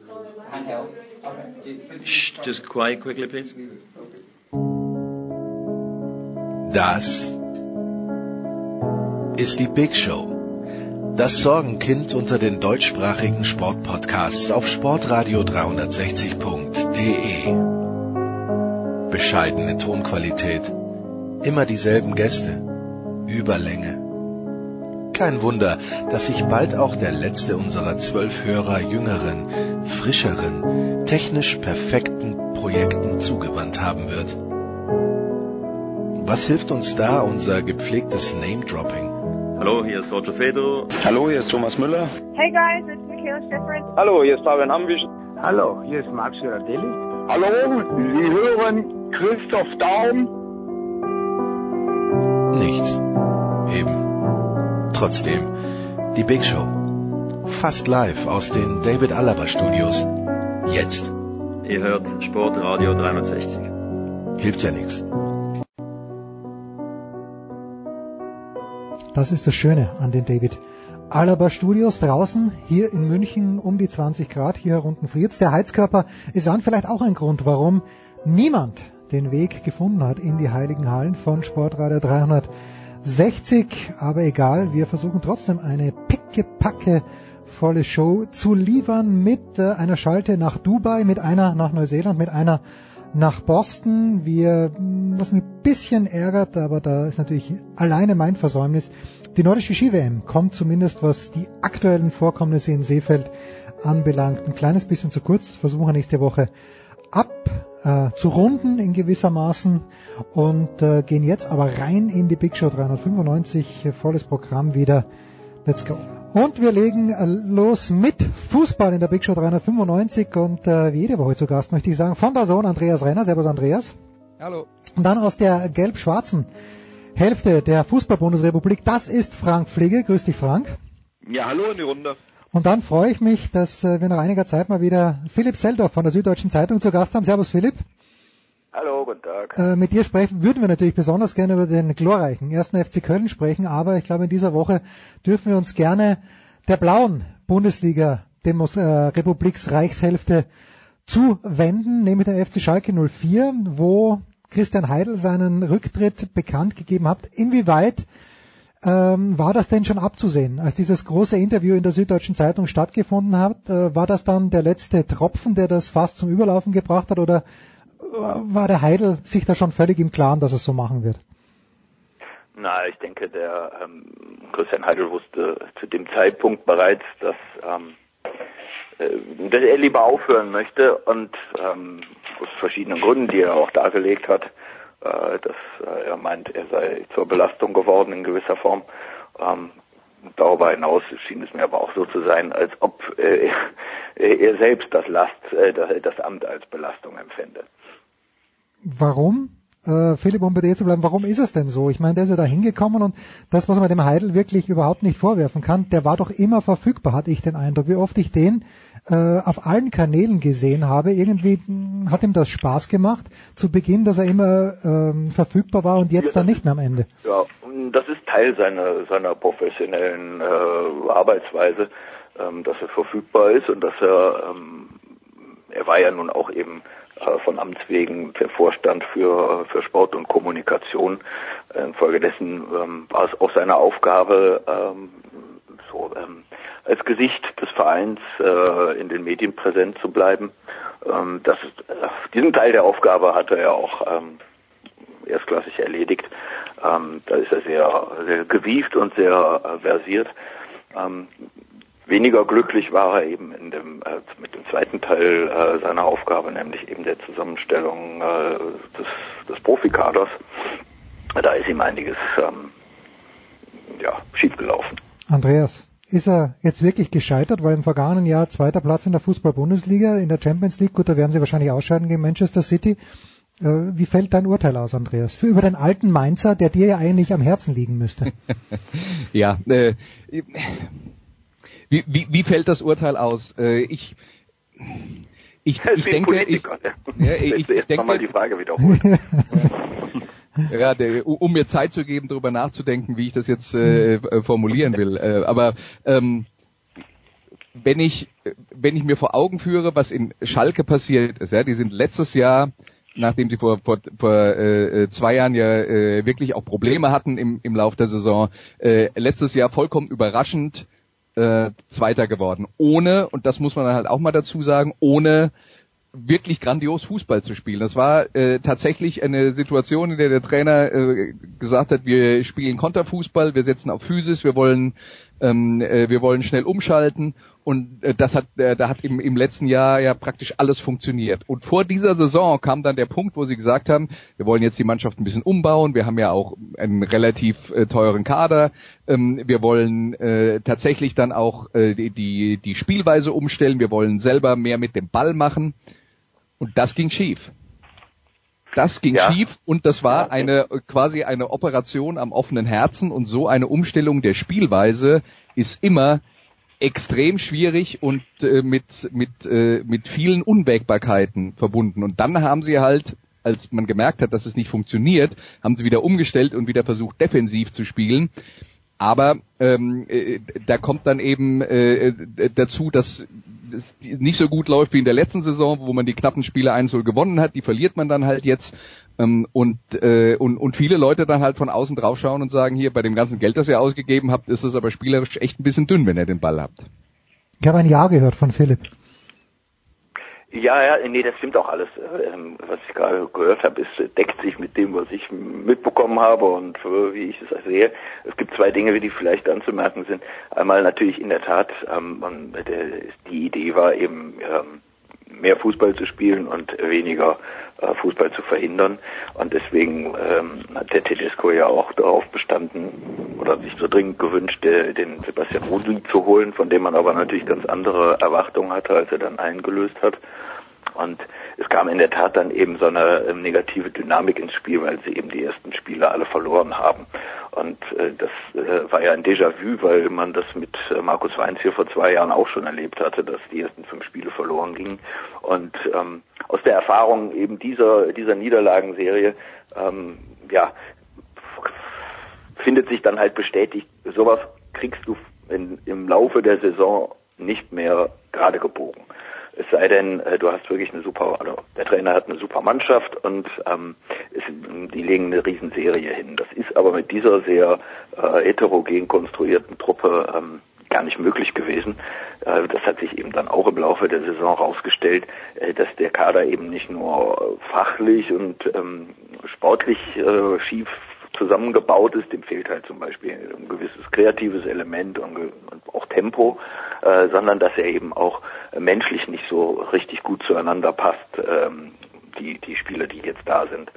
Just quiet quickly, please. Das ist die Big Show. Das Sorgenkind unter den deutschsprachigen Sportpodcasts auf sportradio360.de. Bescheidene Tonqualität, immer dieselben Gäste, Überlänge. Kein Wunder, dass sich bald auch der letzte unserer 12 Hörer jüngeren, frischeren, technisch perfekten Projekten zugewandt haben wird. Was hilft uns da unser gepflegtes Name-Dropping? Hallo, hier ist Roger Fedor. Hallo, hier ist Thomas Müller. Hey guys, it's Michaela Schifrin. Hallo, hier ist Fabian Ambich. Hallo, hier ist Max Girardelli. Hallo, Sie hören Christoph Daum. Nichts. Eben. Trotzdem, die Big Show. Fast live aus den David Alaba Studios. Jetzt. Ihr hört Sportradio 360. Hilft ja nichts. Das ist das Schöne an den David Alaba Studios draußen, hier in München um die 20 Grad, hier herunten friert's. Der Heizkörper ist an, vielleicht auch ein Grund, warum niemand den Weg gefunden hat in die heiligen Hallen von Sportradio 360. Aber egal, wir versuchen trotzdem eine pickepacke volle Show zu liefern mit einer Schalte nach Dubai, mit einer nach Neuseeland, mit einer nach Boston. Was mich ein bisschen ärgert, aber da ist natürlich alleine mein Versäumnis, die nordische Ski-WM kommt zumindest, was die aktuellen Vorkommnisse in Seefeld anbelangt, ein kleines bisschen zu kurz. Das versuchen wir nächste Woche zu runden in gewissermaßen und gehen jetzt aber rein in die Big Show 395, volles Programm wieder. Let's go. Und wir legen los mit Fußball in der Big Show 395 und wie jede Woche zu Gast möchte ich sagen, von der Sohn Andreas Renner. Servus Andreas. Hallo. Und dann aus der gelb-schwarzen Hälfte der Fußball-Bundesrepublik, das ist Frank Fligge. Grüß dich, Frank. Ja, hallo in die Runde. Und dann freue ich mich, dass wir nach einiger Zeit mal wieder Philipp Seldorf von der Süddeutschen Zeitung zu Gast haben. Servus Philipp. Hallo, guten Tag. Mit dir würden wir natürlich besonders gerne über den glorreichen 1. FC Köln sprechen, aber ich glaube, in dieser Woche dürfen wir uns gerne der blauen Bundesliga-Republiksreichshälfte zuwenden, nämlich der FC Schalke 04, wo Christian Heidel seinen Rücktritt bekannt gegeben hat. Inwieweit war das denn schon abzusehen, als dieses große Interview in der Süddeutschen Zeitung stattgefunden hat? War das dann der letzte Tropfen, der das fast zum Überlaufen gebracht hat, oder war der Heidel sich da schon völlig im Klaren, dass er es so machen wird? Na, ich denke, der Christian Heidel wusste zu dem Zeitpunkt bereits, dass er lieber aufhören möchte und aus verschiedenen Gründen, die er auch dargelegt hat, dass er meint, er sei zur Belastung geworden in gewisser Form. Darüber hinaus schien es mir aber auch so zu sein, als ob er selbst das Amt als Belastung empfände. Warum? Philipp, um bei dir zu bleiben, warum ist es denn so? Ich meine, der ist ja da hingekommen und das, was man dem Heidel wirklich überhaupt nicht vorwerfen kann, der war doch immer verfügbar, hatte ich den Eindruck. Wie oft ich den auf allen Kanälen gesehen habe, irgendwie hat ihm das Spaß gemacht, zu Beginn, dass er immer verfügbar war und jetzt dann nicht mehr am Ende. Ja, das ist Teil seiner professionellen Arbeitsweise, dass er verfügbar ist und dass er war ja nun auch eben von Amts wegen der Vorstand für Sport und Kommunikation. Infolgedessen war es auch seine Aufgabe, als Gesicht des Vereins in den Medien präsent zu bleiben. Diesen Teil der Aufgabe hat er ja auch erstklassig erledigt. Da ist er sehr, sehr gewieft und sehr versiert. Weniger glücklich war er eben mit dem zweiten Teil seiner Aufgabe, nämlich eben der Zusammenstellung des Profikaders. Da ist ihm einiges schiefgelaufen. Andreas, ist er jetzt wirklich gescheitert, weil im vergangenen Jahr 2. Platz in der Fußball-Bundesliga, in der Champions League, gut, da werden sie wahrscheinlich ausscheiden gegen Manchester City. Wie fällt dein Urteil aus, Andreas? Über den alten Mainzer, der dir ja eigentlich am Herzen liegen müsste. Ja, Wie fällt das Urteil aus? Ich denke, ich denke mal die Frage wiederholen. Ja, um mir Zeit zu geben, darüber nachzudenken, wie ich das jetzt formulieren will. Aber wenn ich wenn ich mir vor Augen führe, was in Schalke passiert ist, ja, die sind letztes Jahr, nachdem sie vor 2 Jahren ja wirklich auch Probleme hatten im Lauf der Saison, letztes Jahr vollkommen überraschend Zweiter geworden. Ohne, und das muss man dann halt auch mal dazu sagen, ohne wirklich grandios Fußball zu spielen. Das war tatsächlich eine Situation, in der der Trainer gesagt hat, wir spielen Konterfußball, wir setzen auf Physis, wir wollen schnell umschalten, und da hat im letzten Jahr ja praktisch alles funktioniert. Und vor dieser Saison kam dann der Punkt, wo sie gesagt haben, wir wollen jetzt die Mannschaft ein bisschen umbauen, wir haben ja auch einen relativ teuren Kader, wir wollen tatsächlich dann auch die Spielweise umstellen, wir wollen selber mehr mit dem Ball machen. Und das ging schief. Schief, und das war quasi eine Operation am offenen Herzen, und so eine Umstellung der Spielweise ist immer extrem schwierig und mit vielen Unwägbarkeiten verbunden. Und dann haben sie halt, als man gemerkt hat, dass es nicht funktioniert, haben sie wieder umgestellt und wieder versucht, defensiv zu spielen. Aber da kommt dann eben dazu, dass es nicht so gut läuft wie in der letzten Saison, wo man die knappen Spiele 1-0 gewonnen hat. Die verliert man dann halt jetzt. Und viele Leute dann halt von außen drauf schauen und sagen, hier, bei dem ganzen Geld, das ihr ausgegeben habt, ist es aber spielerisch echt ein bisschen dünn, wenn ihr den Ball habt. Ich habe ein Ja gehört von Philipp. Ja, nee, das stimmt auch alles. Was ich gerade gehört habe, deckt sich mit dem, was ich mitbekommen habe und wie ich es sehe. Es gibt 2 Dinge, die vielleicht anzumerken sind. Einmal natürlich in der Tat, die Idee war eben, mehr Fußball zu spielen und weniger Fußball zu verhindern. Und deswegen hat der Tedesco ja auch darauf bestanden oder sich so dringend gewünscht, den Sebastian Rudi zu holen, von dem man aber natürlich ganz andere Erwartungen hatte, als er dann eingelöst hat. Und es kam in der Tat dann eben so eine negative Dynamik ins Spiel, weil sie eben die ersten Spiele alle verloren haben. Und das war ja ein Déjà-vu, weil man das mit Markus Weinz hier vor 2 Jahren auch schon erlebt hatte, dass die ersten 5 Spiele verloren gingen. Und aus der Erfahrung eben dieser Niederlagenserie, findet sich dann halt bestätigt, sowas kriegst du im Laufe der Saison nicht mehr gerade gebogen. Es sei denn, du hast wirklich der Trainer hat eine super Mannschaft und die legen eine Riesenserie hin. Das ist aber mit dieser sehr heterogen konstruierten Truppe gar nicht möglich gewesen. Das hat sich eben dann auch im Laufe der Saison rausgestellt, dass der Kader eben nicht nur fachlich und sportlich schief zusammengebaut ist, dem fehlt halt zum Beispiel ein gewisses kreatives Element und auch Tempo, sondern dass er eben auch menschlich nicht so richtig gut zueinander passt, die Spieler, die jetzt da sind.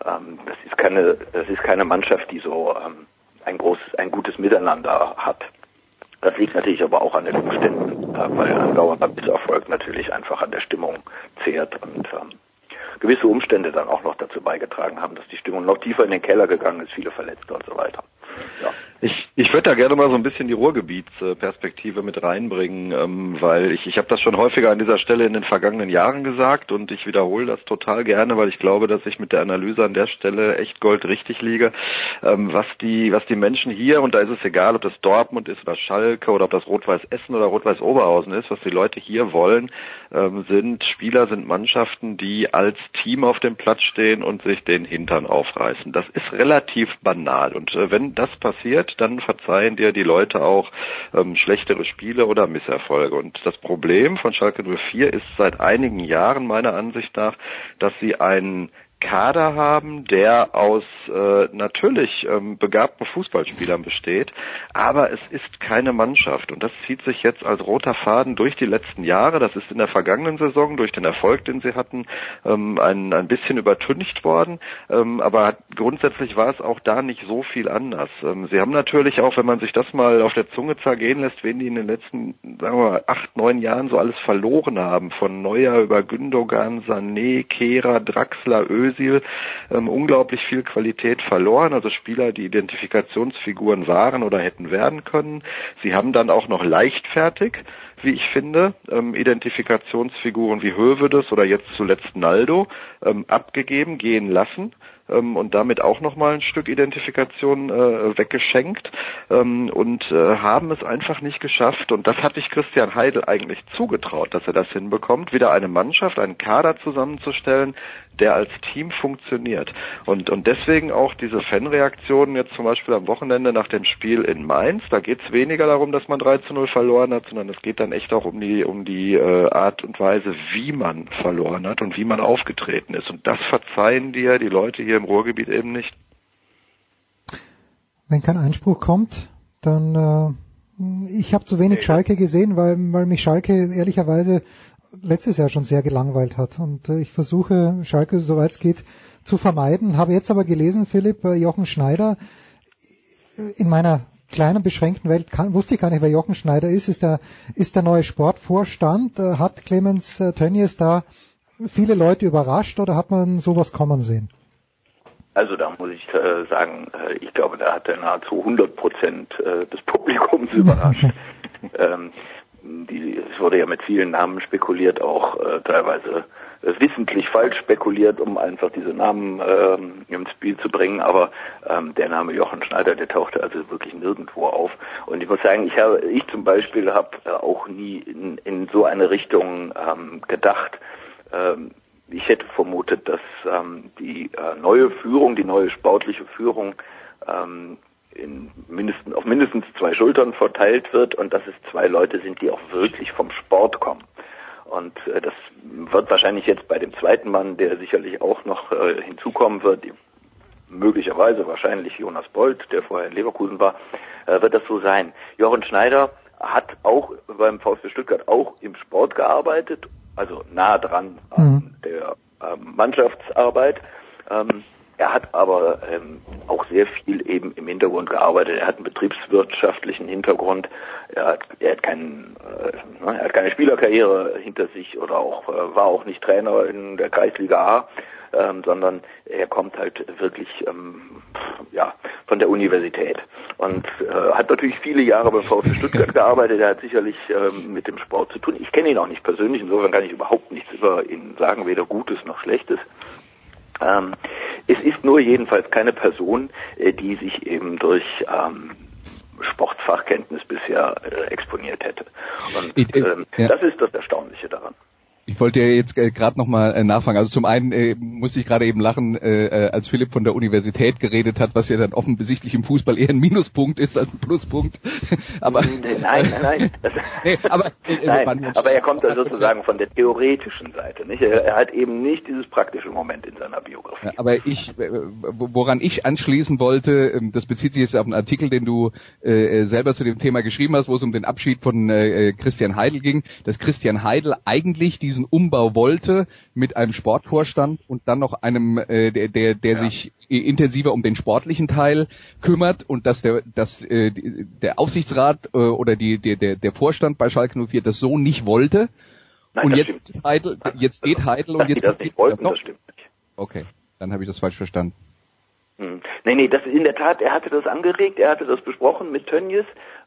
Das ist keine Mannschaft, die so ein gutes Miteinander hat. Das liegt natürlich aber auch an den Umständen, weil ein dauernder Misserfolg natürlich einfach an der Stimmung zehrt und gewisse Umstände dann auch noch dazu beigetragen haben, dass die Stimmung noch tiefer in den Keller gegangen ist, viele Verletzte und so weiter. Ja. Ich würde da gerne mal so ein bisschen die Ruhrgebietsperspektive mit reinbringen, weil ich habe das schon häufiger an dieser Stelle in den vergangenen Jahren gesagt und ich wiederhole das total gerne, weil ich glaube, dass ich mit der Analyse an der Stelle echt goldrichtig liege. Was die Menschen hier, und da ist es egal, ob das Dortmund ist oder Schalke oder ob das Rot-Weiß Essen oder Rot-Weiß Oberhausen ist, was die Leute hier wollen, sind Mannschaften, die als Team auf dem Platz stehen und sich den Hintern aufreißen. Das ist relativ banal und wenn das passiert, dann verzeihen dir die Leute auch schlechtere Spiele oder Misserfolge. Und das Problem von Schalke 04 ist seit einigen Jahren meiner Ansicht nach, dass sie einen Kader haben, der aus natürlich begabten Fußballspielern besteht, aber es ist keine Mannschaft und das zieht sich jetzt als roter Faden durch die letzten Jahre. Das ist in der vergangenen Saison durch den Erfolg, den sie hatten, ein bisschen übertüncht worden, aber grundsätzlich war es auch da nicht so viel anders. Sie haben natürlich auch, wenn man sich das mal auf der Zunge zergehen lässt, wen die in den letzten, sagen wir mal, 8-9 Jahren so alles verloren haben, von Neuer über Gündogan, Sané, Kehrer, Draxler, Özil, unglaublich viel Qualität verloren, also Spieler, die Identifikationsfiguren waren oder hätten werden können. Sie haben dann auch noch leichtfertig, wie ich finde, Identifikationsfiguren wie Höwedes oder jetzt zuletzt Naldo abgegeben, gehen lassen. und damit auch nochmal ein Stück Identifikation weggeschenkt und haben es einfach nicht geschafft. Und das hatte ich Christian Heidel eigentlich zugetraut, dass er das hinbekommt, wieder eine Mannschaft, einen Kader zusammenzustellen, der als Team funktioniert. Und deswegen auch diese Fanreaktionen jetzt zum Beispiel am Wochenende nach dem Spiel in Mainz. Da geht es weniger darum, dass man 3-0 verloren hat, sondern es geht dann echt auch um die Art und Weise, wie man verloren hat und wie man aufgetreten ist. Und das verzeihen dir die Leute hier im Ruhrgebiet eben nicht. Wenn kein Einspruch kommt, dann ich habe zu wenig Schalke gesehen, weil mich Schalke ehrlicherweise letztes Jahr schon sehr gelangweilt hat. Und ich versuche, Schalke, soweit es geht, zu vermeiden. Habe jetzt aber gelesen, Philipp, Jochen Schneider, in meiner kleinen, beschränkten Welt wusste ich gar nicht, wer Jochen Schneider ist der neue Sportvorstand. Hat Clemens Tönnies da viele Leute überrascht oder hat man sowas kommen sehen? Also da muss ich sagen, ich glaube, da hat er nahezu 100% des Publikums überrascht. Es wurde ja mit vielen Namen spekuliert, auch teilweise wissentlich falsch spekuliert, um einfach diese Namen ins Spiel zu bringen, aber der Name Jochen Schneider, der tauchte also wirklich nirgendwo auf. Und ich muss sagen, ich zum Beispiel habe auch nie in so eine Richtung gedacht. Ich hätte vermutet, dass die neue Führung, die neue sportliche Führung auf mindestens 2 Schultern verteilt wird und dass es 2 Leute sind, die auch wirklich vom Sport kommen. Und das wird wahrscheinlich jetzt bei dem zweiten Mann, der sicherlich auch noch hinzukommen wird, möglicherweise wahrscheinlich Jonas Bold, der vorher in Leverkusen war, wird das so sein. Jochen Schneider hat auch beim VfB Stuttgart auch im Sport gearbeitet, also nah dran an der Mannschaftsarbeit. Er hat aber auch sehr viel eben im Hintergrund gearbeitet. Er hat einen betriebswirtschaftlichen Hintergrund. Er hat keine Spielerkarriere hinter sich oder war auch nicht Trainer in der Kreisliga A, sondern er kommt halt wirklich von der Universität und hat natürlich viele Jahre beim VfB Stuttgart gearbeitet. Er hat sicherlich mit dem Sport zu tun. Ich kenne ihn auch nicht persönlich, insofern kann ich überhaupt nichts über ihn sagen, weder Gutes noch Schlechtes. Es ist nur jedenfalls keine Person, die sich eben durch Sportfachkenntnis bisher exponiert hätte. Und das ist das Erstaunliche daran. Ich wollte ja jetzt gerade nochmal nachfragen. Also zum einen musste ich gerade eben lachen, als Philipp von der Universität geredet hat, was ja dann offensichtlich im Fußball eher ein Minuspunkt ist als ein Pluspunkt. Aber nein. Nein, aber er kommt da sozusagen von der theoretischen Seite, nicht? Er hat eben nicht dieses praktische Moment in seiner Biografie. Ja, aber woran ich anschließen wollte, das bezieht sich jetzt auf einen Artikel, den du selber zu dem Thema geschrieben hast, wo es um den Abschied von Christian Heidel ging, dass Christian Heidel eigentlich diesen Umbau wollte mit einem Sportvorstand und dann noch einem, der sich intensiver um den sportlichen Teil kümmert und dass der Aufsichtsrat oder der Vorstand bei Schalke 04 das so nicht wollte. Nein, und jetzt geht Heidel und jetzt das nicht wollten, das stimmt nicht. Okay, dann habe ich das falsch verstanden. Nee, das in der Tat, er hatte das angeregt, er hatte das besprochen mit Tönnies.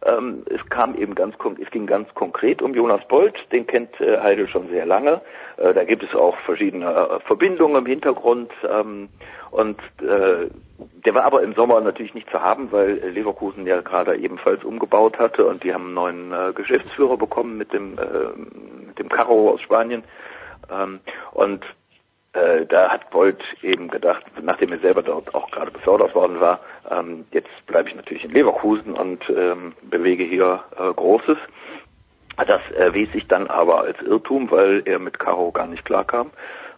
Es ging ganz konkret um Jonas Bold, den kennt Heidel schon sehr lange. Da gibt es auch verschiedene Verbindungen im Hintergrund. Der war aber im Sommer natürlich nicht zu haben, weil Leverkusen ja gerade ebenfalls umgebaut hatte und die haben einen neuen Geschäftsführer bekommen mit dem Caro aus Spanien. Da hat Bold eben gedacht, nachdem er selber dort auch gerade befördert worden war, jetzt bleibe ich natürlich in Leverkusen und bewege hier Großes. Das erwies sich dann aber als Irrtum, weil er mit Caro gar nicht klarkam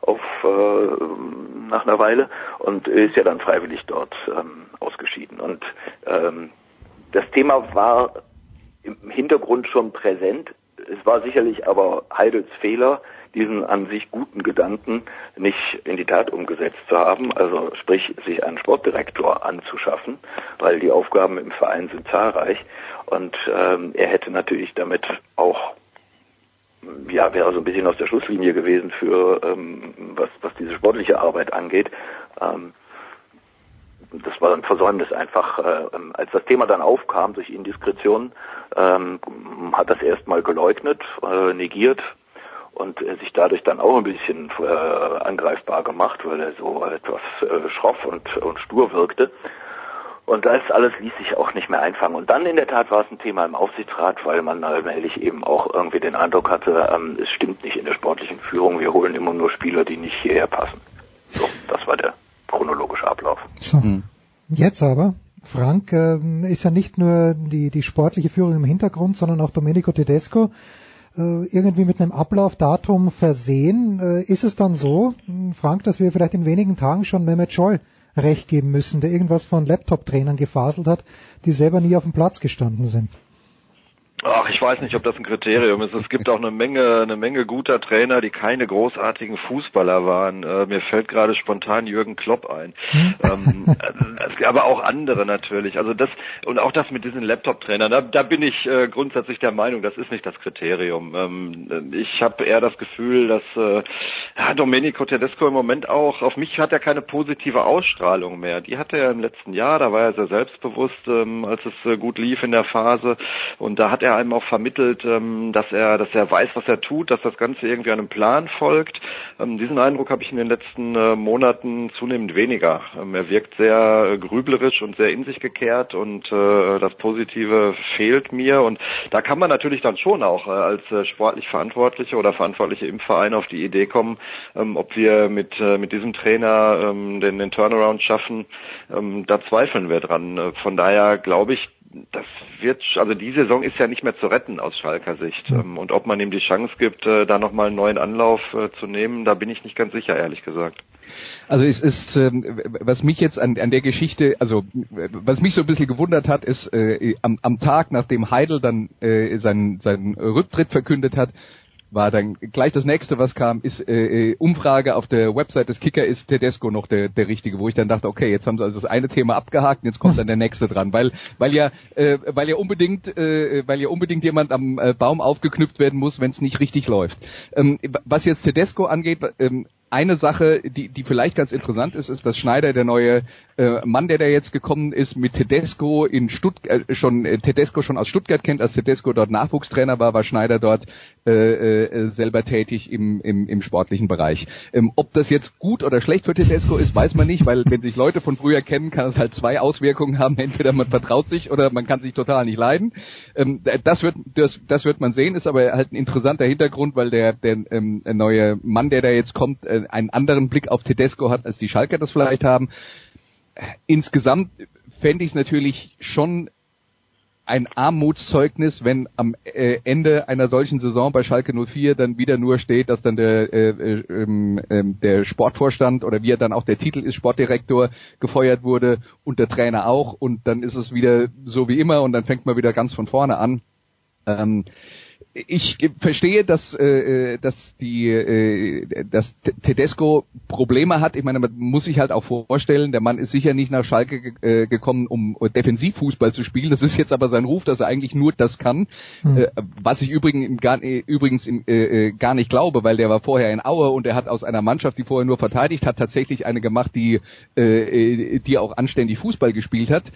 nach einer Weile und ist ja dann freiwillig dort ausgeschieden. Und das Thema war im Hintergrund schon präsent. Es war sicherlich aber Heidels Fehler, diesen an sich guten Gedanken nicht in die Tat umgesetzt zu haben, also sprich sich einen Sportdirektor anzuschaffen, weil die Aufgaben im Verein sind zahlreich und er hätte natürlich damit auch wäre so ein bisschen aus der Schusslinie gewesen für was diese sportliche Arbeit angeht. Das war ein Versäumnis einfach. Als das Thema dann aufkam durch Indiskretion, hat das erstmal geleugnet, negiert und sich dadurch dann auch ein bisschen angreifbar gemacht, weil er so etwas schroff und stur wirkte. Und das alles ließ sich auch nicht mehr einfangen. Und dann in der Tat war es ein Thema im Aufsichtsrat, weil man allmählich eben auch irgendwie den Eindruck hatte, es stimmt nicht in der sportlichen Führung, wir holen immer nur Spieler, die nicht hierher passen. So, das war der chronologische Ablauf. So, jetzt aber, Frank, ist ja nicht nur die sportliche Führung im Hintergrund, sondern auch Domenico Tedesco irgendwie mit einem Ablaufdatum versehen. Ist es dann so, Frank, dass wir vielleicht in wenigen Tagen schon Mehmet Scholl recht geben müssen, der irgendwas von Laptop-Trainern gefaselt hat, die selber nie auf dem Platz gestanden sind? Ach, ich weiß nicht, ob das ein Kriterium ist. Es gibt auch eine Menge guter Trainer, die keine großartigen Fußballer waren. Mir fällt gerade spontan Jürgen Klopp ein. Aber auch andere natürlich. Also das, und auch das mit diesen Laptop-Trainern, da bin ich grundsätzlich der Meinung, das ist nicht das Kriterium. Ich habe eher das Gefühl, dass Domenico Tedesco im Moment auch, auf mich hat er keine positive Ausstrahlung mehr. Die hatte er im letzten Jahr, da war er sehr selbstbewusst, als es gut lief in der Phase. Und da hat er einem auch vermittelt, dass er weiß, was er tut, dass das Ganze irgendwie einem Plan folgt. Diesen Eindruck habe ich in den letzten Monaten zunehmend weniger. Er wirkt sehr grüblerisch und sehr in sich gekehrt und das Positive fehlt mir. Und da kann man natürlich dann schon auch als sportlich Verantwortliche oder Verantwortliche im Verein auf die Idee kommen, ob wir mit diesem Trainer den Turnaround schaffen. Da zweifeln wir dran. Von daher glaube ich, also die Saison ist ja nicht mehr zu retten aus Schalker Sicht. Und ob man ihm die Chance gibt, da nochmal einen neuen Anlauf zu nehmen, da bin ich nicht ganz sicher, ehrlich gesagt. Also es ist, was mich jetzt an der Geschichte, also was mich so ein bisschen gewundert hat, ist am Tag, nachdem Heidel dann seinen Rücktritt verkündet hat, war dann gleich das nächste, was kam, ist Umfrage auf der Website des Kicker, ist Tedesco noch der Richtige, wo ich dann dachte, okay, jetzt haben sie also das eine Thema abgehakt und jetzt kommt dann der nächste dran, weil ja unbedingt jemand am Baum aufgeknüpft werden muss, wenn es nicht richtig läuft. Was jetzt Tedesco angeht, eine Sache, die vielleicht ganz interessant ist, dass Schneider, der neue Mann, der da jetzt gekommen ist, mit Tedesco Tedesco schon aus Stuttgart kennt, als Tedesco dort Nachwuchstrainer war Schneider dort selber tätig im sportlichen Bereich. Ob das jetzt gut oder schlecht für Tedesco ist, weiß man nicht, weil wenn sich Leute von früher kennen, kann es halt zwei Auswirkungen haben. Entweder man vertraut sich oder man kann sich total nicht leiden. Das wird man sehen, ist aber halt ein interessanter Hintergrund, weil der neue Mann, der da jetzt kommt, einen anderen Blick auf Tedesco hat, als die Schalker das vielleicht haben. Insgesamt fände ich es natürlich schon ein Armutszeugnis, wenn am Ende einer solchen Saison bei Schalke 04 dann wieder nur steht, dass dann der Sportvorstand oder wie er dann auch der Titel ist, Sportdirektor, gefeuert wurde und der Trainer auch und dann ist es wieder so wie immer und dann fängt man wieder ganz von vorne an. Ich verstehe, dass Tedesco Probleme hat. Ich meine, man muss sich halt auch vorstellen, der Mann ist sicher nicht nach Schalke gekommen, um Defensivfußball zu spielen. Das ist jetzt aber sein Ruf, dass er eigentlich nur das kann. Was ich übrigens gar nicht glaube, weil der war vorher in Aue und er hat aus einer Mannschaft, die vorher nur verteidigt hat, tatsächlich eine gemacht, die auch anständig Fußball gespielt hat.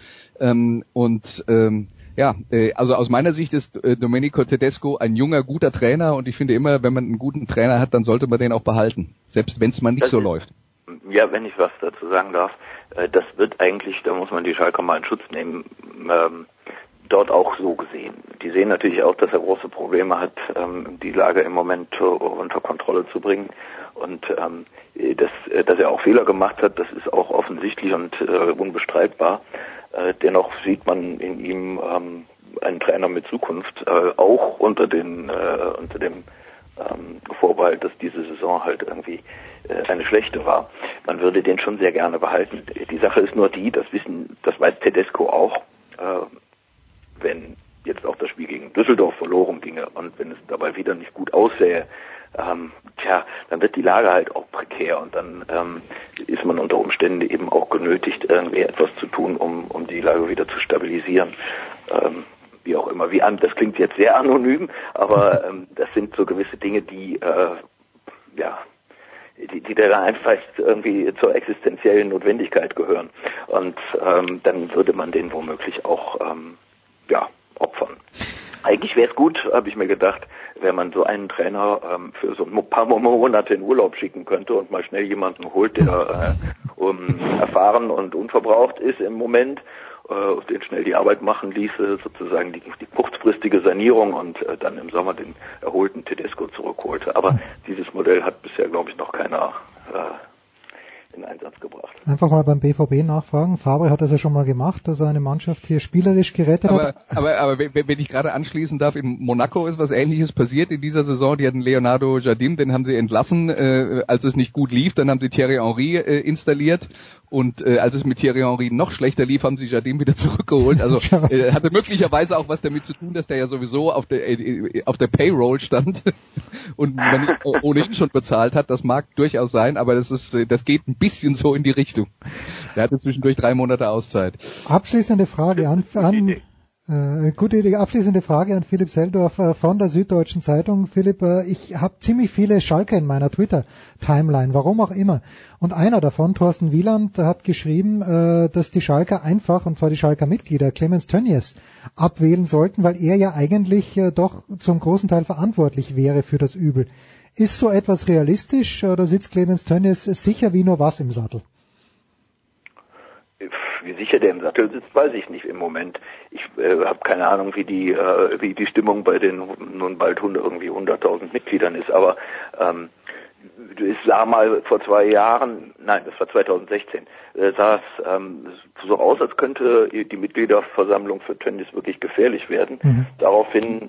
Also aus meiner Sicht ist Domenico Tedesco ein junger, guter Trainer und ich finde immer, wenn man einen guten Trainer hat, dann sollte man den auch behalten, selbst wenn es mal nicht so läuft. Ja, wenn ich was dazu sagen darf, das wird eigentlich, da muss man die Schalker mal in Schutz nehmen, dort auch so gesehen. Die sehen natürlich auch, dass er große Probleme hat, die Lage im Moment unter Kontrolle zu bringen und dass er auch Fehler gemacht hat, das ist auch offensichtlich und unbestreitbar. Dennoch sieht man in ihm einen Trainer mit Zukunft, auch unter dem Vorbehalt, dass diese Saison halt irgendwie eine schlechte war. Man würde den schon sehr gerne behalten. Die Sache ist nur die, das weiß Tedesco auch, wenn jetzt auch das Spiel gegen Düsseldorf verloren ginge und wenn es dabei wieder nicht gut aussähe, dann wird die Lage halt auch prekär und dann ist man unter Umständen eben auch genötigt, irgendwie etwas zu tun, um die Lage wieder zu stabilisieren. Wie auch immer, das klingt jetzt sehr anonym, aber das sind so gewisse Dinge, die dann einfach irgendwie zur existenziellen Notwendigkeit gehören. Und dann würde man den womöglich auch opfern. Eigentlich wäre es gut, habe ich mir gedacht, wenn man so einen Trainer für so ein paar Monate in Urlaub schicken könnte und mal schnell jemanden holt, der erfahren und unverbraucht ist im Moment, den schnell die Arbeit machen ließe, sozusagen die kurzfristige Sanierung und dann im Sommer den erholten Tedesco zurückholte. Aber dieses Modell hat bisher, glaube ich, noch keiner in Einsatz gebracht. Einfach mal beim BVB nachfragen. Favre hat das ja schon mal gemacht, dass er eine Mannschaft hier spielerisch gerettet hat. Aber wenn ich gerade anschließen darf, in Monaco ist was Ähnliches passiert in dieser Saison. Die hatten Leonardo Jardim, den haben sie entlassen, als es nicht gut lief. Dann haben sie Thierry Henry installiert. Und als es mit Thierry Henry noch schlechter lief, haben sie Jardim wieder zurückgeholt. Also hatte möglicherweise auch was damit zu tun, dass der ja sowieso auf der Payroll stand und man ihn ohnehin schon bezahlt hat. Das mag durchaus sein, aber das geht ein bisschen so in die Richtung. Der hatte zwischendurch 3 Monate Auszeit. Abschließende Frage an Philipp Seldorf von der Süddeutschen Zeitung. Philipp, ich habe ziemlich viele Schalker in meiner Twitter-Timeline, warum auch immer. Und einer davon, Thorsten Wieland, hat geschrieben, dass die Schalker einfach, und zwar die Schalker Mitglieder, Clemens Tönnies abwählen sollten, weil er ja eigentlich doch zum großen Teil verantwortlich wäre für das Übel. Ist so etwas realistisch oder sitzt Clemens Tönnies sicher wie nur was im Sattel? Wie sicher der im Sattel sitzt, weiß ich nicht im Moment. Ich habe keine Ahnung, wie die Stimmung bei den nun bald 100.000 Mitgliedern ist. Aber es sah mal vor 2 Jahren, nein, das war 2016, sah es so aus, als könnte die Mitgliederversammlung für Tönnies wirklich gefährlich werden. Daraufhin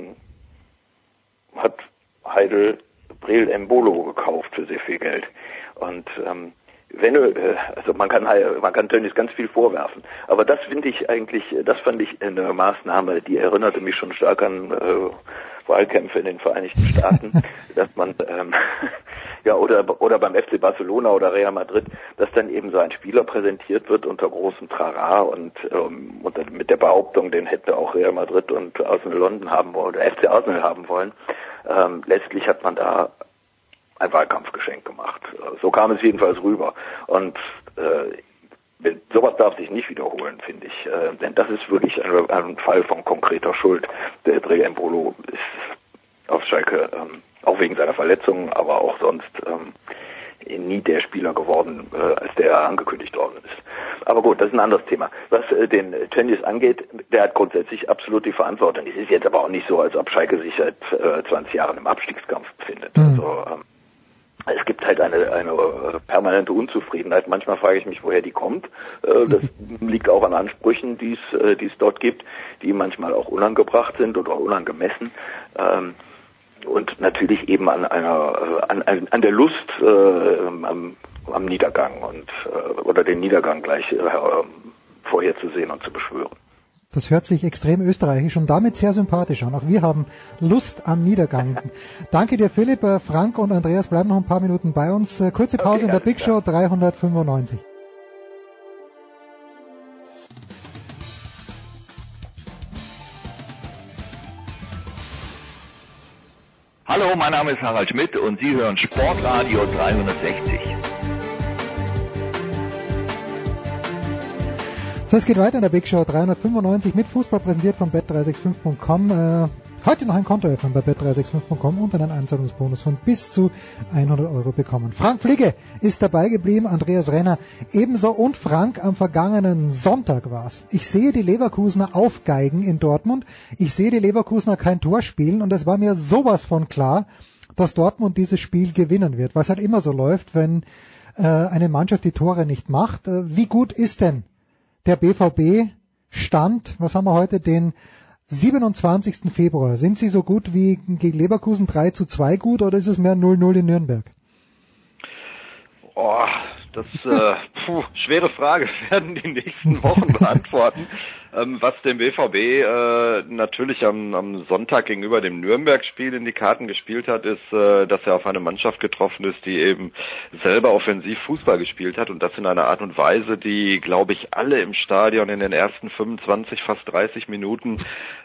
hat Heidel Breel Embolo gekauft für sehr viel Geld. Und man kann Tönnies ganz viel vorwerfen. Aber das fand ich eine Maßnahme, die erinnerte mich schon stark an Wahlkämpfe in den Vereinigten Staaten, dass man oder beim FC Barcelona oder Real Madrid, dass dann eben so ein Spieler präsentiert wird unter großem Trara und mit der Behauptung, den hätte auch Real Madrid und Arsenal London haben wollen oder FC Arsenal haben wollen. Letztlich hat man da ein Wahlkampfgeschenk gemacht. So kam es jedenfalls rüber. Und sowas darf sich nicht wiederholen, finde ich. Denn das ist wirklich ein Fall von konkreter Schuld. Der Breel Embolo ist auf Schalke, auch wegen seiner Verletzungen, aber auch sonst nie der Spieler geworden, als der angekündigt worden ist. Aber gut, das ist ein anderes Thema. Was den Tönnies angeht, der hat grundsätzlich absolut die Verantwortung. Es ist jetzt aber auch nicht so, als ob Schalke sich seit 20 Jahren im Abstiegskampf befindet. Also es gibt halt eine permanente Unzufriedenheit. Manchmal frage ich mich, woher die kommt. Das liegt auch an Ansprüchen, die es dort gibt, die manchmal auch unangebracht sind oder unangemessen. Und natürlich eben an der Lust am Niedergang oder den Niedergang gleich vorherzusehen und zu beschwören. Das hört sich extrem österreichisch und damit sehr sympathisch an. Auch wir haben Lust am Niedergang. Danke dir, Philipp. Frank und Andreas bleiben noch ein paar Minuten bei uns. Kurze Pause in der Big Show 395. Hallo, mein Name ist Harald Schmidt und Sie hören Sportradio 360. So, es geht weiter in der Big Show 395 mit Fußball, präsentiert von bet365.com. Heute noch ein Konto öffnen bei bet365.com und einen Einzahlungsbonus von bis zu 100 € bekommen. Frank Fliege ist dabei geblieben, Andreas Renner ebenso und Frank, am vergangenen Sonntag war's. Ich sehe die Leverkusener aufgeigen in Dortmund, ich sehe die Leverkusener kein Tor spielen und es war mir sowas von klar, dass Dortmund dieses Spiel gewinnen wird, weil es halt immer so läuft, wenn eine Mannschaft die Tore nicht macht. Wie gut ist denn der BVB Stand, was haben wir heute, den 27. Februar. Sind Sie so gut wie gegen Leverkusen 3:2 gut oder ist es mehr 0:0 in Nürnberg? Das schwere Frage, werden die nächsten Wochen beantworten. Was dem BVB natürlich am Sonntag gegenüber dem Nürnberg-Spiel in die Karten gespielt hat, ist, dass er auf eine Mannschaft getroffen ist, die eben selber offensiv Fußball gespielt hat und das in einer Art und Weise, die, glaube ich, alle im Stadion in den ersten 25, fast 30 Minuten,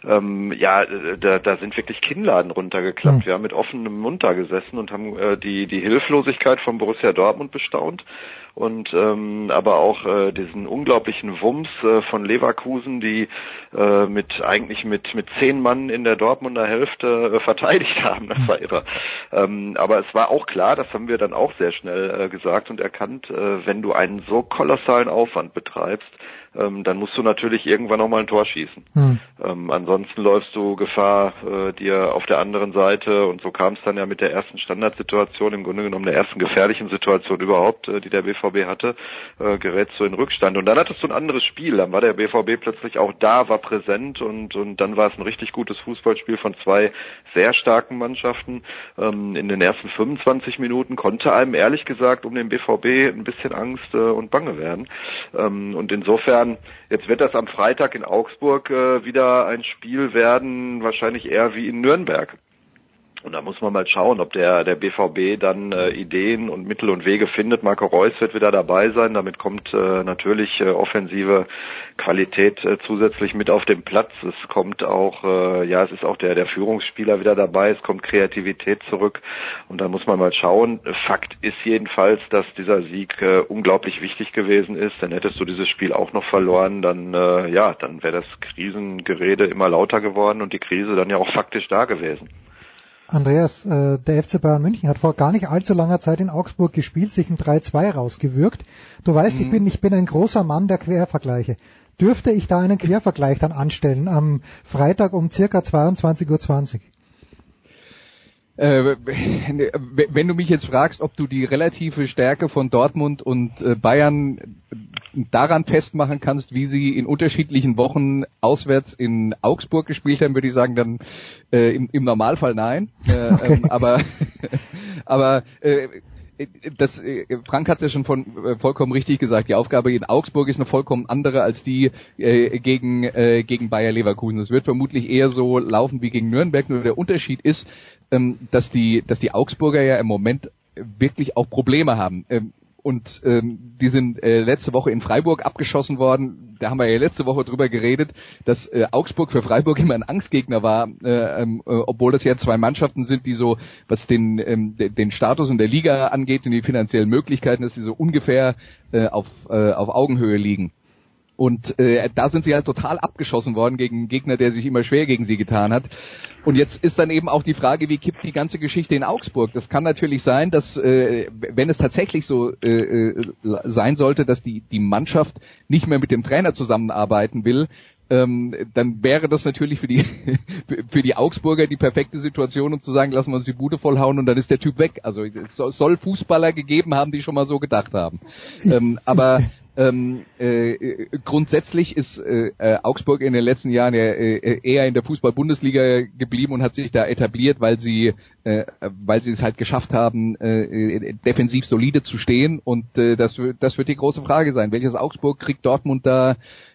da sind wirklich Kinnladen runtergeklappt. Wir haben mit offenem Mund da gesessen und haben die Hilflosigkeit von Borussia Dortmund bestaunt und aber auch diesen unglaublichen Wumms von Leverkusen, die mit 10 Mann in der Dortmunder Hälfte verteidigt haben. Das war irre. Aber es war auch klar, das haben wir dann auch sehr schnell gesagt und erkannt, wenn du einen so kolossalen Aufwand betreibst, dann musst du natürlich irgendwann noch mal ein Tor schießen. Ansonsten läufst du Gefahr, dir auf der anderen Seite, und so kam es dann ja mit der ersten Standardsituation, im Grunde genommen der ersten gefährlichen Situation überhaupt, die der BVB hatte, gerätst du in Rückstand. Und dann hattest du ein anderes Spiel, dann war der BVB plötzlich auch da, war präsent und dann war es ein richtig gutes Fußballspiel von zwei sehr starken Mannschaften. In den ersten 25 Minuten konnte einem ehrlich gesagt um den BVB ein bisschen Angst und Bange werden. Und insofern, jetzt wird das am Freitag in Augsburg wieder ein Spiel werden, wahrscheinlich eher wie in Nürnberg. Und da muss man mal schauen, ob der BVB dann Ideen und Mittel und Wege findet. Marco Reus wird wieder dabei sein. Damit kommt natürlich offensive Qualität zusätzlich mit auf den Platz. Es kommt auch, es ist auch der Führungsspieler wieder dabei. Es kommt Kreativität zurück. Und da muss man mal schauen. Fakt ist jedenfalls, dass dieser Sieg unglaublich wichtig gewesen ist. Denn hättest du dieses Spiel auch noch verloren, dann wäre das Krisengerede immer lauter geworden und die Krise dann ja auch faktisch da gewesen. Andreas, der FC Bayern München hat vor gar nicht allzu langer Zeit in Augsburg gespielt, sich ein 3-2 rausgewürgt. Du weißt, ich bin ein großer Mann der Quervergleiche. Dürfte ich da einen Quervergleich dann anstellen am Freitag um circa 22:20 Uhr? Wenn du mich jetzt fragst, ob du die relative Stärke von Dortmund und Bayern daran festmachen kannst, wie sie in unterschiedlichen Wochen auswärts in Augsburg gespielt haben, würde ich sagen, dann im Normalfall nein. Okay. Aber Frank hat es ja schon vollkommen richtig gesagt. Die Aufgabe in Augsburg ist eine vollkommen andere als die gegen Bayer Leverkusen. Es wird vermutlich eher so laufen wie gegen Nürnberg. Nur der Unterschied ist, dass die Augsburger ja im Moment wirklich auch Probleme haben. Und die sind letzte Woche in Freiburg abgeschossen worden. Da haben wir ja letzte Woche drüber geredet, dass Augsburg für Freiburg immer ein Angstgegner war, obwohl das ja zwei Mannschaften sind, die so, was den Status in der Liga angeht und die finanziellen Möglichkeiten, dass sie so ungefähr auf Augenhöhe liegen. Und da sind sie halt total abgeschossen worden gegen einen Gegner, der sich immer schwer gegen sie getan hat. Und jetzt ist dann eben auch die Frage, wie kippt die ganze Geschichte in Augsburg? Das kann natürlich sein, dass wenn es tatsächlich so sein sollte, dass die Mannschaft nicht mehr mit dem Trainer zusammenarbeiten will, dann wäre das natürlich für die Augsburger die perfekte Situation, um zu sagen, lassen wir uns die Bude vollhauen und dann ist der Typ weg. Also es soll Fußballer gegeben haben, die schon mal so gedacht haben. Aber grundsätzlich ist Augsburg in den letzten Jahren eher in der Fußball-Bundesliga geblieben und hat sich da etabliert, weil sie es halt geschafft haben, defensiv solide zu stehen. Und das wird die große Frage sein. Welches Augsburg kriegt Dortmund da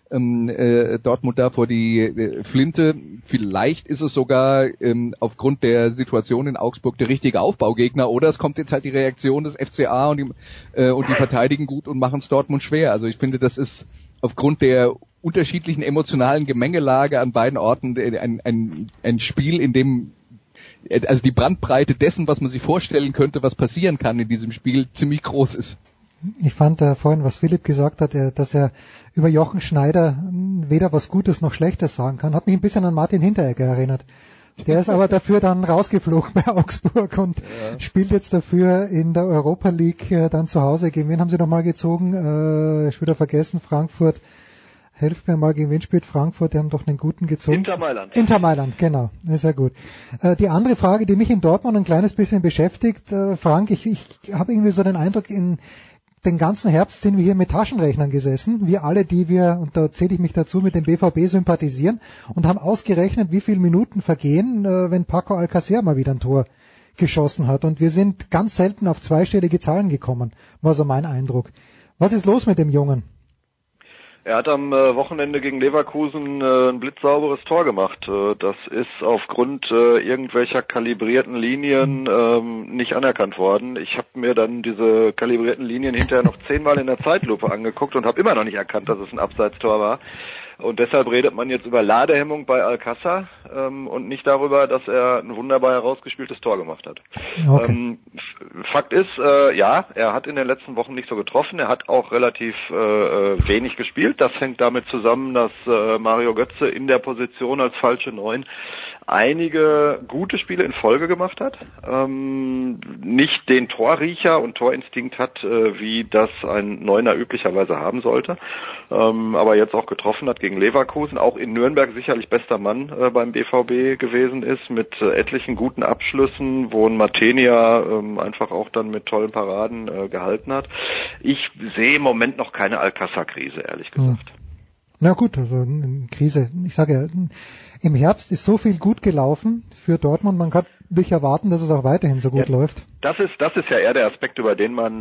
vor die Flinte? Vielleicht ist es sogar aufgrund der Situation in Augsburg der richtige Aufbaugegner, oder es kommt jetzt halt die Reaktion des FCA und die verteidigen gut und machen es Dortmund schwer. Also ich finde, das ist aufgrund der unterschiedlichen emotionalen Gemengelage an beiden Orten ein Spiel, in dem also die Bandbreite dessen, was man sich vorstellen könnte, was passieren kann in diesem Spiel, ziemlich groß ist. Ich fand vorhin, was Philipp gesagt hat, dass er über Jochen Schneider weder was Gutes noch Schlechtes sagen kann, hat mich ein bisschen an Martin Hinteregger erinnert. Der ist aber dafür dann rausgeflogen bei Augsburg und spielt jetzt dafür in der Europa League dann zu Hause. Gegen wen haben sie nochmal gezogen? Ich wieder vergessen, Frankfurt. Helft mir mal, gegen wen spielt Frankfurt? Die haben doch einen guten gezogen. Inter Mailand, genau. Ist ja gut. Die andere Frage, die mich in Dortmund ein kleines bisschen beschäftigt, Frank, ich habe irgendwie so den Eindruck, in den ganzen Herbst sind wir hier mit Taschenrechnern gesessen, wir alle, die wir, und da zähle ich mich dazu, mit dem BVB sympathisieren und haben ausgerechnet, wie viele Minuten vergehen, wenn Paco Alcácer mal wieder ein Tor geschossen hat. Und wir sind ganz selten auf zweistellige Zahlen gekommen, war so mein Eindruck. Was ist los mit dem Jungen? Er hat am Wochenende gegen Leverkusen ein blitzsauberes Tor gemacht. Das ist aufgrund irgendwelcher kalibrierten Linien nicht anerkannt worden. Ich habe mir dann diese kalibrierten Linien hinterher noch 10-mal in der Zeitlupe angeguckt und habe immer noch nicht erkannt, dass es ein Abseitstor war. Und deshalb redet man jetzt über Ladehemmung bei Alcácer und nicht darüber, dass er ein wunderbar herausgespieltes Tor gemacht hat. Okay. Fakt ist, ja, er hat in den letzten Wochen nicht so getroffen. Er hat auch relativ wenig gespielt. Das hängt damit zusammen, dass Mario Götze in der Position als falsche Neun einige gute Spiele in Folge gemacht hat, nicht den Torriecher und Torinstinkt hat, wie das ein Neuner üblicherweise haben sollte, aber jetzt auch getroffen hat gegen Leverkusen, auch in Nürnberg sicherlich bester Mann beim BVB gewesen ist, mit etlichen guten Abschlüssen, wo ein Matenia einfach auch dann mit tollen Paraden gehalten hat. Ich sehe im Moment noch keine Alcázar-Krise, ehrlich gesagt. Na gut, also eine Krise. Ich sage ja, im Herbst ist so viel gut gelaufen für Dortmund, man kann nicht erwarten, dass es auch weiterhin so gut läuft. Das ist ja eher der Aspekt, über den man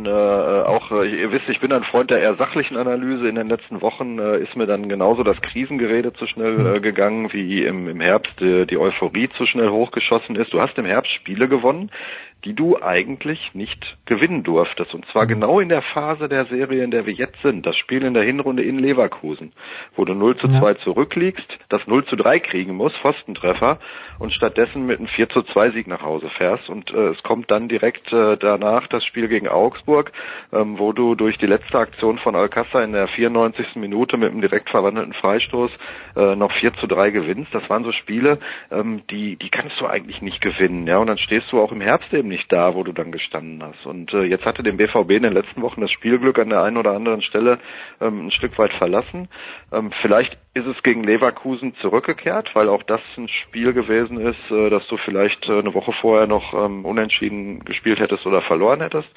ihr wisst, ich bin ein Freund der eher sachlichen Analyse. In den letzten Wochen ist mir dann genauso das Krisengerede zu schnell gegangen, wie im Herbst die Euphorie zu schnell hochgeschossen ist. Du hast im Herbst Spiele gewonnen, die du eigentlich nicht gewinnen durftest. Und zwar genau in der Phase der Serie, in der wir jetzt sind. Das Spiel in der Hinrunde in Leverkusen, wo du 0:2 zurückliegst, das 0:3 kriegen musst, Pfostentreffer, und stattdessen mit einem 4:2 Sieg nach Hause fährst. Und es kommt dann direkt danach das Spiel gegen Augsburg, wo du durch die letzte Aktion von Alcázar in der 94. Minute mit einem direkt verwandelten Freistoß noch 4:3 gewinnst. Das waren so Spiele, die kannst du eigentlich nicht gewinnen. Ja, und dann stehst du auch im Herbst eben nicht da, wo du dann gestanden hast. Und jetzt hatte den BVB in den letzten Wochen das Spielglück an der einen oder anderen Stelle ein Stück weit verlassen. Vielleicht ist es gegen Leverkusen zurückgekehrt, weil auch das ein Spiel gewesen ist, dass du vielleicht eine Woche vorher noch unentschieden gespielt hättest oder verloren hättest.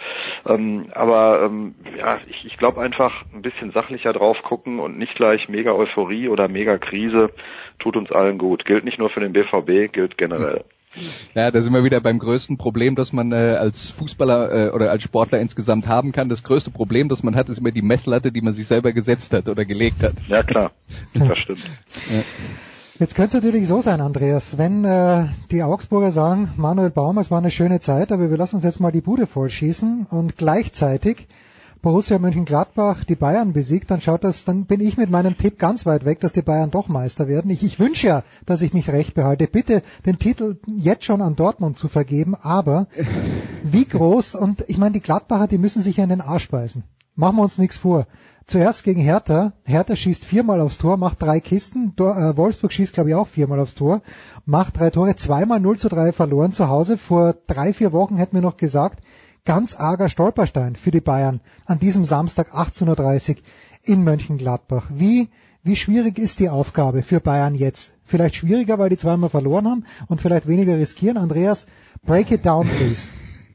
Aber ich glaube einfach ein bisschen sachlicher drauf gucken und nicht gleich mega Euphorie oder mega Krise tut uns allen gut. Gilt nicht nur für den BVB, gilt generell. Ja, da sind wir wieder beim größten Problem, das man als Fußballer oder als Sportler insgesamt haben kann. Das größte Problem, das man hat, ist immer die Messlatte, die man sich selber gesetzt hat oder gelegt hat. Ja, klar. Das stimmt. Ja. Jetzt könnte es natürlich so sein, Andreas, wenn die Augsburger sagen, Manuel Baum, es war eine schöne Zeit, aber wir lassen uns jetzt mal die Bude vollschießen und gleichzeitig Borussia Mönchengladbach die Bayern besiegt, dann bin ich mit meinem Tipp ganz weit weg, dass die Bayern doch Meister werden. Ich wünsche ja, dass ich mich recht behalte. Bitte den Titel jetzt schon an Dortmund zu vergeben, aber wie groß, und ich meine, die Gladbacher, die müssen sich ja in den Arsch beißen. Machen wir uns nichts vor. Zuerst gegen Hertha. Hertha schießt 4-mal aufs Tor, macht 3 Kisten. Wolfsburg schießt, glaube ich, auch 4-mal aufs Tor, macht 3 Tore, 2-mal 0:3 verloren zu Hause. Vor 3-4 Wochen hätten wir noch gesagt, ganz arger Stolperstein für die Bayern an diesem Samstag 18:30 Uhr in Mönchengladbach. Wie schwierig ist die Aufgabe für Bayern jetzt? Vielleicht schwieriger, weil die 2-mal verloren haben und vielleicht weniger riskieren. Andreas, break it down, please.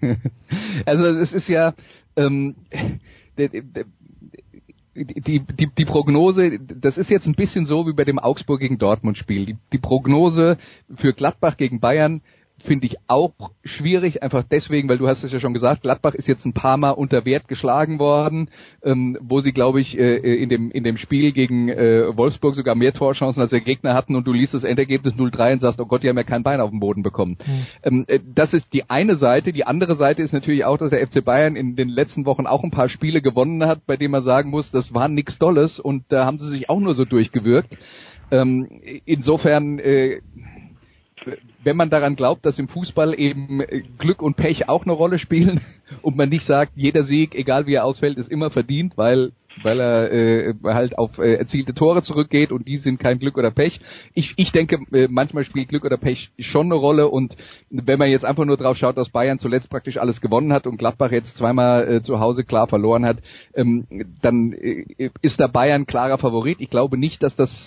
Also es ist ja die Prognose, das ist jetzt ein bisschen so wie bei dem Augsburg gegen Dortmund Spiel. Die Prognose für Gladbach gegen Bayern finde ich auch schwierig, einfach deswegen, weil du hast es ja schon gesagt, Gladbach ist jetzt ein paar Mal unter Wert geschlagen worden, wo sie, glaube ich, in dem Spiel gegen Wolfsburg sogar mehr Torchancen als der Gegner hatten, und du liest das Endergebnis 0:3 und sagst, oh Gott, die haben ja kein Bein auf dem Boden bekommen. Das ist die eine Seite. Die andere Seite ist natürlich auch, dass der FC Bayern in den letzten Wochen auch ein paar Spiele gewonnen hat, bei denen man sagen muss, das war nix Dolles, und da haben sie sich auch nur so durchgewürgt. Insofern wenn man daran glaubt, dass im Fußball eben Glück und Pech auch eine Rolle spielen und man nicht sagt, jeder Sieg, egal wie er ausfällt, ist immer verdient, weil er halt auf erzielte Tore zurückgeht, und die sind kein Glück oder Pech. Ich denke, manchmal spielt Glück oder Pech schon eine Rolle, und wenn man jetzt einfach nur drauf schaut, dass Bayern zuletzt praktisch alles gewonnen hat und Gladbach jetzt 2-mal zu Hause klar verloren hat, dann ist da Bayern klarer Favorit. Ich glaube nicht, dass das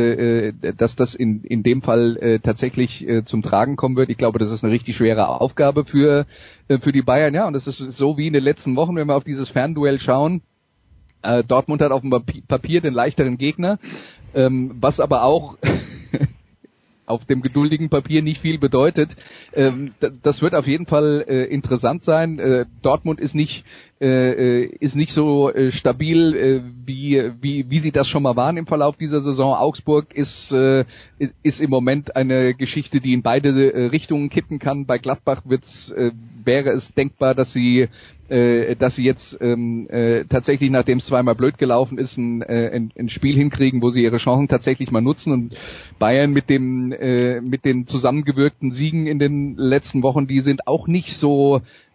in dem Fall tatsächlich zum Tragen kommen wird. Ich glaube, das ist eine richtig schwere Aufgabe für die Bayern, ja, und das ist so wie in den letzten Wochen, wenn wir auf dieses Fernduell schauen. Dortmund hat auf dem Papier den leichteren Gegner, was aber auch auf dem geduldigen Papier nicht viel bedeutet. Das wird auf jeden Fall interessant sein. Dortmund ist nicht so stabil, wie sie das schon mal waren im Verlauf dieser Saison. Augsburg ist im Moment eine Geschichte, die in beide Richtungen kippen kann. Bei Gladbach wäre es denkbar, dass sie jetzt tatsächlich, nachdem es 2-mal blöd gelaufen ist, ein Spiel hinkriegen, wo sie ihre Chancen tatsächlich mal nutzen, und Bayern mit den zusammengewirkten Siegen in den letzten Wochen, die sind auch nicht so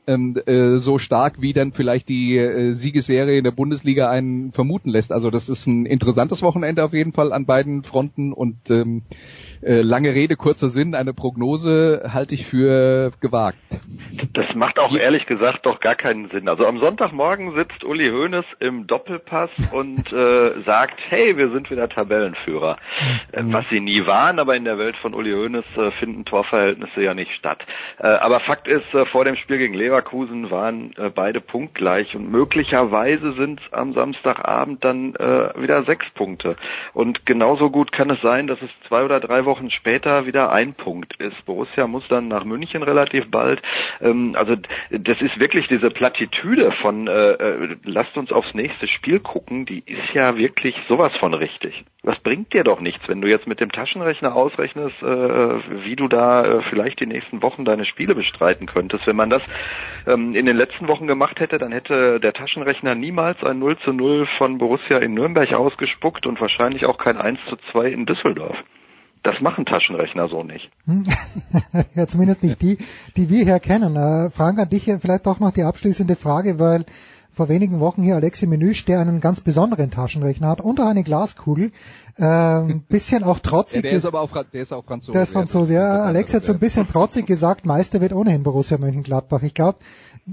so stark, wie dann vielleicht die Siegesserie in der Bundesliga einen vermuten lässt. Also das ist ein interessantes Wochenende auf jeden Fall an beiden Fronten und lange Rede, kurzer Sinn, eine Prognose halte ich für gewagt. Das macht auch ehrlich gesagt doch gar keinen Sinn. Also am Sonntagmorgen sitzt Uli Hoeneß im Doppelpass und sagt, hey, wir sind wieder Tabellenführer. Was sie nie waren, aber in der Welt von Uli Hoeneß finden Torverhältnisse ja nicht statt. Aber Fakt ist, vor dem Spiel gegen Leverkusen waren beide punktgleich und möglicherweise sind es am Samstagabend dann wieder 6 Punkte. Und genauso gut kann es sein, dass es 2 oder 3 Wochen später wieder 1 Punkt ist. Borussia muss dann nach München relativ bald. Also das ist wirklich diese Plattitüde von lasst uns aufs nächste Spiel gucken, die ist ja wirklich sowas von richtig. Das bringt dir doch nichts, wenn du jetzt mit dem Taschenrechner ausrechnest, wie du da vielleicht die nächsten Wochen deine Spiele bestreiten könntest. Wenn man das in den letzten Wochen gemacht hätte, dann hätte der Taschenrechner niemals ein 0:0 von Borussia in Nürnberg ausgespuckt und wahrscheinlich auch kein 1:2 in Düsseldorf. Das machen Taschenrechner so nicht. Ja, zumindest nicht die wir hier kennen. Frank, an dich vielleicht doch noch die abschließende Frage, weil vor wenigen Wochen hier Alexi Menüsch, der einen ganz besonderen Taschenrechner hat, unter eine Glaskugel, bisschen auch trotzig. Ja, der ist auch Franzose. Der ist Franzose, ja. Alex hat so ein bisschen trotzig gesagt, Meister wird ohnehin Borussia Mönchengladbach. Ich glaube,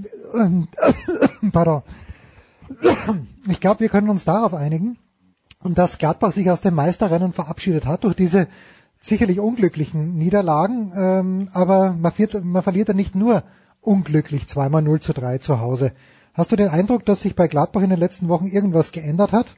wir können uns darauf einigen, dass Gladbach sich aus dem Meisterrennen verabschiedet hat durch diese sicherlich unglücklichen Niederlagen, aber man verliert ja nicht nur unglücklich 2-mal 0:3 zu Hause. Hast du den Eindruck, dass sich bei Gladbach in den letzten Wochen irgendwas geändert hat?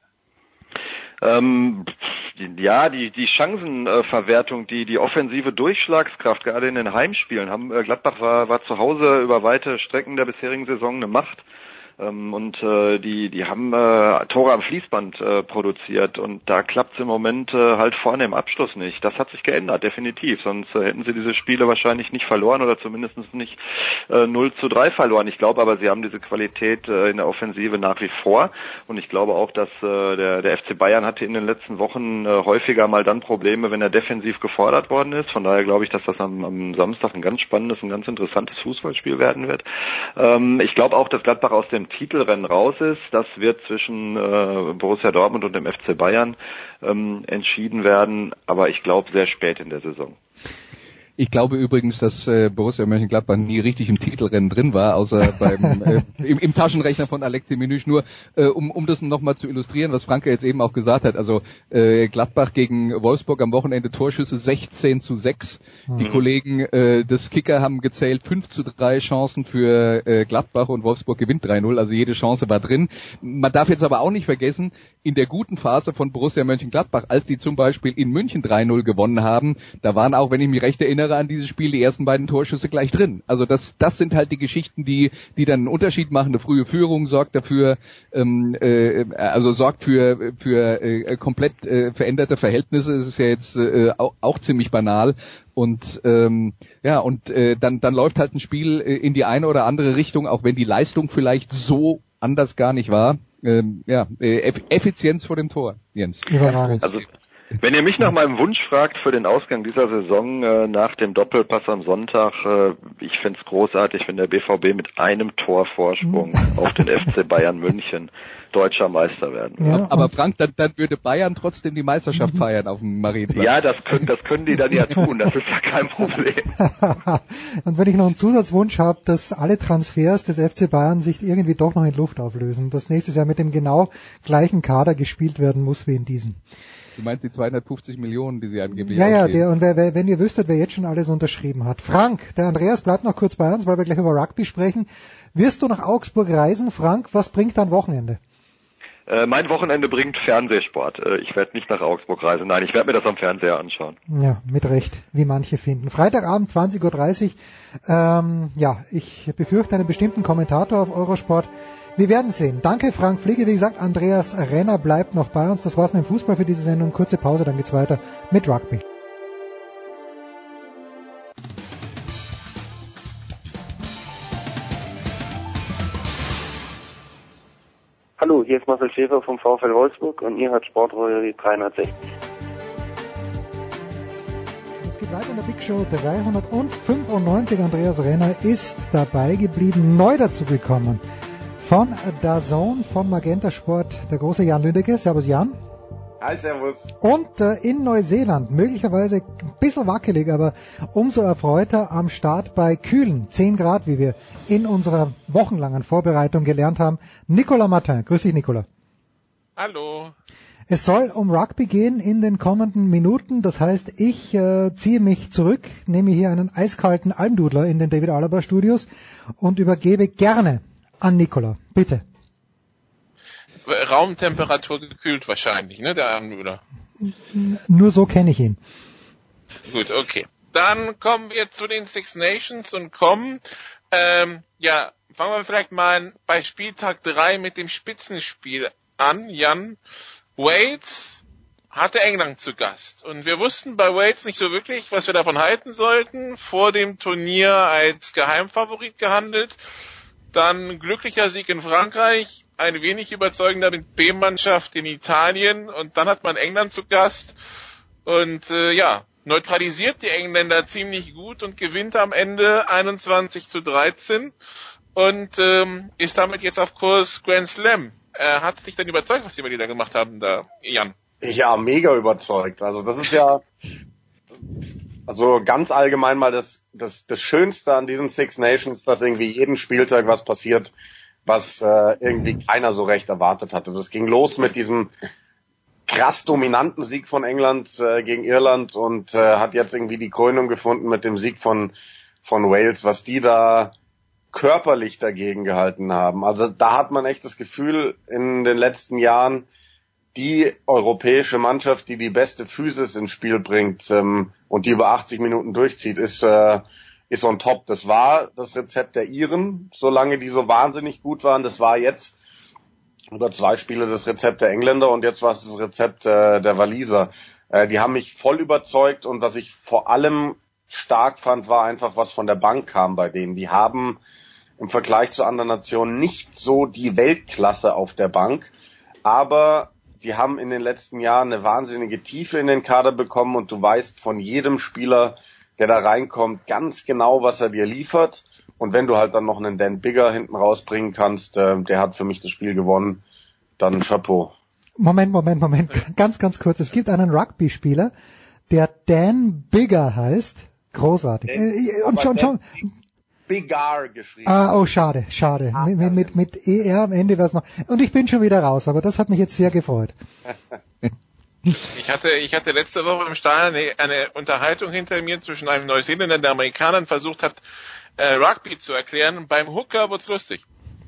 Ja, die Chancenverwertung, die offensive Durchschlagskraft, gerade in den Heimspielen, Gladbach war zu Hause über weite Strecken der bisherigen Saison eine Macht. Und die haben Tore am Fließband produziert und da klappt es im Moment halt vorne im Abschluss nicht. Das hat sich geändert, definitiv. Sonst hätten sie diese Spiele wahrscheinlich nicht verloren oder zumindest nicht 0:3 verloren. Ich glaube aber, sie haben diese Qualität in der Offensive nach wie vor und ich glaube auch, dass der FC Bayern hatte in den letzten Wochen häufiger mal dann Probleme, wenn er defensiv gefordert worden ist. Von daher glaube ich, dass das am Samstag ein ganz spannendes, ein ganz interessantes Fußballspiel werden wird. Ich glaube auch, dass Gladbach aus dem Titelrennen raus ist. Das wird zwischen Borussia Dortmund und dem FC Bayern entschieden werden, aber ich glaube sehr spät in der Saison. Ich glaube übrigens, dass Borussia Mönchengladbach nie richtig im Titelrennen drin war, außer beim im Taschenrechner von Alexi Menüsch. Nur um das nochmal zu illustrieren, was Franke jetzt eben auch gesagt hat. Also Gladbach gegen Wolfsburg am Wochenende Torschüsse 16:6. Die Kollegen des Kicker haben gezählt 5:3 Chancen für Gladbach und Wolfsburg gewinnt 3:0. Also jede Chance war drin. Man darf jetzt aber auch nicht vergessen, in der guten Phase von Borussia Mönchengladbach, als die zum Beispiel in München 3:0 gewonnen haben, da waren auch, wenn ich mich recht erinnere, an dieses Spiel die ersten beiden Torschüsse gleich drin. Also das sind halt die Geschichten, die dann einen Unterschied machen. Eine frühe Führung sorgt dafür, sorgt für komplett veränderte Verhältnisse. Es ist ja jetzt auch ziemlich banal. Und dann läuft halt ein Spiel in die eine oder andere Richtung, auch wenn die Leistung vielleicht so anders gar nicht war. Effizienz vor dem Tor, Jens. Also wenn ihr mich nach meinem Wunsch fragt für den Ausgang dieser Saison nach dem Doppelpass am Sonntag, ich find's großartig, wenn der BVB mit einem Torvorsprung auf den FC Bayern München deutscher Meister werden würde. Ja, aber Frank, dann würde Bayern trotzdem die Meisterschaft feiern auf dem Marienplatz. Ja, das können die dann ja tun, das ist ja kein Problem. Und wenn ich noch einen Zusatzwunsch habe, dass alle Transfers des FC Bayern sich irgendwie doch noch in Luft auflösen, dass nächstes Jahr mit dem genau gleichen Kader gespielt werden muss wie in diesem. Du meinst die 250 Millionen, die sie angeblich ausgeben? Und wenn ihr wüsstet, wer jetzt schon alles unterschrieben hat. Frank, der Andreas bleibt noch kurz bei uns, weil wir gleich über Rugby sprechen. Wirst du nach Augsburg reisen? Frank, was bringt dein Wochenende? Mein Wochenende bringt Fernsehsport. Ich werde nicht nach Augsburg reisen. Nein, ich werde mir das am Fernseher anschauen. Ja, mit Recht, wie manche finden. Freitagabend, 20:30 Uhr. Ich befürchte einen bestimmten Kommentator auf Eurosport. Wir werden sehen. Danke, Frank Fliege. Wie gesagt, Andreas Renner bleibt noch bei uns. Das war's mit dem Fußball für diese Sendung. Kurze Pause, dann geht's weiter mit Rugby. Hallo, hier ist Marcel Schäfer vom VfL Wolfsburg und ihr hört Sportradio 360. Zweit in der Big Show 395. Andreas Renner ist dabei geblieben, neu dazu gekommen. Von DAZN, von Magenta Sport, der große Jan Lüdecke. Servus Jan. Hi, servus. Und in Neuseeland, möglicherweise ein bisschen wackelig, aber umso erfreuter am Start bei kühlen 10 Grad, wie wir in unserer wochenlangen Vorbereitung gelernt haben, Nicolas Martin. Grüß dich, Nicolas. Hallo. Es soll um Rugby gehen in den kommenden Minuten. Das heißt, ich ziehe mich zurück, nehme hier einen eiskalten Almdudler in den David Alaba Studios und übergebe gerne an Nicolas. Bitte. Raumtemperatur gekühlt wahrscheinlich, ne, der Almdudler? Nur so kenne ich ihn. Gut, okay. Dann kommen wir zu den Six Nations und fangen wir vielleicht mal bei Spieltag 3 mit dem Spitzenspiel an, Jan. Wales hatte England zu Gast und wir wussten bei Wales nicht so wirklich, was wir davon halten sollten. Vor dem Turnier als Geheimfavorit gehandelt, dann glücklicher Sieg in Frankreich, ein wenig überzeugender mit B-Mannschaft in Italien und dann hat man England zu Gast und neutralisiert die Engländer ziemlich gut und gewinnt am Ende 21-13 und ist damit jetzt auf Kurs Grand Slam. Hat es dich denn überzeugt, was die da gemacht haben, da, Jan? Ja, mega überzeugt. Also das ist ja, also ganz allgemein mal das Schönste an diesen Six Nations, dass irgendwie jeden Spieltag was passiert, was irgendwie keiner so recht erwartet hatte. Das ging los mit diesem krass dominanten Sieg von England gegen Irland und hat jetzt irgendwie die Krönung gefunden mit dem Sieg von Wales, was die da körperlich dagegen gehalten haben. Also da hat man echt das Gefühl, in den letzten Jahren, die europäische Mannschaft, die beste Physis ins Spiel bringt und die über 80 Minuten durchzieht, ist on top. Das war das Rezept der Iren, solange die so wahnsinnig gut waren. Das war jetzt über 2 Spiele das Rezept der Engländer und jetzt war es das Rezept der Waliser. Die haben mich voll überzeugt und was ich vor allem stark fand, war einfach, was von der Bank kam bei denen. Die haben im Vergleich zu anderen Nationen nicht so die Weltklasse auf der Bank, aber die haben in den letzten Jahren eine wahnsinnige Tiefe in den Kader bekommen und du weißt von jedem Spieler, der da reinkommt, ganz genau, was er dir liefert. Und wenn du halt dann noch einen Dan Biggar hinten rausbringen kannst, der hat für mich das Spiel gewonnen, dann Chapeau. Moment. Ganz kurz. Es gibt einen Rugby-Spieler, der Dan Biggar heißt. Großartig. Und schon. Biggar geschrieben. Schade. Mit ER am Ende wäre es noch. Und ich bin schon wieder raus, aber das hat mich jetzt sehr gefreut. Ich hatte letzte Woche im Stadion eine Unterhaltung hinter mir zwischen einem Neuseeländer, der Amerikanern versucht hat, Rugby zu erklären. Beim Hooker wird's lustig.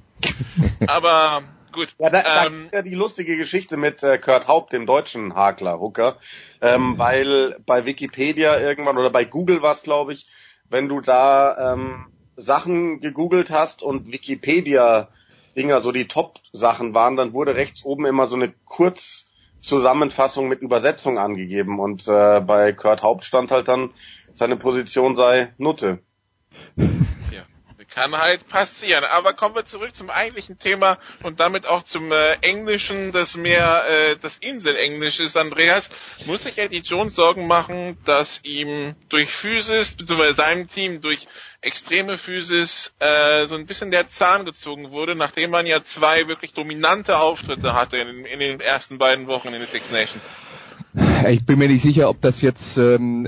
Aber gut. Ja, da gibt ja die lustige Geschichte mit Kurt Haupt, dem deutschen Hakler Hooker, weil bei Wikipedia irgendwann oder bei Google war's, glaube ich, wenn du da Sachen gegoogelt hast und Wikipedia-Dinger so die Top-Sachen waren, dann wurde rechts oben immer so eine Kurzzusammenfassung mit Übersetzung angegeben und bei Kurt Haupt stand halt dann, seine Position sei Nutte. Ja, kann halt passieren. Aber kommen wir zurück zum eigentlichen Thema und damit auch zum Englischen, das mehr das Inselenglisch ist. Andreas, muss sich Eddie Jones Sorgen machen, dass ihm durch Physis, beziehungsweise seinem Team durch extreme Physis so ein bisschen der Zahn gezogen wurde, nachdem man ja 2 wirklich dominante Auftritte hatte in den ersten beiden Wochen in den Six Nations? Ich bin mir nicht sicher, ob das jetzt ein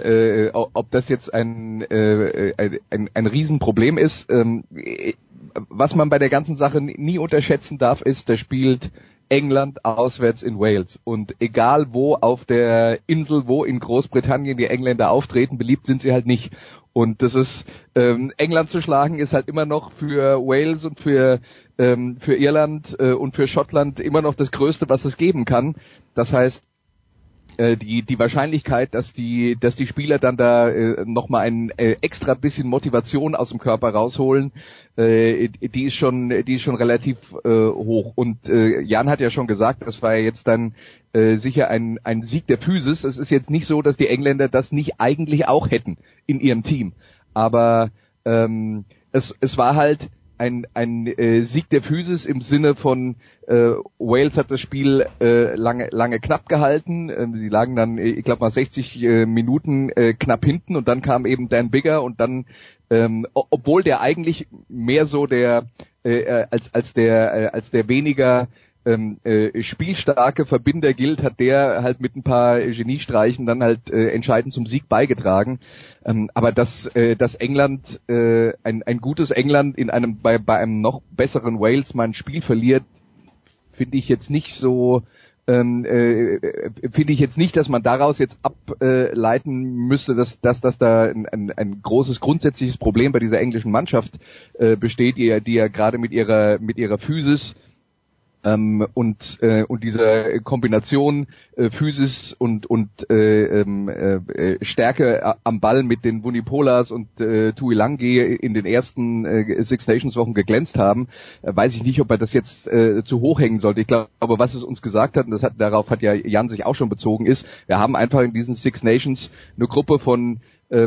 Riesenproblem ist. Was man bei der ganzen Sache nie unterschätzen darf, ist, da spielt England auswärts in Wales. Und egal wo auf der Insel, wo in Großbritannien die Engländer auftreten, beliebt sind sie halt nicht. Und das ist England zu schlagen ist halt immer noch für Wales und für Irland und für Schottland immer noch das Größte, was es geben kann. Das heißt, die Wahrscheinlichkeit, dass die Spieler dann da noch mal ein extra bisschen Motivation aus dem Körper rausholen, die ist schon relativ hoch. Und Jan hat ja schon gesagt, das war ja jetzt dann sicher ein Sieg der Physis. Es ist jetzt nicht so, dass die Engländer das nicht eigentlich auch hätten in ihrem Team, aber es war halt Sieg der Physis im Sinne von Wales hat das Spiel lange knapp gehalten. Sie lagen dann, ich glaube mal 60 Minuten knapp hinten und dann kam eben Dan Biggar und dann, obwohl der eigentlich mehr so als der weniger spielstarke Verbinder gilt, hat der halt mit ein paar Geniestreichen dann halt entscheidend zum Sieg beigetragen. Aber dass England, ein gutes England bei einem noch besseren Wales mal ein Spiel verliert, finde ich jetzt nicht so, dass man daraus jetzt ableiten müsste, dass da ein großes grundsätzliches Problem bei dieser englischen Mannschaft besteht, die ja gerade mit ihrer Physis und dieser Kombination Physis und Stärke am Ball mit den Vunipolas und Tuilagi in den ersten Six Nations Wochen geglänzt haben, weiß ich nicht, ob er das jetzt zu hoch hängen sollte. Ich glaube, was es uns gesagt hat, und darauf hat ja Jan sich auch schon bezogen, ist, wir haben einfach in diesen Six Nations eine Gruppe von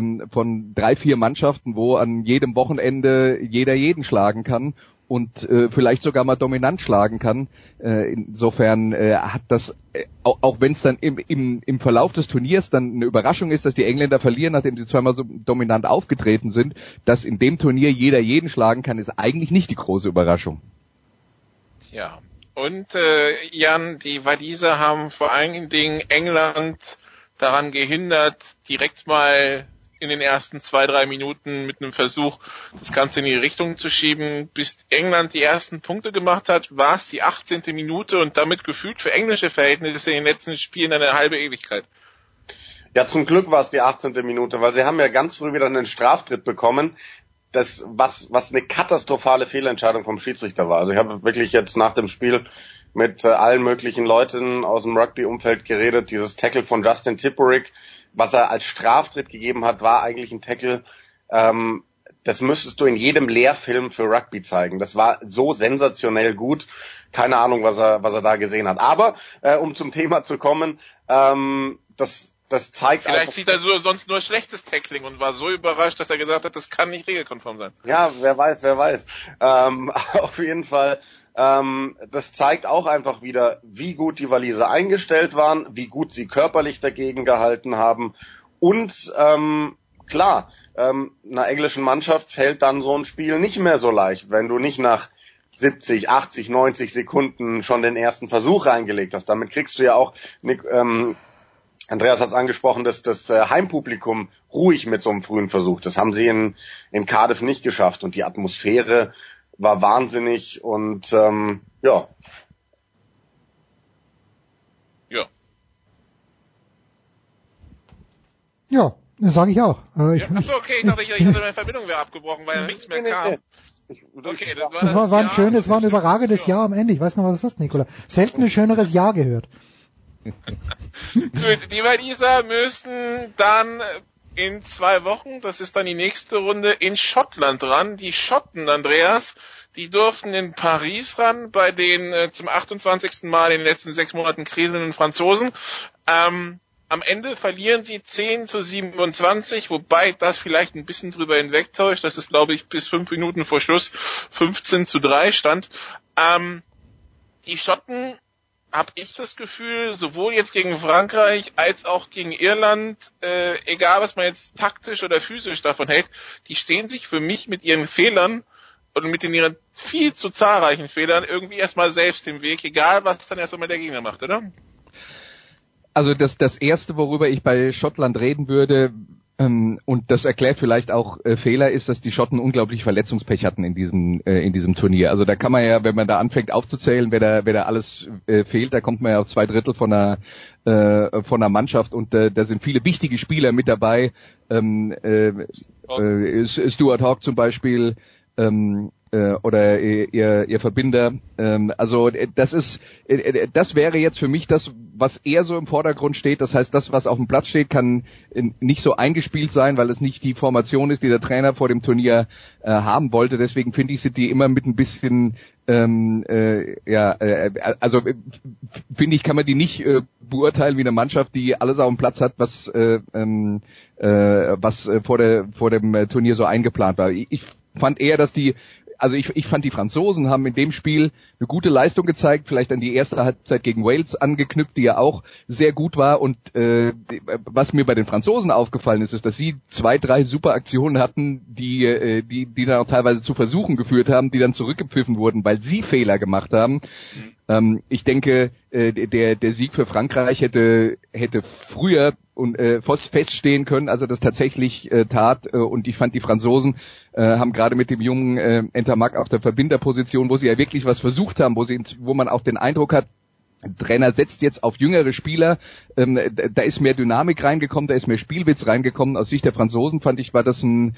3-4 Mannschaften, wo an jedem Wochenende jeder jeden schlagen kann und vielleicht sogar mal dominant schlagen kann. Insofern hat das, auch wenn es dann im Verlauf des Turniers dann eine Überraschung ist, dass die Engländer verlieren, nachdem sie zweimal so dominant aufgetreten sind, dass in dem Turnier jeder jeden schlagen kann, ist eigentlich nicht die große Überraschung. Ja, und Jan, die Waliser haben vor allen Dingen England daran gehindert, direkt mal in den ersten 2-3 Minuten mit einem Versuch, das Ganze in die Richtung zu schieben. Bis England die ersten Punkte gemacht hat, war es die 18. Minute und damit gefühlt für englische Verhältnisse in den letzten Spielen eine halbe Ewigkeit. Ja, zum Glück war es die 18. Minute, weil sie haben ja ganz früh wieder einen Straftritt bekommen, was eine katastrophale Fehlentscheidung vom Schiedsrichter war. Also ich habe wirklich jetzt nach dem Spiel mit allen möglichen Leuten aus dem Rugby-Umfeld geredet. Dieses Tackle von Justin Tipuric, was er als Straftritt gegeben hat, war eigentlich ein Tackle, das müsstest du in jedem Lehrfilm für Rugby zeigen. Das war so sensationell gut. Keine Ahnung, was er da gesehen hat. Aber, um zum Thema zu kommen, das zeigt vielleicht einfach, sieht er sonst nur schlechtes Tackling und war so überrascht, dass er gesagt hat, das kann nicht regelkonform sein. Ja, wer weiß. Auf jeden Fall, das zeigt auch einfach wieder, wie gut die Waliser eingestellt waren, wie gut sie körperlich dagegen gehalten haben. Und klar, einer englischen Mannschaft fällt dann so ein Spiel nicht mehr so leicht, wenn du nicht nach 70, 80, 90 Sekunden schon den ersten Versuch reingelegt hast. Damit kriegst du ja auch, Andreas hat es angesprochen, dass das Heimpublikum ruhig mit so einem frühen Versuch. Das haben sie in Cardiff nicht geschafft. Und die Atmosphäre war wahnsinnig und ja. Ja, das sage ich auch. Achso, okay, ich dachte, meine Verbindung wäre abgebrochen, weil nichts mehr kam. Okay, das war ein schönes, war ein überragendes Jahr am Ende. Ich weiß noch, was das ist, Nicola. Selten ein schöneres Jahr gehört. Gut, die Waliser müssen dann in 2 Wochen, das ist dann die nächste Runde, in Schottland ran. Die Schotten, Andreas, die durften in Paris ran, bei den zum 28. Mal in den letzten 6 Monaten kriselnden Franzosen. Am Ende verlieren sie 10-27, wobei das vielleicht ein bisschen drüber hinwegtäuscht. Das ist, glaube ich, bis 5 Minuten vor Schluss 15-3 stand. Die Schotten, habe ich das Gefühl, sowohl jetzt gegen Frankreich als auch gegen Irland, egal was man jetzt taktisch oder physisch davon hält, die stehen sich für mich mit ihren Fehlern und mit ihren viel zu zahlreichen Fehlern irgendwie erstmal selbst im Weg, egal was dann erst einmal der Gegner macht, oder? Also das Erste, worüber ich bei Schottland reden würde, und das erklärt vielleicht auch Fehler, ist, dass die Schotten unglaublich Verletzungspech hatten in diesem Turnier. Also da kann man ja, wenn man da anfängt aufzuzählen, wer da alles fehlt, da kommt man ja auf 2/3 von einer Mannschaft und da sind viele wichtige Spieler mit dabei. Stuart Hawke zum Beispiel, oder ihr Verbinder. Also das wäre jetzt für mich das, was eher so im Vordergrund steht. Das heißt, das, was auf dem Platz steht, kann nicht so eingespielt sein, weil es nicht die Formation ist, die der Trainer vor dem Turnier haben wollte. Deswegen finde ich, sind die immer mit ein bisschen also finde ich, kann man die nicht beurteilen wie eine Mannschaft, die alles auf dem Platz hat, was vor dem Turnier so eingeplant war. Ich fand eher, dass die also ich fand, die Franzosen haben in dem Spiel eine gute Leistung gezeigt, vielleicht an die erste Halbzeit gegen Wales angeknüpft, die ja auch sehr gut war. Und was mir bei den Franzosen aufgefallen ist, dass sie 2, 3 super Aktionen hatten, die dann auch teilweise zu Versuchen geführt haben, die dann zurückgepfiffen wurden, weil sie Fehler gemacht haben. Ich denke, der Sieg für Frankreich hätte früher und feststehen können, als er das tatsächlich tat. Und ich fand, die Franzosen haben gerade mit dem jungen Ntamack auf der Verbinderposition, wo sie ja wirklich was versucht haben, wo man auch den Eindruck hat, der Trainer setzt jetzt auf jüngere Spieler, da ist mehr Dynamik reingekommen, da ist mehr Spielwitz reingekommen. Aus Sicht der Franzosen fand ich, war das ein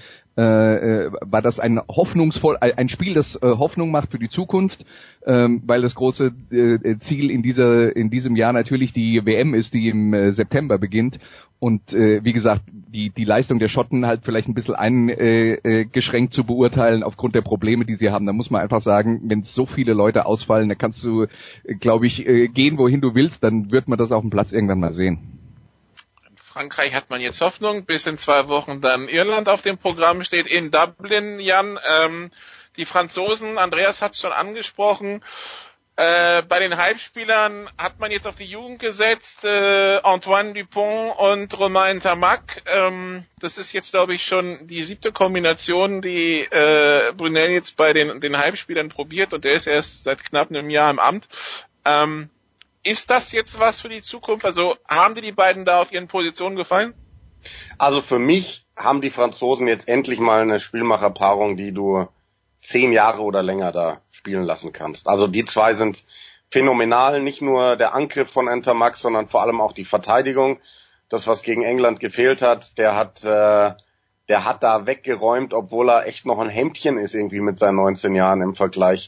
Spiel, das Hoffnung macht für die Zukunft, weil das große Ziel in diesem Jahr natürlich die WM ist, die im September beginnt. Und wie gesagt, die Leistung der Schotten halt vielleicht ein bisschen eingeschränkt zu beurteilen aufgrund der Probleme, die sie haben. Da muss man einfach sagen, wenn so viele Leute ausfallen, da kannst du, glaube ich, gehen, wohin du willst, dann wird man das auf dem Platz irgendwann mal sehen. In Frankreich hat man jetzt Hoffnung, bis in 2 Wochen dann Irland auf dem Programm steht, in Dublin, Jan. Die Franzosen, Andreas hat es schon angesprochen, bei den Heimspielern hat man jetzt auf die Jugend gesetzt, Antoine Dupont und Romain Ntamack. Das ist jetzt, glaube ich, schon die 7. Kombination, die Brunel jetzt bei den Heimspielern probiert, und der ist erst seit knapp einem Jahr im Amt. Ist das jetzt was für die Zukunft? Also haben dir die beiden da auf ihren Positionen gefallen? Also für mich haben die Franzosen jetzt endlich mal eine Spielmacherpaarung, die du 10 Jahre oder länger da spielen lassen kannst. Also die zwei sind phänomenal, nicht nur der Angriff von Ntamack, sondern vor allem auch die Verteidigung. Das, was gegen England gefehlt hat, der hat da weggeräumt, obwohl er echt noch ein Hemdchen ist irgendwie mit seinen 19 Jahren im Vergleich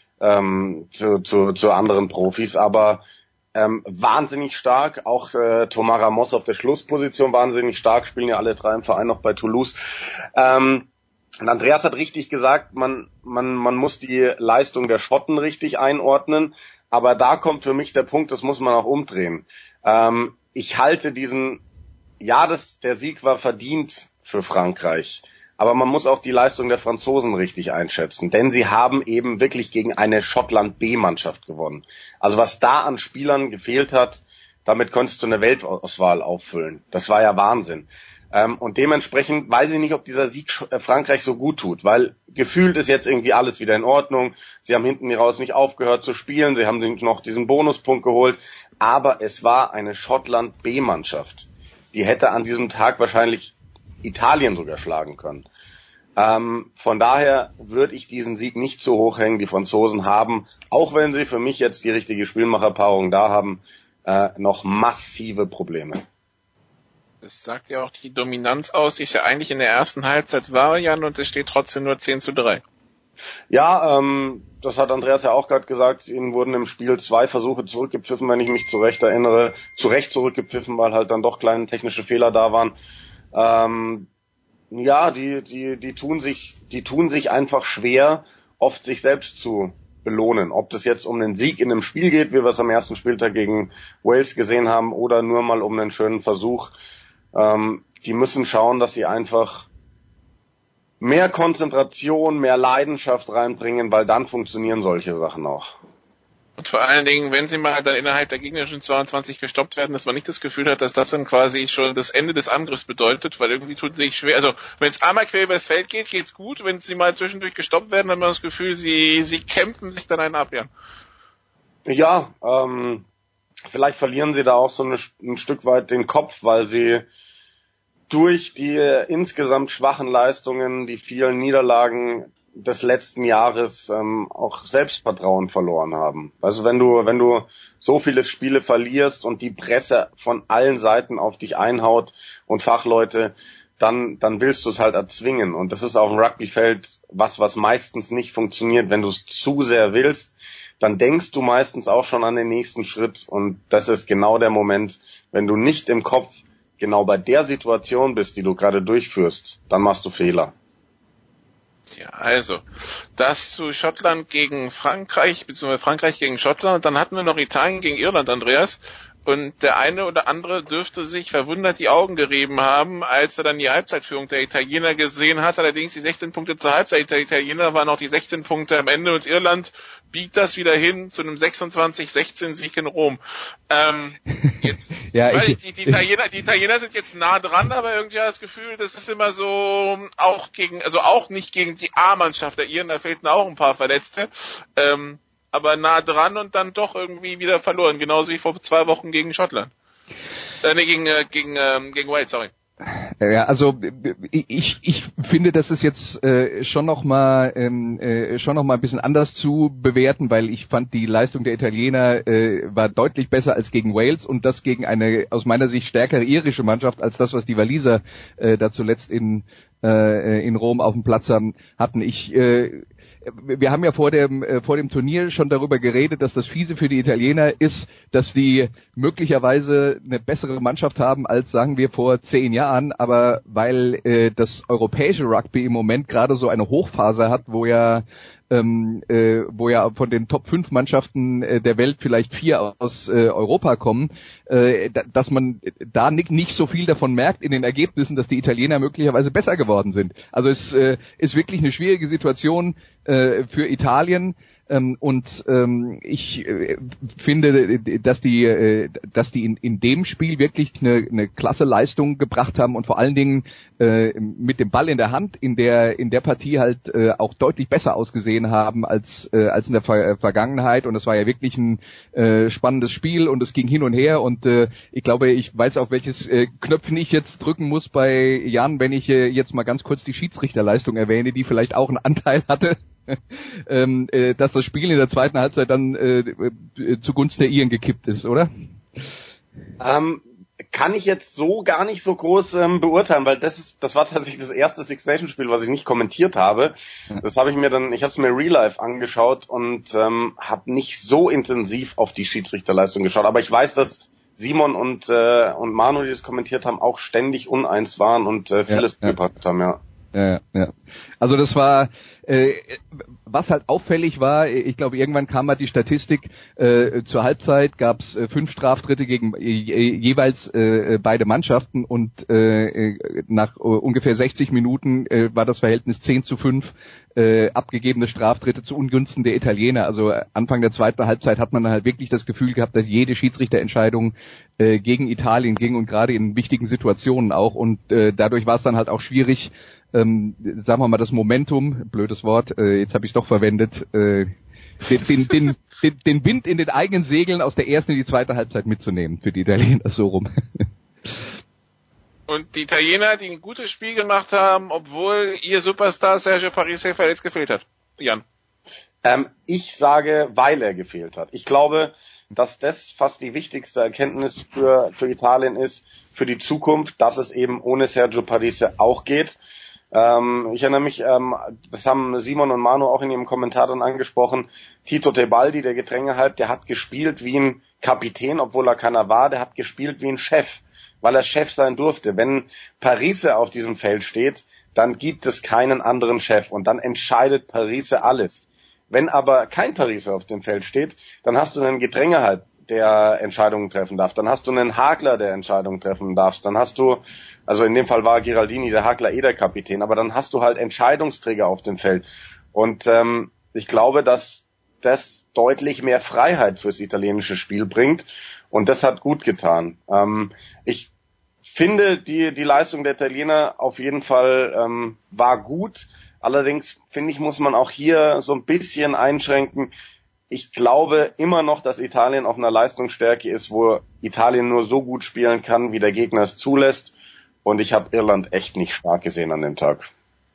zu anderen Profis. Aber wahnsinnig stark, auch Thomas Ramos auf der Schlussposition wahnsinnig stark, spielen ja alle 3 im Verein noch bei Toulouse. Und Andreas hat richtig gesagt, man muss die Leistung der Schotten richtig einordnen, aber da kommt für mich der Punkt, das muss man auch umdrehen. Ich halte der Sieg war verdient für Frankreich, aber man muss auch die Leistung der Franzosen richtig einschätzen, denn sie haben eben wirklich gegen eine Schottland-B-Mannschaft gewonnen. Also was da an Spielern gefehlt hat, damit konntest du eine Weltauswahl auffüllen. Das war ja Wahnsinn. Und dementsprechend weiß ich nicht, ob dieser Sieg Frankreich so gut tut, weil gefühlt ist jetzt irgendwie alles wieder in Ordnung. Sie haben hinten raus nicht aufgehört zu spielen, sie haben noch diesen Bonuspunkt geholt, aber es war eine Schottland-B-Mannschaft. Die hätte an diesem Tag wahrscheinlich Italien sogar schlagen können. Von daher würde ich diesen Sieg nicht zu hoch hängen. Die Franzosen haben, auch wenn sie für mich jetzt die richtige Spielmacherpaarung da haben, noch massive Probleme. Das sagt ja auch die Dominanz aus, die es ja eigentlich in der ersten Halbzeit war, Jan, und es steht trotzdem nur 10:3. Ja, das hat Andreas ja auch gerade gesagt, ihnen wurden im Spiel 2 Versuche zurückgepfiffen, wenn ich mich zurecht erinnere. Zu Recht zurückgepfiffen, weil halt dann doch kleine technische Fehler da waren. Ja, die tun sich einfach schwer, oft sich selbst zu belohnen. Ob das jetzt um einen Sieg in einem Spiel geht, wie wir es am ersten Spieltag gegen Wales gesehen haben, oder nur mal um einen schönen Versuch. Die müssen schauen, dass sie einfach mehr Konzentration, mehr Leidenschaft reinbringen, weil dann funktionieren solche Sachen auch. Und vor allen Dingen, wenn sie mal dann innerhalb der gegnerischen 22 gestoppt werden, dass man nicht das Gefühl hat, dass das dann quasi schon das Ende des Angriffs bedeutet, weil irgendwie tut es sich schwer. Also wenn es einmal quer übers Feld geht, geht's gut. Wenn sie mal zwischendurch gestoppt werden, hat man das Gefühl, sie kämpfen sich dann einen ab, Jan. Ja, vielleicht verlieren sie da auch so ein Stück weit den Kopf, weil sie durch die insgesamt schwachen Leistungen, die vielen Niederlagen des letzten Jahres auch Selbstvertrauen verloren haben. Also wenn du so viele Spiele verlierst und die Presse von allen Seiten auf dich einhaut und Fachleute, dann willst du es halt erzwingen. Und das ist auf dem Rugbyfeld was meistens nicht funktioniert. Wenn du es zu sehr willst, dann denkst du meistens auch schon an den nächsten Schritt. Und das ist genau der Moment, wenn du nicht im Kopf genau bei der Situation bist, die du gerade durchführst, dann machst du Fehler. Ja, also, das zu Schottland gegen Frankreich, beziehungsweise Frankreich gegen Schottland, und dann hatten wir noch Italien gegen Irland, Andreas. Und der eine oder andere dürfte sich verwundert die Augen gerieben haben, als er dann die Halbzeitführung der Italiener gesehen hat. Allerdings die 16 Punkte zur Halbzeit der Italiener waren auch die 16 Punkte am Ende und Irland biegt das wieder hin zu einem 26-16 Sieg in Rom. Jetzt, ja, die Italiener sind jetzt nah dran, aber irgendwie das Gefühl, das ist immer so auch nicht gegen die A-Mannschaft der Iren, da fehlten auch ein paar Verletzte. Aber nah dran und dann doch irgendwie wieder verloren, genauso wie vor 2 Wochen gegen Schottland. Gegen Wales, sorry. Ja, also ich finde, das ist jetzt schon noch mal ein bisschen anders zu bewerten, weil ich fand, die Leistung der Italiener war deutlich besser als gegen Wales und das gegen eine aus meiner Sicht stärkere irische Mannschaft als das, was die Waliser da zuletzt in Rom auf dem Platz hatten. Wir haben ja vor dem Turnier schon darüber geredet, dass das Fiese für die Italiener ist, dass die möglicherweise eine bessere Mannschaft haben als, sagen wir, vor 10 Jahren, aber weil das europäische Rugby im Moment gerade so eine Hochphase hat, wo ja von den Top 5 Mannschaften der Welt vielleicht 4 aus Europa kommen, dass man da nicht so viel davon merkt in den Ergebnissen, dass die Italiener möglicherweise besser geworden sind. Also es ist wirklich eine schwierige Situation für Italien. Ich finde, dass die in dem Spiel wirklich eine klasse Leistung gebracht haben und vor allen Dingen mit dem Ball in der Hand in der Partie halt auch deutlich besser ausgesehen haben als in der Vergangenheit. Und es war ja wirklich ein spannendes Spiel und es ging hin und her. Und ich glaube, ich weiß auch, welches Knöpfchen ich jetzt drücken muss bei Jan, wenn ich jetzt mal ganz kurz die Schiedsrichterleistung erwähne, die vielleicht auch einen Anteil hatte. Dass das Spiel in der zweiten Halbzeit dann zugunsten der Iren gekippt ist, oder? Kann ich jetzt so gar nicht so groß beurteilen, weil das war tatsächlich das erste Six Nations Spiel, was ich nicht kommentiert habe. Das habe ich habe es mir real life angeschaut und habe nicht so intensiv auf die Schiedsrichterleistung geschaut. Aber ich weiß, dass Simon und Manu, die das kommentiert haben, auch ständig uneins waren und vieles gepackt haben, ja. Ja. Also das war, was halt auffällig war, ich glaube, irgendwann kam mal die Statistik, zur Halbzeit gab es 5 Straftritte gegen jeweils beide Mannschaften und nach ungefähr 60 Minuten war das Verhältnis 10:5 abgegebene Straftritte zu Ungunsten der Italiener. Also Anfang der zweiten Halbzeit hat man halt wirklich das Gefühl gehabt, dass jede Schiedsrichterentscheidung gegen Italien ging und gerade in wichtigen Situationen auch und dadurch war es dann halt auch schwierig, sagen wir mal, das Momentum, blödes Wort, jetzt habe ich es doch verwendet, den Wind in den eigenen Segeln aus der ersten in die zweite Halbzeit mitzunehmen für die Italiener, so rum. Und die Italiener, die ein gutes Spiel gemacht haben, obwohl ihr Superstar Sergio Parisse verletzt gefehlt hat. Jan. Ich sage, weil er gefehlt hat. Ich glaube, dass das fast die wichtigste Erkenntnis für Italien ist, für die Zukunft, dass es eben ohne Sergio Parisse auch geht. Ich erinnere mich, das haben Simon und Manu auch in ihrem Kommentar dann angesprochen, Tito Tebaldi, der Gedrängehalb, der hat gespielt wie ein Kapitän, obwohl er keiner war, der hat gespielt wie ein Chef, weil er Chef sein durfte. Wenn Parisse auf diesem Feld steht, dann gibt es keinen anderen Chef und dann entscheidet Parisse alles. Wenn aber kein Parisse auf dem Feld steht, dann hast du einen Gedrängehalb, der Entscheidungen treffen darf. Dann hast du einen Hakler, der Entscheidungen treffen darf. Dann hast du, also in dem Fall war Giraldini, der Hakler, der Kapitän, aber dann hast du halt Entscheidungsträger auf dem Feld. Und ich glaube, dass das deutlich mehr Freiheit fürs italienische Spiel bringt und das hat gut getan. Ich finde, die Leistung der Italiener auf jeden Fall war gut. Allerdings, finde ich, muss man auch hier so ein bisschen einschränken. Ich glaube immer noch, dass Italien auf einer Leistungsstärke ist, wo Italien nur so gut spielen kann, wie der Gegner es zulässt. Und ich habe Irland echt nicht stark gesehen an dem Tag.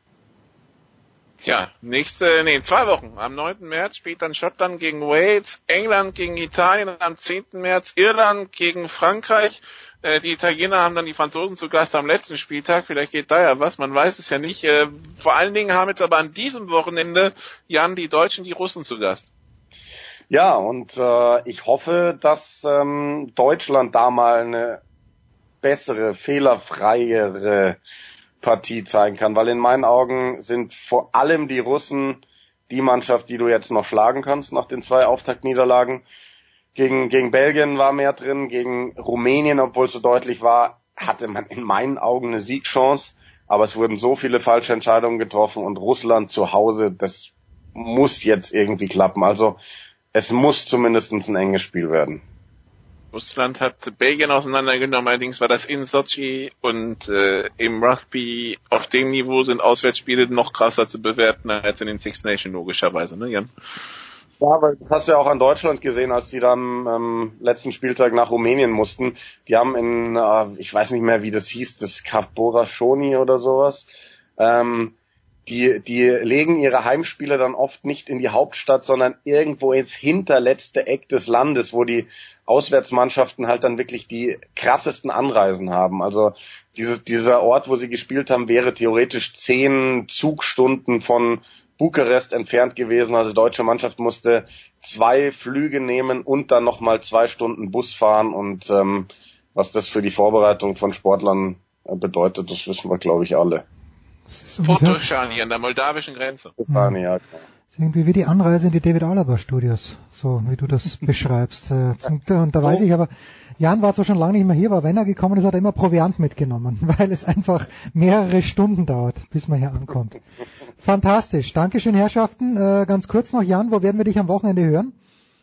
Tja, in 2 Wochen. Am 9. März spielt dann Schottland gegen Wales, England gegen Italien, am 10. März Irland gegen Frankreich. Die Italiener haben dann die Franzosen zu Gast am letzten Spieltag. Vielleicht geht da ja was, man weiß es ja nicht. Vor allen Dingen haben jetzt aber an diesem Wochenende, Jan, die Deutschen die Russen zu Gast. Ja, und ich hoffe, dass Deutschland da mal eine bessere, fehlerfreiere Partie zeigen kann, weil in meinen Augen sind vor allem die Russen die Mannschaft, die du jetzt noch schlagen kannst nach den 2 Auftaktniederlagen. Gegen Belgien war mehr drin, gegen Rumänien, obwohl es so deutlich war, hatte man in meinen Augen eine Siegchance, aber es wurden so viele falsche Entscheidungen getroffen und Russland zu Hause, das muss jetzt irgendwie klappen. Also es muss zumindest ein enges Spiel werden. Russland hat Belgien auseinandergenommen, allerdings war das in Sochi und im Rugby auf dem Niveau sind Auswärtsspiele noch krasser zu bewerten als in den Six Nations logischerweise, ne Jan? Ja, aber das hast du ja auch an Deutschland gesehen, als die dann am letzten Spieltag nach Rumänien mussten. Die haben ich weiß nicht mehr, wie das hieß, das Kaporashoni oder sowas. Die legen ihre Heimspiele dann oft nicht in die Hauptstadt, sondern irgendwo ins hinterletzte Eck des Landes, wo die Auswärtsmannschaften halt dann wirklich die krassesten Anreisen haben. Also dieser Ort, wo sie gespielt haben, wäre theoretisch 10 Zugstunden von Bukarest entfernt gewesen. Also die deutsche Mannschaft musste 2 Flüge nehmen und dann nochmal 2 Stunden Bus fahren. Und was das für die Vorbereitung von Sportlern bedeutet, das wissen wir, glaube ich, alle. Fotoschani an der moldawischen Grenze. Ja, das ist irgendwie wie die Anreise in die David Alaba Studios, so wie du das beschreibst. Und da weiß ich aber, Jan war zwar schon lange nicht mehr hier, aber wenn er gekommen ist, hat er immer Proviant mitgenommen, weil es einfach mehrere Stunden dauert, bis man hier ankommt. Fantastisch. Dankeschön, Herrschaften. Ganz kurz noch, Jan, wo werden wir dich am Wochenende hören?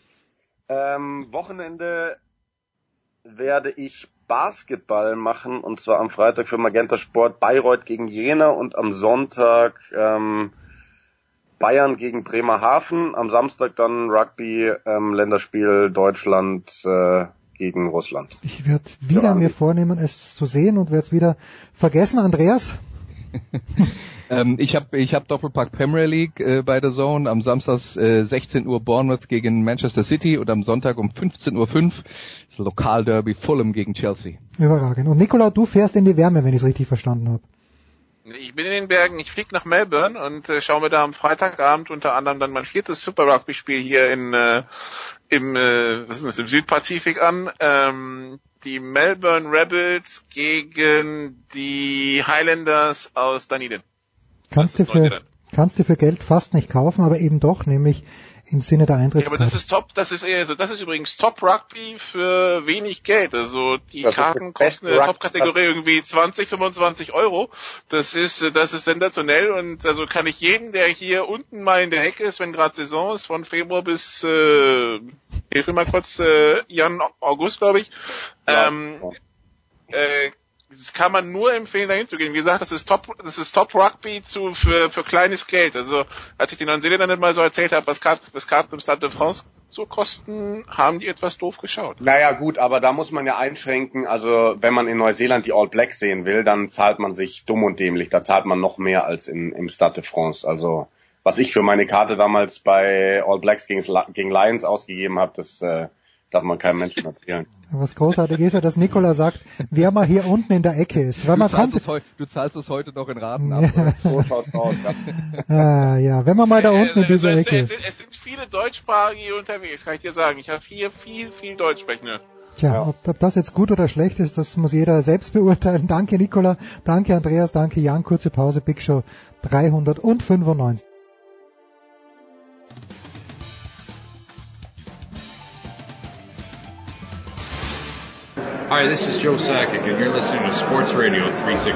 Wochenende werde ich Basketball machen, und zwar am Freitag für Magenta Sport Bayreuth gegen Jena und am Sonntag Bayern gegen Bremerhaven, am Samstag dann Rugby, Länderspiel Deutschland gegen Russland. Ich werde wieder mir vornehmen, es zu sehen und werde es wieder vergessen. Andreas? Ich hab Doppelpack Premier League bei der Zone, am Samstag 16 Uhr Bournemouth gegen Manchester City und am Sonntag um 15.05 Uhr das Lokalderby Fulham gegen Chelsea. Überragend. Und Nicola, du fährst in die Wärme, wenn ich es richtig verstanden habe. Ich bin in den Bergen, ich fliege nach Melbourne und schaue mir da am Freitagabend unter anderem dann mein 4. Super Rugby Spiel hier im Südpazifik an. Die Melbourne Rebels gegen die Highlanders aus Dunedin. Kannst du für Geld fast nicht kaufen, aber eben doch, nämlich im Sinne der Eintrittskarte. Ja, aber das ist top, das ist übrigens Top Rugby für wenig Geld. Also die Karten kosten in der Top-Kategorie irgendwie 20, 25 Euro. Das ist sensationell und also kann ich jeden, der hier unten mal in der Hecke ist, wenn gerade Saison ist, von Februar bis hilf mir mal kurz, August, glaube ich, das kann man nur empfehlen, dahin zu gehen. Wie gesagt, das ist Top Rugby für kleines Geld. Also, als ich den Neuseeländern mal so erzählt habe, was Karten im Stade de France so kosten, haben die etwas doof geschaut. Naja, gut, aber da muss man ja einschränken. Also, wenn man in Neuseeland die All Blacks sehen will, dann zahlt man sich dumm und dämlich. Da zahlt man noch mehr als im Stade de France. Also, was ich für meine Karte damals bei All Blacks gegen Lions ausgegeben habe, das darf man keinem Menschen erzählen. Was großartig ist ja, dass Nicola sagt, wer mal hier unten in der Ecke ist. Weil du zahlst es heute noch in Raten ab. So schaut's aus. Ja, wenn man mal da unten in dieser Ecke ist. Es sind viele Deutschsprachige unterwegs, kann ich dir sagen. Ich habe hier viel Deutsch sprechen. Tja, ob das jetzt gut oder schlecht ist, das muss jeder selbst beurteilen. Danke Nicola, danke Andreas, danke Jan. Kurze Pause, Big Show 395. Hi, this is Joe Sakic and you're listening to Sports Radio 360.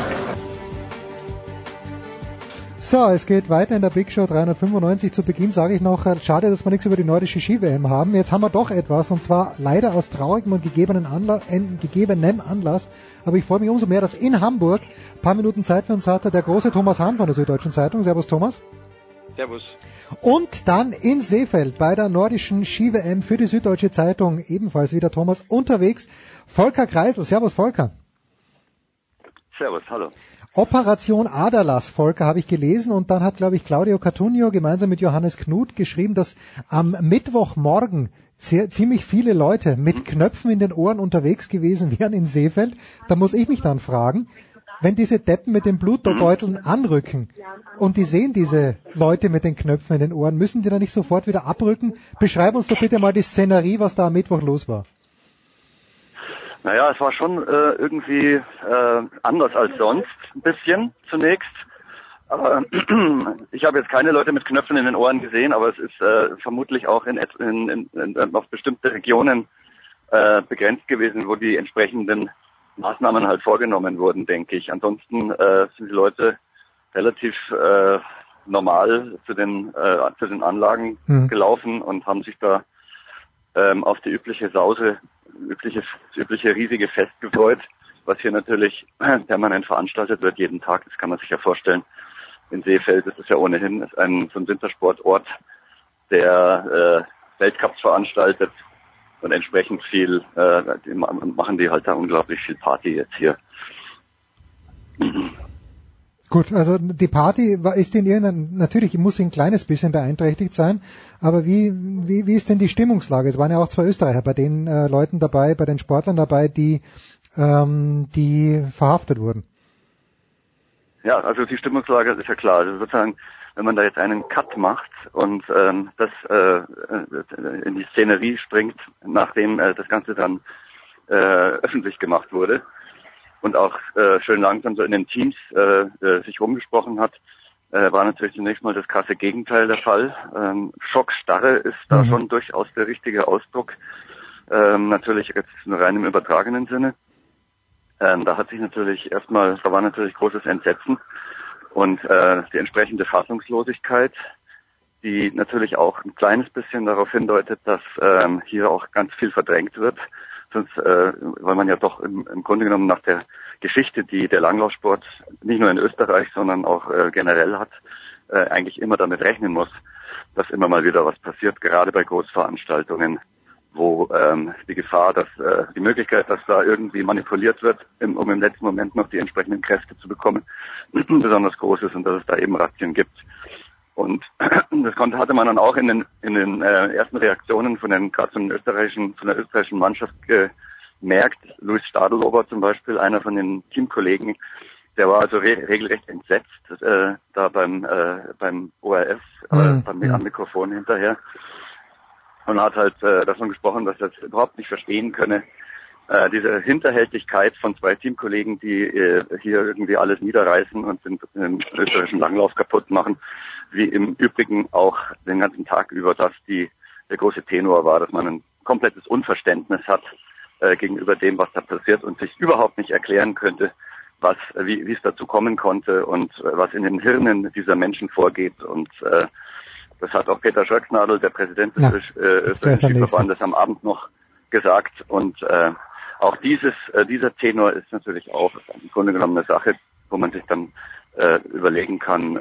So, es geht weiter in der Big Show 395. Zu Beginn sage ich noch, schade, dass wir nichts über die nordische Ski-WM haben. Jetzt haben wir doch etwas, und zwar leider aus traurigem und gegebenem Anlass. Aber ich freue mich umso mehr, dass in Hamburg ein paar Minuten Zeit für uns hatte der große Thomas Hahn von der Süddeutschen Zeitung. Servus Thomas. Servus. Und dann in Seefeld bei der nordischen Ski-WM für die Süddeutsche Zeitung ebenfalls wieder Thomas unterwegs. Volker Kreisel. Servus Volker. Servus, hallo. Operation Aderlass, Volker, habe ich gelesen, und dann hat, glaube ich, Claudio Cartunio gemeinsam mit Johannes Knut geschrieben, dass am Mittwochmorgen ziemlich viele Leute mit Knöpfen in den Ohren unterwegs gewesen wären in Seefeld. Da muss ich mich dann fragen, wenn diese Deppen mit den Blutbeuteln anrücken und die sehen diese Leute mit den Knöpfen in den Ohren, müssen die dann nicht sofort wieder abrücken? Beschreib uns doch bitte mal die Szenerie, was da am Mittwoch los war. Naja, es war schon irgendwie anders als sonst, ein bisschen zunächst. Aber ich habe jetzt keine Leute mit Knöpfen in den Ohren gesehen, aber es ist vermutlich auch in auf bestimmte Regionen begrenzt gewesen, wo die entsprechenden Maßnahmen halt vorgenommen wurden, denke ich. Ansonsten sind die Leute relativ normal zu den Anlagen gelaufen und haben sich da auf die übliche riesige Fest gefreut, was hier natürlich permanent veranstaltet wird, jeden Tag. Das kann man sich ja vorstellen. In Seefeld ist es ja ohnehin so ein Wintersportort, der Weltcups veranstaltet und entsprechend viel machen die halt da unglaublich viel Party jetzt hier. Gut, also die Party ist natürlich muss ein kleines bisschen beeinträchtigt sein, aber wie ist denn die Stimmungslage? Es waren ja auch 2 Österreicher bei den Leuten dabei, bei den Sportlern dabei, die verhaftet wurden. Ja, also die Stimmungslage ist ja klar. Also sozusagen, wenn man da jetzt einen Cut macht und das in die Szenerie springt, nachdem das Ganze dann öffentlich gemacht wurde und auch schön langsam so in den Teams sich rumgesprochen hat, war natürlich zunächst mal das krasse Gegenteil der Fall. Schockstarre ist da schon durchaus der richtige Ausdruck. Natürlich jetzt nur rein im übertragenen Sinne. Da war natürlich großes Entsetzen und die entsprechende Fassungslosigkeit, die natürlich auch ein kleines bisschen darauf hindeutet, dass hier auch ganz viel verdrängt wird. Sonst, weil man ja doch im Grunde genommen nach der Geschichte, die der Langlaufsport nicht nur in Österreich, sondern auch generell hat, eigentlich immer damit rechnen muss, dass immer mal wieder was passiert, gerade bei Großveranstaltungen, wo die Gefahr, die Möglichkeit, dass da irgendwie manipuliert wird, um im letzten Moment noch die entsprechenden Kräfte zu bekommen, besonders groß ist und dass es da eben Razzien gibt. Und das hatte man dann auch in den ersten Reaktionen gerade von der österreichischen Mannschaft gemerkt. Luis Stadelober zum Beispiel, einer von den Teamkollegen, der war also regelrecht entsetzt da beim ORF, am Mikrofon hinterher. Und hat halt davon gesprochen, dass er es überhaupt nicht verstehen könne, diese Hinterhältigkeit von 2 Teamkollegen, die hier irgendwie alles niederreißen und den österreichischen Langlauf kaputt machen, wie im Übrigen auch den ganzen Tag über, dass der große Tenor war, dass man ein komplettes Unverständnis hat gegenüber dem, was da passiert und sich überhaupt nicht erklären könnte, wie es dazu kommen konnte und was in den Hirnen dieser Menschen vorgeht. Und das hat auch Peter Schöcksnadel, der Präsident des österreichischen Skiverbandes, am Abend noch gesagt. Und auch dieser Tenor ist natürlich auch im Grunde genommen eine Sache, wo man sich dann überlegen kann,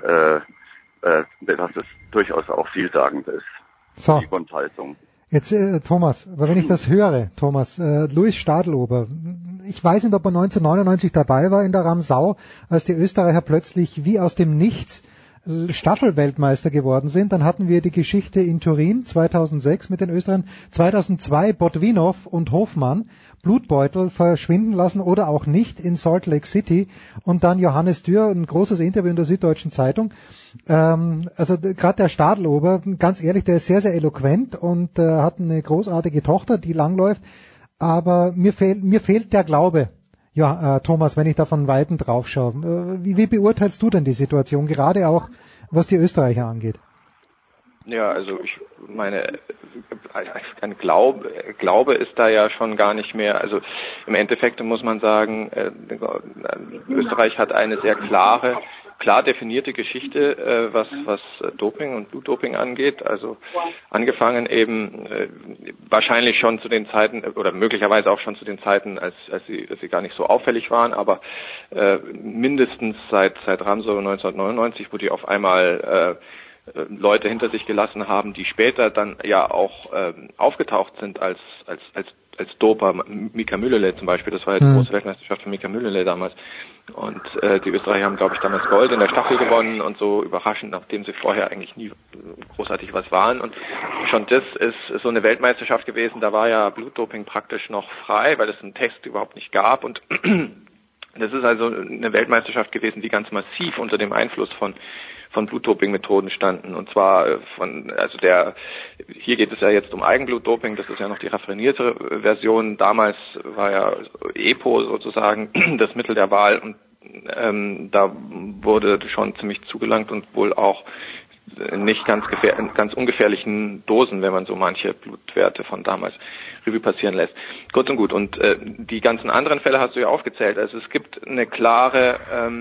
dass es durchaus auch vielsagend ist. So. Die Grundhaltung. Jetzt, Thomas, aber wenn ich das höre, Luis Stadelober, ich weiß nicht, ob er 1999 dabei war in der Ramsau, als die Österreicher plötzlich wie aus dem Nichts Staffelweltmeister geworden sind. Dann hatten wir die Geschichte in Turin 2006 mit den Österreichern, 2002 Botvinov und Hofmann Blutbeutel verschwinden lassen oder auch nicht in Salt Lake City und dann Johannes Dürr, ein großes Interview in der Süddeutschen Zeitung. Also gerade der Stadelober, ganz ehrlich, der ist sehr, sehr eloquent und hat eine großartige Tochter, die langläuft, aber mir fehlt der Glaube. Ja, Thomas, wenn ich da von Weitem drauf schaue, wie beurteilst du denn die Situation, gerade auch was die Österreicher angeht? Ja, also ich meine, ein Glaube ist da ja schon gar nicht mehr. Also im Endeffekt muss man sagen, Österreich hat eine sehr klar definierte Geschichte, was Doping und Blutdoping angeht. Also angefangen eben wahrscheinlich schon zu den Zeiten oder möglicherweise auch schon zu den Zeiten, als sie gar nicht so auffällig waren, aber mindestens seit Ramsau 1999, wo die auf einmal Leute hinter sich gelassen haben, die später dann ja auch aufgetaucht sind als Doper. Mika Myllylä zum Beispiel, das war ja die große Weltmeisterschaft von Mika Myllylä damals. Und die Österreicher haben, glaube ich, damals Gold in der Staffel gewonnen und so überraschend, nachdem sie vorher eigentlich nie großartig was waren. Und schon das ist so eine Weltmeisterschaft gewesen, da war ja Blutdoping praktisch noch frei, weil es einen Test überhaupt nicht gab. Und das ist also eine Weltmeisterschaft gewesen, die ganz massiv unter dem Einfluss von Blutdoping-Methoden standen. Und zwar hier geht es ja jetzt um Eigenblutdoping, das ist ja noch die raffinierte Version. Damals war ja EPO sozusagen das Mittel der Wahl und da wurde schon ziemlich zugelangt und wohl auch nicht ganz ungefährlichen Dosen, wenn man so manche Blutwerte von damals Revue passieren lässt. Kurz und gut. Und die ganzen anderen Fälle hast du ja aufgezählt. Also es gibt eine klare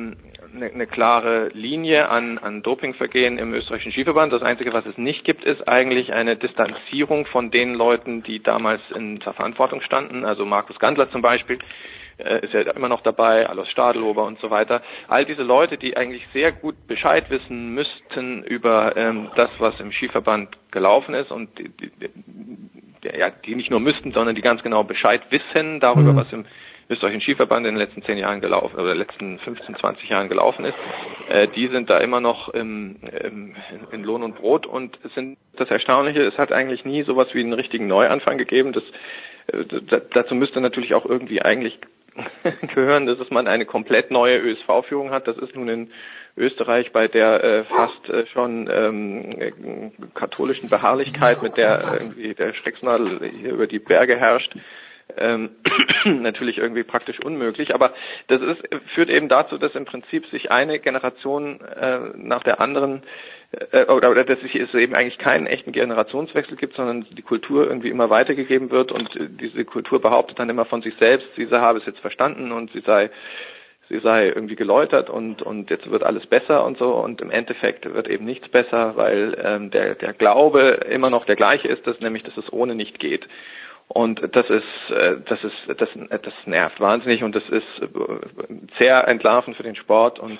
Linie an Dopingvergehen im österreichischen Skiverband. Das Einzige, was es nicht gibt, ist eigentlich eine Distanzierung von den Leuten, die damals in der Verantwortung standen. Also Markus Gandler zum Beispiel ist ja immer noch dabei, Alois Stadelober und so weiter. All diese Leute, die eigentlich sehr gut Bescheid wissen müssten über das, was im Skiverband gelaufen ist und die nicht nur müssten, sondern die ganz genau Bescheid wissen darüber, was im österreichischen Skiverband in den letzten 10 Jahren gelaufen oder letzten 15, 20 Jahren gelaufen ist, die sind da immer noch in Lohn und Brot und das Erstaunliche, es hat eigentlich nie sowas wie einen richtigen Neuanfang gegeben. Dazu müsste natürlich auch irgendwie eigentlich gehören, dass man eine komplett neue ÖSV-Führung hat. Das ist nun in Österreich bei der fast schon katholischen Beharrlichkeit, mit der irgendwie der Schrecksnadel hier über die Berge herrscht, natürlich irgendwie praktisch unmöglich, aber das führt eben dazu, dass im Prinzip sich eine Generation nach der anderen oder dass es eben eigentlich keinen echten Generationswechsel gibt, sondern die Kultur irgendwie immer weitergegeben wird und diese Kultur behauptet dann immer von sich selbst, sie habe es jetzt verstanden und sie sei irgendwie geläutert und jetzt wird alles besser und so und im Endeffekt wird eben nichts besser, weil der Glaube immer noch der gleiche ist, dass es ohne nicht geht. Und das nervt wahnsinnig und das ist sehr entlarvend für den Sport und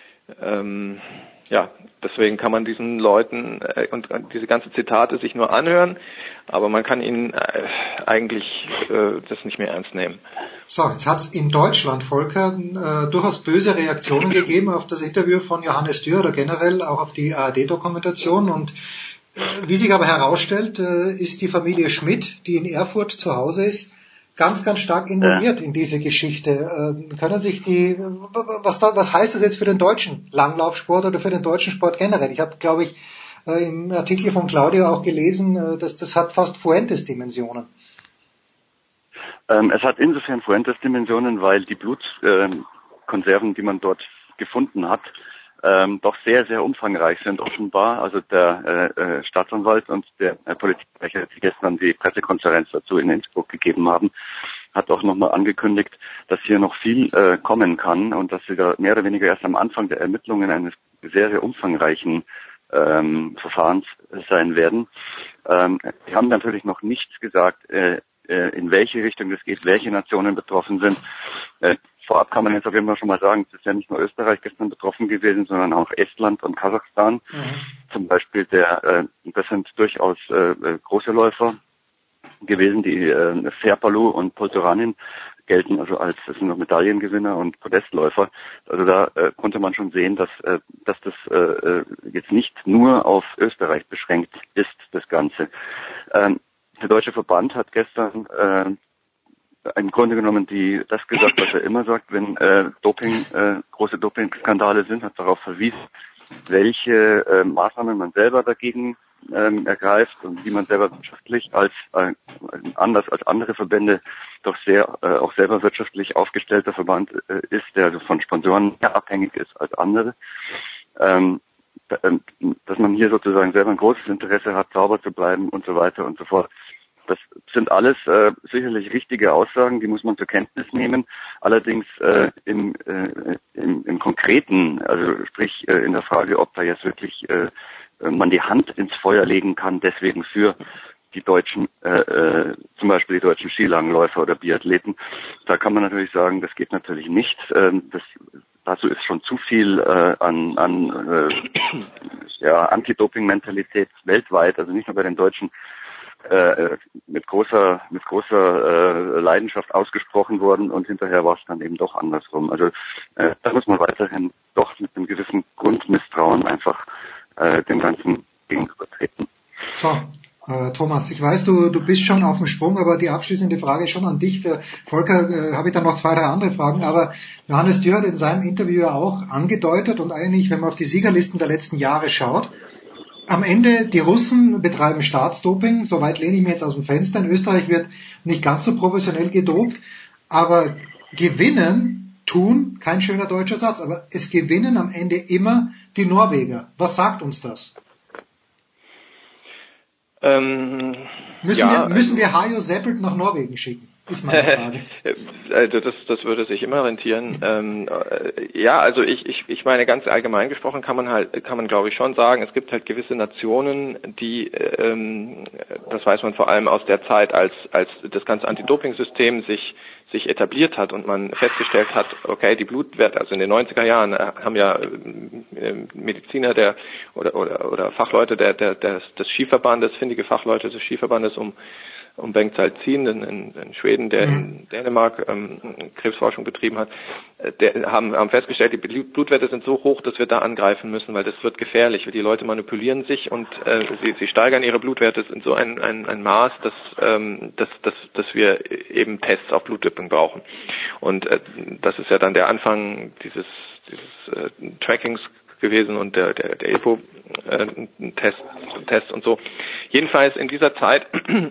deswegen kann man diesen Leuten und diese ganzen Zitate sich nur anhören, aber man kann ihnen eigentlich das nicht mehr ernst nehmen. So, jetzt hat es in Deutschland, Volker, durchaus böse Reaktionen gegeben auf das Interview von Johannes Dürr oder generell auch auf die ARD-Dokumentation und wie sich aber herausstellt, ist die Familie Schmidt, die in Erfurt zu Hause ist, ganz, ganz stark involviert in diese Geschichte. Können sich was heißt das jetzt für den deutschen Langlaufsport oder für den deutschen Sport generell? Ich habe, glaube ich, im Artikel von Claudio auch gelesen, dass das hat fast Fuentes-Dimensionen. Es hat insofern Fuentes-Dimensionen, weil die Blutkonserven, die man dort gefunden hat, doch sehr, sehr umfangreich sind offenbar. Also der Staatsanwalt und der Politiksprecher, die gestern die Pressekonferenz dazu in Innsbruck gegeben haben, hat auch nochmal angekündigt, dass hier noch viel kommen kann und dass sie da mehr oder weniger erst am Anfang der Ermittlungen eines sehr, sehr umfangreichen Verfahrens sein werden. Sie haben natürlich noch nichts gesagt, in welche Richtung das geht, welche Nationen betroffen sind. Vorab kann man jetzt auf jeden Fall schon mal sagen, es ist ja nicht nur Österreich gestern betroffen gewesen, sondern auch Estland und Kasachstan. Zum Beispiel das sind durchaus große Läufer gewesen, die Ferpalu und Poltoranin gelten also das sind noch Medaillengewinner und Podestläufer. Also da konnte man schon sehen, dass das jetzt nicht nur auf Österreich beschränkt ist, das Ganze. Der Deutsche Verband hat gestern im Grunde genommen das gesagt, was er immer sagt, wenn große Dopingskandale sind, hat darauf verwiesen, welche Maßnahmen man selber dagegen ergreift und wie man selber wirtschaftlich anders als andere Verbände doch sehr auch selber wirtschaftlich aufgestellter Verband ist, der also von Sponsoren mehr abhängig ist als andere. Dass man hier sozusagen selber ein großes Interesse hat, sauber zu bleiben und so weiter und so fort. Das sind alles sicherlich richtige Aussagen, die muss man zur Kenntnis nehmen. Allerdings im Konkreten, also sprich in der Frage, ob da jetzt wirklich man die Hand ins Feuer legen kann, deswegen für die deutschen, zum Beispiel die deutschen Skilangläufer oder Biathleten, da kann man natürlich sagen, das geht natürlich nicht. Dazu ist schon zu viel an Anti-Doping-Mentalität weltweit, also nicht nur bei den Deutschen, mit großer Leidenschaft ausgesprochen worden und hinterher war es dann eben doch andersrum. Also da muss man weiterhin doch mit einem gewissen Grundmisstrauen einfach dem Ganzen gegenübertreten. So, Thomas, ich weiß, du bist schon auf dem Sprung, aber die abschließende Frage schon an dich. Für Volker habe ich dann noch 2, 3 andere Fragen, aber Johannes Dürr hat in seinem Interview ja auch angedeutet und eigentlich, wenn man auf die Siegerlisten der letzten Jahre schaut, am Ende, die Russen betreiben Staatsdoping, soweit lehne ich mir jetzt aus dem Fenster. In Österreich wird nicht ganz so professionell gedopt, aber gewinnen tun, kein schöner deutscher Satz, aber es gewinnen am Ende immer die Norweger. Was sagt uns das? Müssen wir Hajo Seppelt nach Norwegen schicken? Ist meine Frage. Das würde sich immer rentieren. Ja, also ich meine, ganz allgemein gesprochen kann man glaube ich schon sagen, es gibt halt gewisse Nationen, die, das weiß man vor allem aus der Zeit, als das ganze Anti-Doping-System sich etabliert hat und man festgestellt hat, okay, die Blutwerte, also in den 90er Jahren haben ja Mediziner oder Fachleute des Skiverbandes, findige Fachleute des Skiverbandes um Bengt Salzin in Schweden, der in Dänemark Krebsforschung betrieben hat, haben festgestellt, die Blutwerte sind so hoch, dass wir da angreifen müssen, weil das wird gefährlich. Die Leute manipulieren sich und sie steigern ihre Blutwerte in so ein Maß, dass wir eben Tests auf Blutdoping brauchen. Und das ist ja dann der Anfang dieses Trackings gewesen und der EPO-Test und so. Jedenfalls in dieser Zeit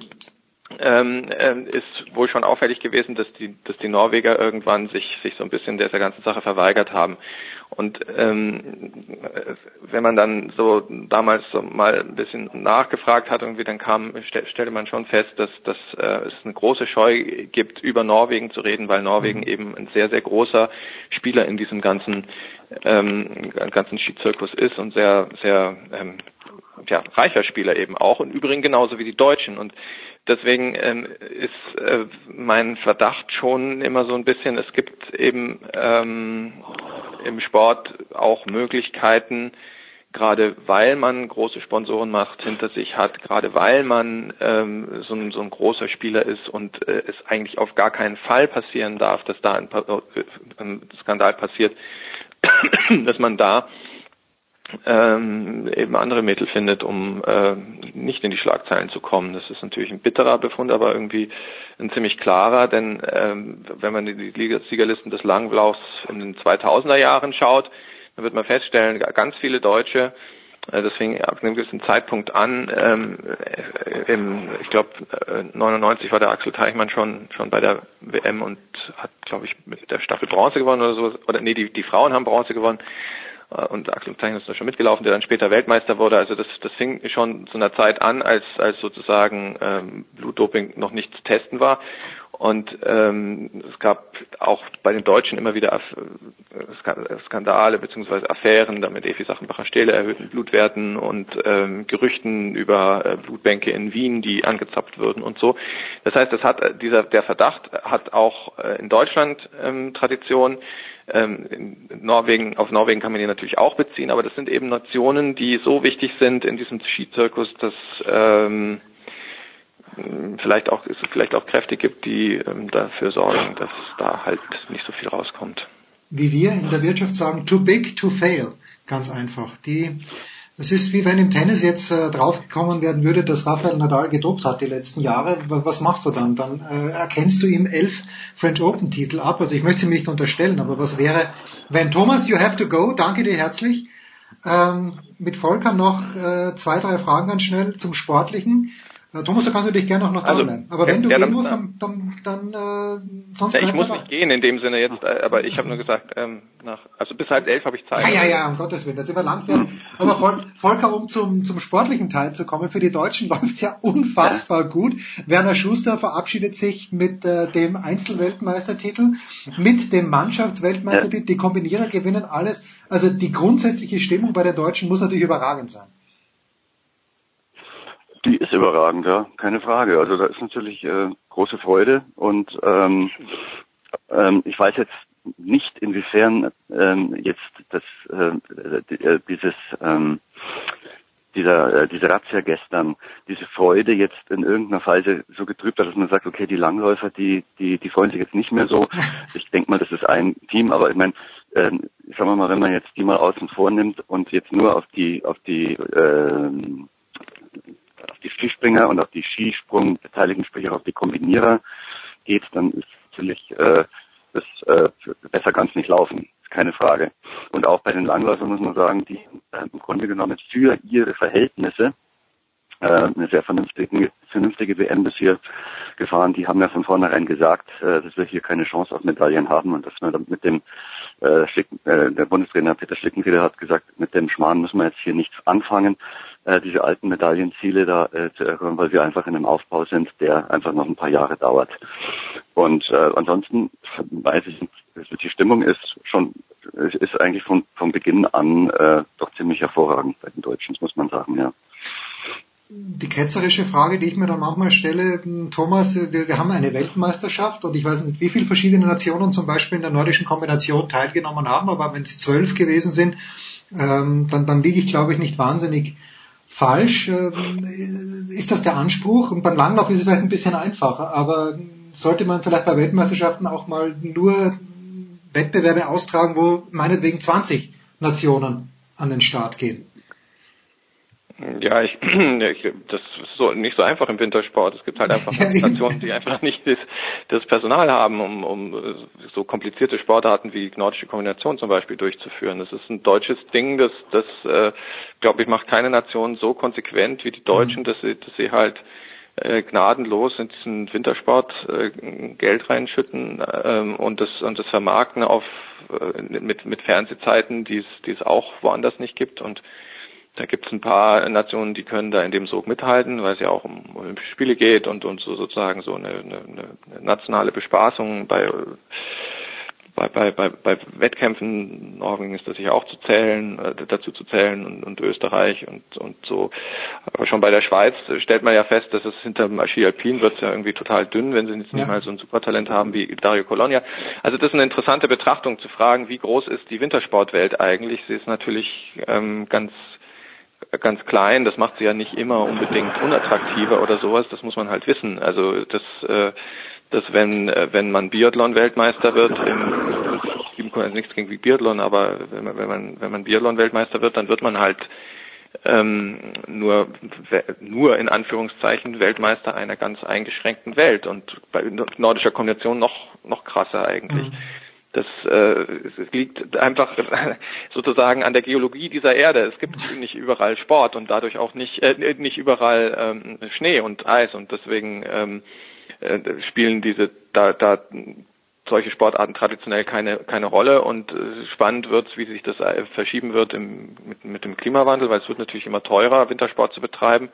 ist wohl schon auffällig gewesen, dass die Norweger irgendwann sich so ein bisschen dieser ganzen Sache verweigert haben. Und wenn man dann so damals so mal ein bisschen nachgefragt hat, irgendwie dann stellte man schon fest, dass es eine große Scheu gibt, über Norwegen zu reden, weil Norwegen eben ein sehr, sehr großer Spieler in diesem ganzen Skizirkus ist und sehr, sehr reicher Spieler eben auch und übrigens genauso wie die Deutschen. Und deswegen ist mein Verdacht schon immer so ein bisschen, es gibt eben im Sport auch Möglichkeiten, gerade weil man große Sponsorenmacht hinter sich hat, gerade weil man so ein großer Spieler ist und es eigentlich auf gar keinen Fall passieren darf, dass da ein Skandal passiert, dass man da eben andere Mittel findet, um nicht in die Schlagzeilen zu kommen. Das ist natürlich ein bitterer Befund, aber irgendwie ein ziemlich klarer, denn wenn man die Siegerlisten des Langlaufs in den 2000er Jahren schaut, dann wird man feststellen, ganz viele Deutsche, das fing ab einem gewissen Zeitpunkt an, ich glaube 99 war der Axel Teichmann schon bei der WM und hat, glaube ich, mit der Staffel Bronze gewonnen oder so, oder nee, die Frauen haben Bronze gewonnen. Und Axel Teichmann ist da schon mitgelaufen, der dann später Weltmeister wurde. Also das fing schon zu einer Zeit an, als sozusagen Blutdoping noch nicht zu testen war. Und es gab auch bei den Deutschen immer wieder Skandale bzw. Affären, damit Evi Sachenbacher-Stehle erhöhten Blutwerten und Gerüchten über Blutbänke in Wien, die angezapft würden und so. Das heißt, der Verdacht hat auch in Deutschland Tradition. Auf Norwegen kann man die natürlich auch beziehen, aber das sind eben Nationen, die so wichtig sind in diesem Skizirkus, dass vielleicht auch Kräfte gibt, die dafür sorgen, dass da halt nicht so viel rauskommt. Wie wir in der Wirtschaft sagen, too big to fail. Ganz einfach. Das ist wie wenn im Tennis jetzt draufgekommen werden würde, dass Rafael Nadal gedopt hat die letzten Jahre. Was machst du dann? Dann erkennst du ihm 11 French Open Titel ab. Also ich möchte es ihm nicht unterstellen, aber was wäre, wenn Thomas, you have to go, danke dir herzlich. Mit Volker noch 2, 3 Fragen ganz schnell zum Sportlichen. Thomas, da kannst du dich gerne noch da bleiben. Aber wenn du gehen musst, dann sonst ich muss nicht gehen in dem Sinne jetzt, aber ich habe nur gesagt, bis 10:30 habe ich Zeit. Ja, um Gottes Willen, das sind wir lang werden. Aber Volker, um zum sportlichen Teil zu kommen, für die Deutschen läuft's ja unfassbar gut. Werner Schuster verabschiedet sich mit dem Einzelweltmeistertitel, mit dem Mannschaftsweltmeistertitel, die Kombinierer gewinnen alles. Also die grundsätzliche Stimmung bei den Deutschen muss natürlich überragend sein. Die ist überragend, ja, keine Frage. Also da ist natürlich große Freude und ich weiß jetzt nicht, inwiefern jetzt diese Razzia gestern, diese Freude jetzt in irgendeiner Weise so getrübt hat, dass man sagt, okay, die Langläufer, die freuen sich jetzt nicht mehr so. Ich denke mal, das ist ein Team, aber ich meine, sagen wir mal, wenn man jetzt die mal außen vor nimmt und jetzt nur auf die Skispringer und auf die Skisprung-Beteiligten, sprich auch auf die Kombinierer geht, dann ist natürlich besser kann es nicht laufen, ist keine Frage. Und auch bei den Langläufern muss man sagen, die im Grunde genommen für ihre Verhältnisse eine sehr vernünftige WM bisher gefahren, die haben ja von vornherein gesagt, dass wir hier keine Chance auf Medaillen haben und dass wir mit dem der Bundestrainer Peter Schlickenrieder hat gesagt, mit dem Schmarrn müssen wir jetzt hier nichts anfangen, diese alten Medaillenziele da zu erhöhen, weil wir einfach in einem Aufbau sind, der einfach noch ein paar Jahre dauert. Und ansonsten weiß ich nicht, die Stimmung ist eigentlich von Beginn an doch ziemlich hervorragend bei den Deutschen, das muss man sagen, ja. Die ketzerische Frage, die ich mir dann manchmal stelle, Thomas, wir haben eine Weltmeisterschaft und ich weiß nicht, wie viele verschiedene Nationen zum Beispiel in der nordischen Kombination teilgenommen haben, aber wenn es 12 gewesen sind, dann liege ich, glaube ich, nicht wahnsinnig falsch. Ist das der Anspruch? Und beim Langlauf ist es vielleicht ein bisschen einfacher, aber sollte man vielleicht bei Weltmeisterschaften auch mal nur Wettbewerbe austragen, wo meinetwegen 20 Nationen an den Start gehen? Ja, das ist nicht so einfach im Wintersport. Es gibt halt einfach Nationen, die einfach nicht das Personal haben, um so komplizierte Sportarten wie nordische Kombination zum Beispiel durchzuführen. Das ist ein deutsches Ding, das glaube ich, macht keine Nation so konsequent wie die Deutschen, dass sie halt gnadenlos in diesen Wintersport Geld reinschütten und das vermarkten mit Fernsehzeiten, die es auch woanders nicht gibt. Und da gibt es ein paar Nationen, die können da in dem Sog mithalten, weil es ja auch um Olympische Spiele geht und so sozusagen so eine nationale Bespaßung bei Wettkämpfen. Norwegen ist das sicher auch dazu zu zählen und Österreich und so. Aber schon bei der Schweiz stellt man ja fest, dass es hinter dem Ski Alpin wird es ja irgendwie total dünn, wenn sie jetzt nicht mal so ein Supertalent haben wie Dario Colonia. Also das ist eine interessante Betrachtung zu fragen, wie groß ist die Wintersportwelt eigentlich? Sie ist natürlich ganz klein, das macht sie ja nicht immer unbedingt unattraktiver oder sowas, das muss man halt wissen. Also dass wenn man Biathlon-Weltmeister wird, nichts gegen Biathlon, aber wenn man Biathlon-Weltmeister wird, dann wird man halt nur in Anführungszeichen Weltmeister einer ganz eingeschränkten Welt und bei nordischer Kombination noch krasser eigentlich. Das liegt einfach sozusagen an der Geologie dieser Erde. Es gibt nicht überall Sport und dadurch auch nicht überall Schnee und Eis und deswegen spielen solche Sportarten traditionell keine Rolle und spannend wird's, wie sich das verschieben wird mit dem Klimawandel, weil es wird natürlich immer teurer, Wintersport zu betreiben.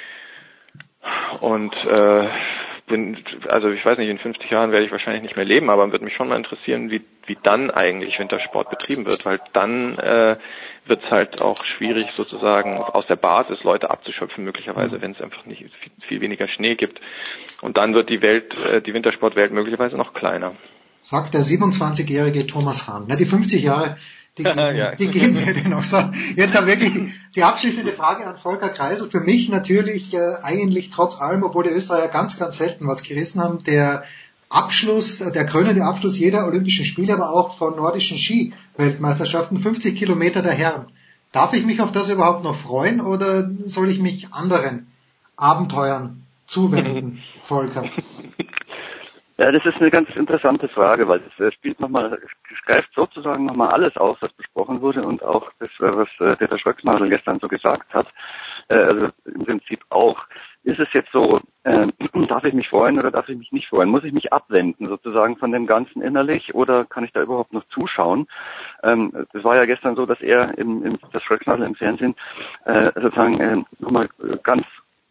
Und ich weiß nicht, in 50 Jahren werde ich wahrscheinlich nicht mehr leben, aber würde mich schon mal interessieren, wie dann eigentlich Wintersport betrieben wird, weil dann wird es halt auch schwierig, sozusagen aus der Basis Leute abzuschöpfen, möglicherweise, wenn es einfach nicht viel weniger Schnee gibt. Und dann wird die Wintersportwelt möglicherweise noch kleiner. Sagt der 27-jährige Thomas Hahn. Die 50 Jahre, die geben wir dir noch. So, jetzt haben wirklich die abschließende Frage an Volker Kreisel. Für mich natürlich eigentlich trotz allem, obwohl die Österreicher ganz, ganz selten was gerissen haben, der krönende Abschluss jeder Olympischen Spiele, aber auch von nordischen Ski-Weltmeisterschaften, 50 Kilometer der Herren. Darf ich mich auf das überhaupt noch freuen oder soll ich mich anderen Abenteuern zuwenden, Volker? Ja, das ist eine ganz interessante Frage, weil es greift sozusagen nochmal alles auf, was besprochen wurde und auch das, was Peter Schröcksnadel gestern so gesagt hat. Also im Prinzip auch. Ist es jetzt so, darf ich mich freuen oder darf ich mich nicht freuen? Muss ich mich abwenden sozusagen von dem Ganzen innerlich oder kann ich da überhaupt noch zuschauen? Es war ja gestern so, dass er das Schröcksnadel im Fernsehen sozusagen nochmal ganz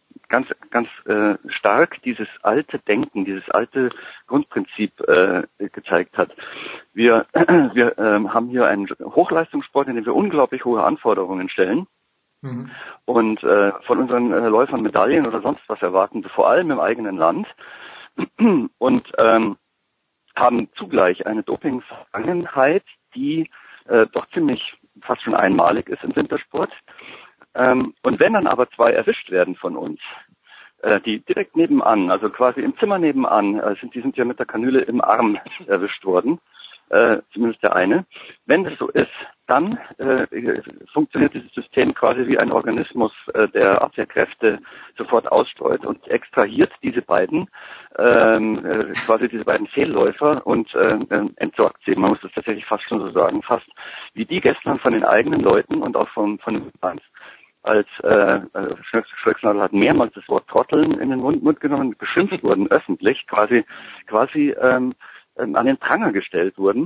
stark dieses alte Denken, dieses alte Grundprinzip gezeigt hat. Wir haben hier einen Hochleistungssport, in dem wir unglaublich hohe Anforderungen stellen. Und von unseren Läufern Medaillen oder sonst was erwarten wir vor allem im eigenen Land und haben zugleich eine Doping-Vergangenheit, die doch ziemlich fast schon einmalig ist im Wintersport. Und wenn dann aber zwei erwischt werden von uns, die direkt nebenan, also quasi im Zimmer nebenan, die sind ja mit der Kanüle im Arm erwischt worden, zumindest der eine. Wenn das so ist, dann funktioniert dieses System quasi wie ein Organismus, der Abwehrkräfte sofort ausstreut und extrahiert diese beiden Fehlläufer und entsorgt sie. Man muss das tatsächlich fast schon so sagen, fast wie die gestern von den eigenen Leuten und auch von den Fans als Schröcksnadel hat mehrmals das Wort Trotteln in den Mund genommen, beschimpft wurden öffentlich, quasi an den Pranger gestellt wurden.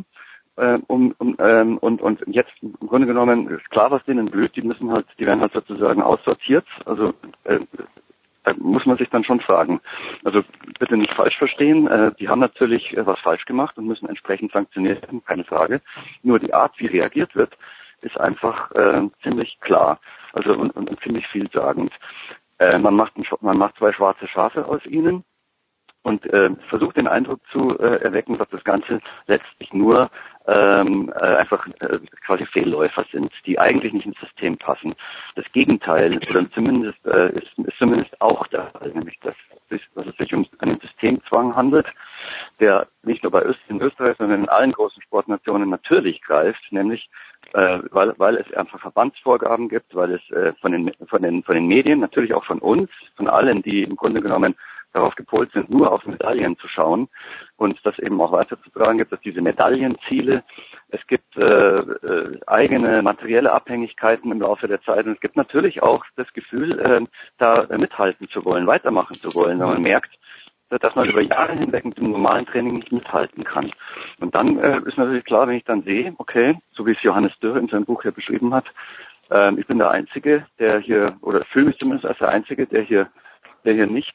Und jetzt im Grunde genommen ist klar, was denen blüht, die werden halt sozusagen aussortiert. Also da muss man sich dann schon fragen. Also bitte nicht falsch verstehen, die haben natürlich was falsch gemacht und müssen entsprechend sanktioniert werden, keine Frage. Nur die Art, wie reagiert wird, ist einfach ziemlich klar, also und ziemlich vielsagend. Man macht zwei schwarze Schafe aus ihnen und versucht den Eindruck zu erwecken, dass das Ganze letztlich nur einfach quasi Fehlläufer sind, die eigentlich nicht ins System passen. Das Gegenteil, oder zumindest ist zumindest auch der Fall, nämlich dass es sich um einen Systemzwang handelt, der nicht nur in Österreich, sondern in allen großen Sportnationen natürlich greift, nämlich weil es einfach Verbandsvorgaben gibt, weil es von den Medien, natürlich auch von uns, von allen, die im Grunde genommen darauf gepolt sind, nur auf Medaillen zu schauen und das eben auch weiterzutragen gibt, dass diese Medaillenziele, es gibt eigene materielle Abhängigkeiten im Laufe der Zeit und es gibt natürlich auch das Gefühl, da mithalten zu wollen, weitermachen zu wollen, wenn man merkt, dass man über Jahre hinweg mit dem normalen Training nicht mithalten kann. Und dann ist natürlich klar, wenn ich dann sehe, okay, so wie es Johannes Dürr in seinem Buch hier beschrieben hat, ich bin der Einzige, der hier, oder fühle mich zumindest als der Einzige, der hier nicht,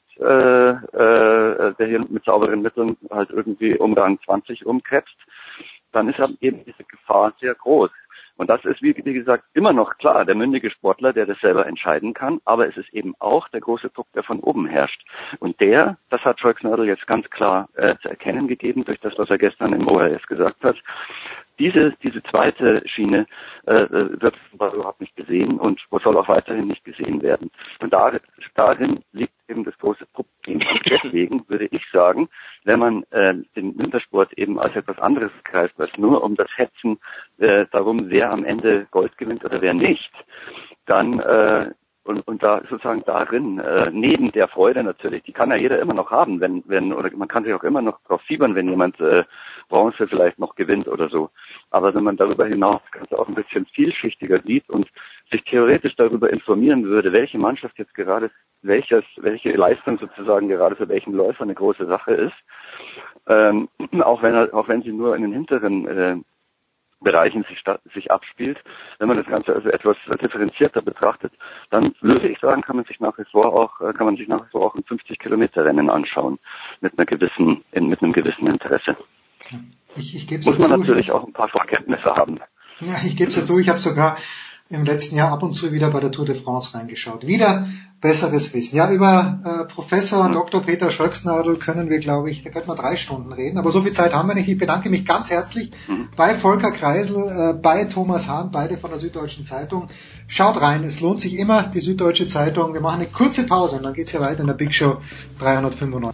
der hier mit sauberen Mitteln halt irgendwie um Rang 20 umkrebst, dann ist eben diese Gefahr sehr groß. Und das ist, wie gesagt, immer noch klar, der mündige Sportler, der das selber entscheiden kann, aber es ist eben auch der große Druck, der von oben herrscht. Und das hat Schröcksnadel jetzt ganz klar zu erkennen gegeben, durch das, was er gestern im ORF gesagt hat. Diese zweite Schiene wird überhaupt nicht gesehen und soll auch weiterhin nicht gesehen werden. Und darin liegt eben das große Problem. Und deswegen würde ich sagen, wenn man den Wintersport eben als etwas anderes greift, als nur um das Hetzen darum, wer am Ende Gold gewinnt oder wer nicht, dann und da sozusagen darin, neben der Freude natürlich, die kann ja jeder immer noch haben, oder man kann sich auch immer noch drauf fiebern, wenn jemand Bronze vielleicht noch gewinnt oder so. Aber wenn man darüber hinaus das Ganze auch ein bisschen vielschichtiger sieht und sich theoretisch darüber informieren würde, welche Mannschaft jetzt gerade welche Leistung sozusagen gerade für welchen Läufer eine große Sache ist, auch wenn sie nur in den hinteren Bereichen sich abspielt, wenn man das Ganze also etwas differenzierter betrachtet, dann würde ich sagen, kann man sich nach wie vor auch ein 50-Kilometer-Rennen anschauen mit einem gewissen Interesse. Ich gebe muss man natürlich auch ein paar Vorkenntnisse haben. Ja, ich gebe es dazu, ich habe sogar im letzten Jahr ab und zu wieder bei der Tour de France reingeschaut. Wieder besseres Wissen. Ja, über Professor Dr. Peter Schröcksnadel können wir, glaube ich, da könnten wir 3 Stunden reden, aber so viel Zeit haben wir nicht. Ich bedanke mich ganz herzlich bei Volker Kreisel, bei Thomas Hahn, beide von der Süddeutschen Zeitung. Schaut rein, es lohnt sich immer, die Süddeutsche Zeitung. Wir machen eine kurze Pause und dann geht's hier weiter in der Big Show 395.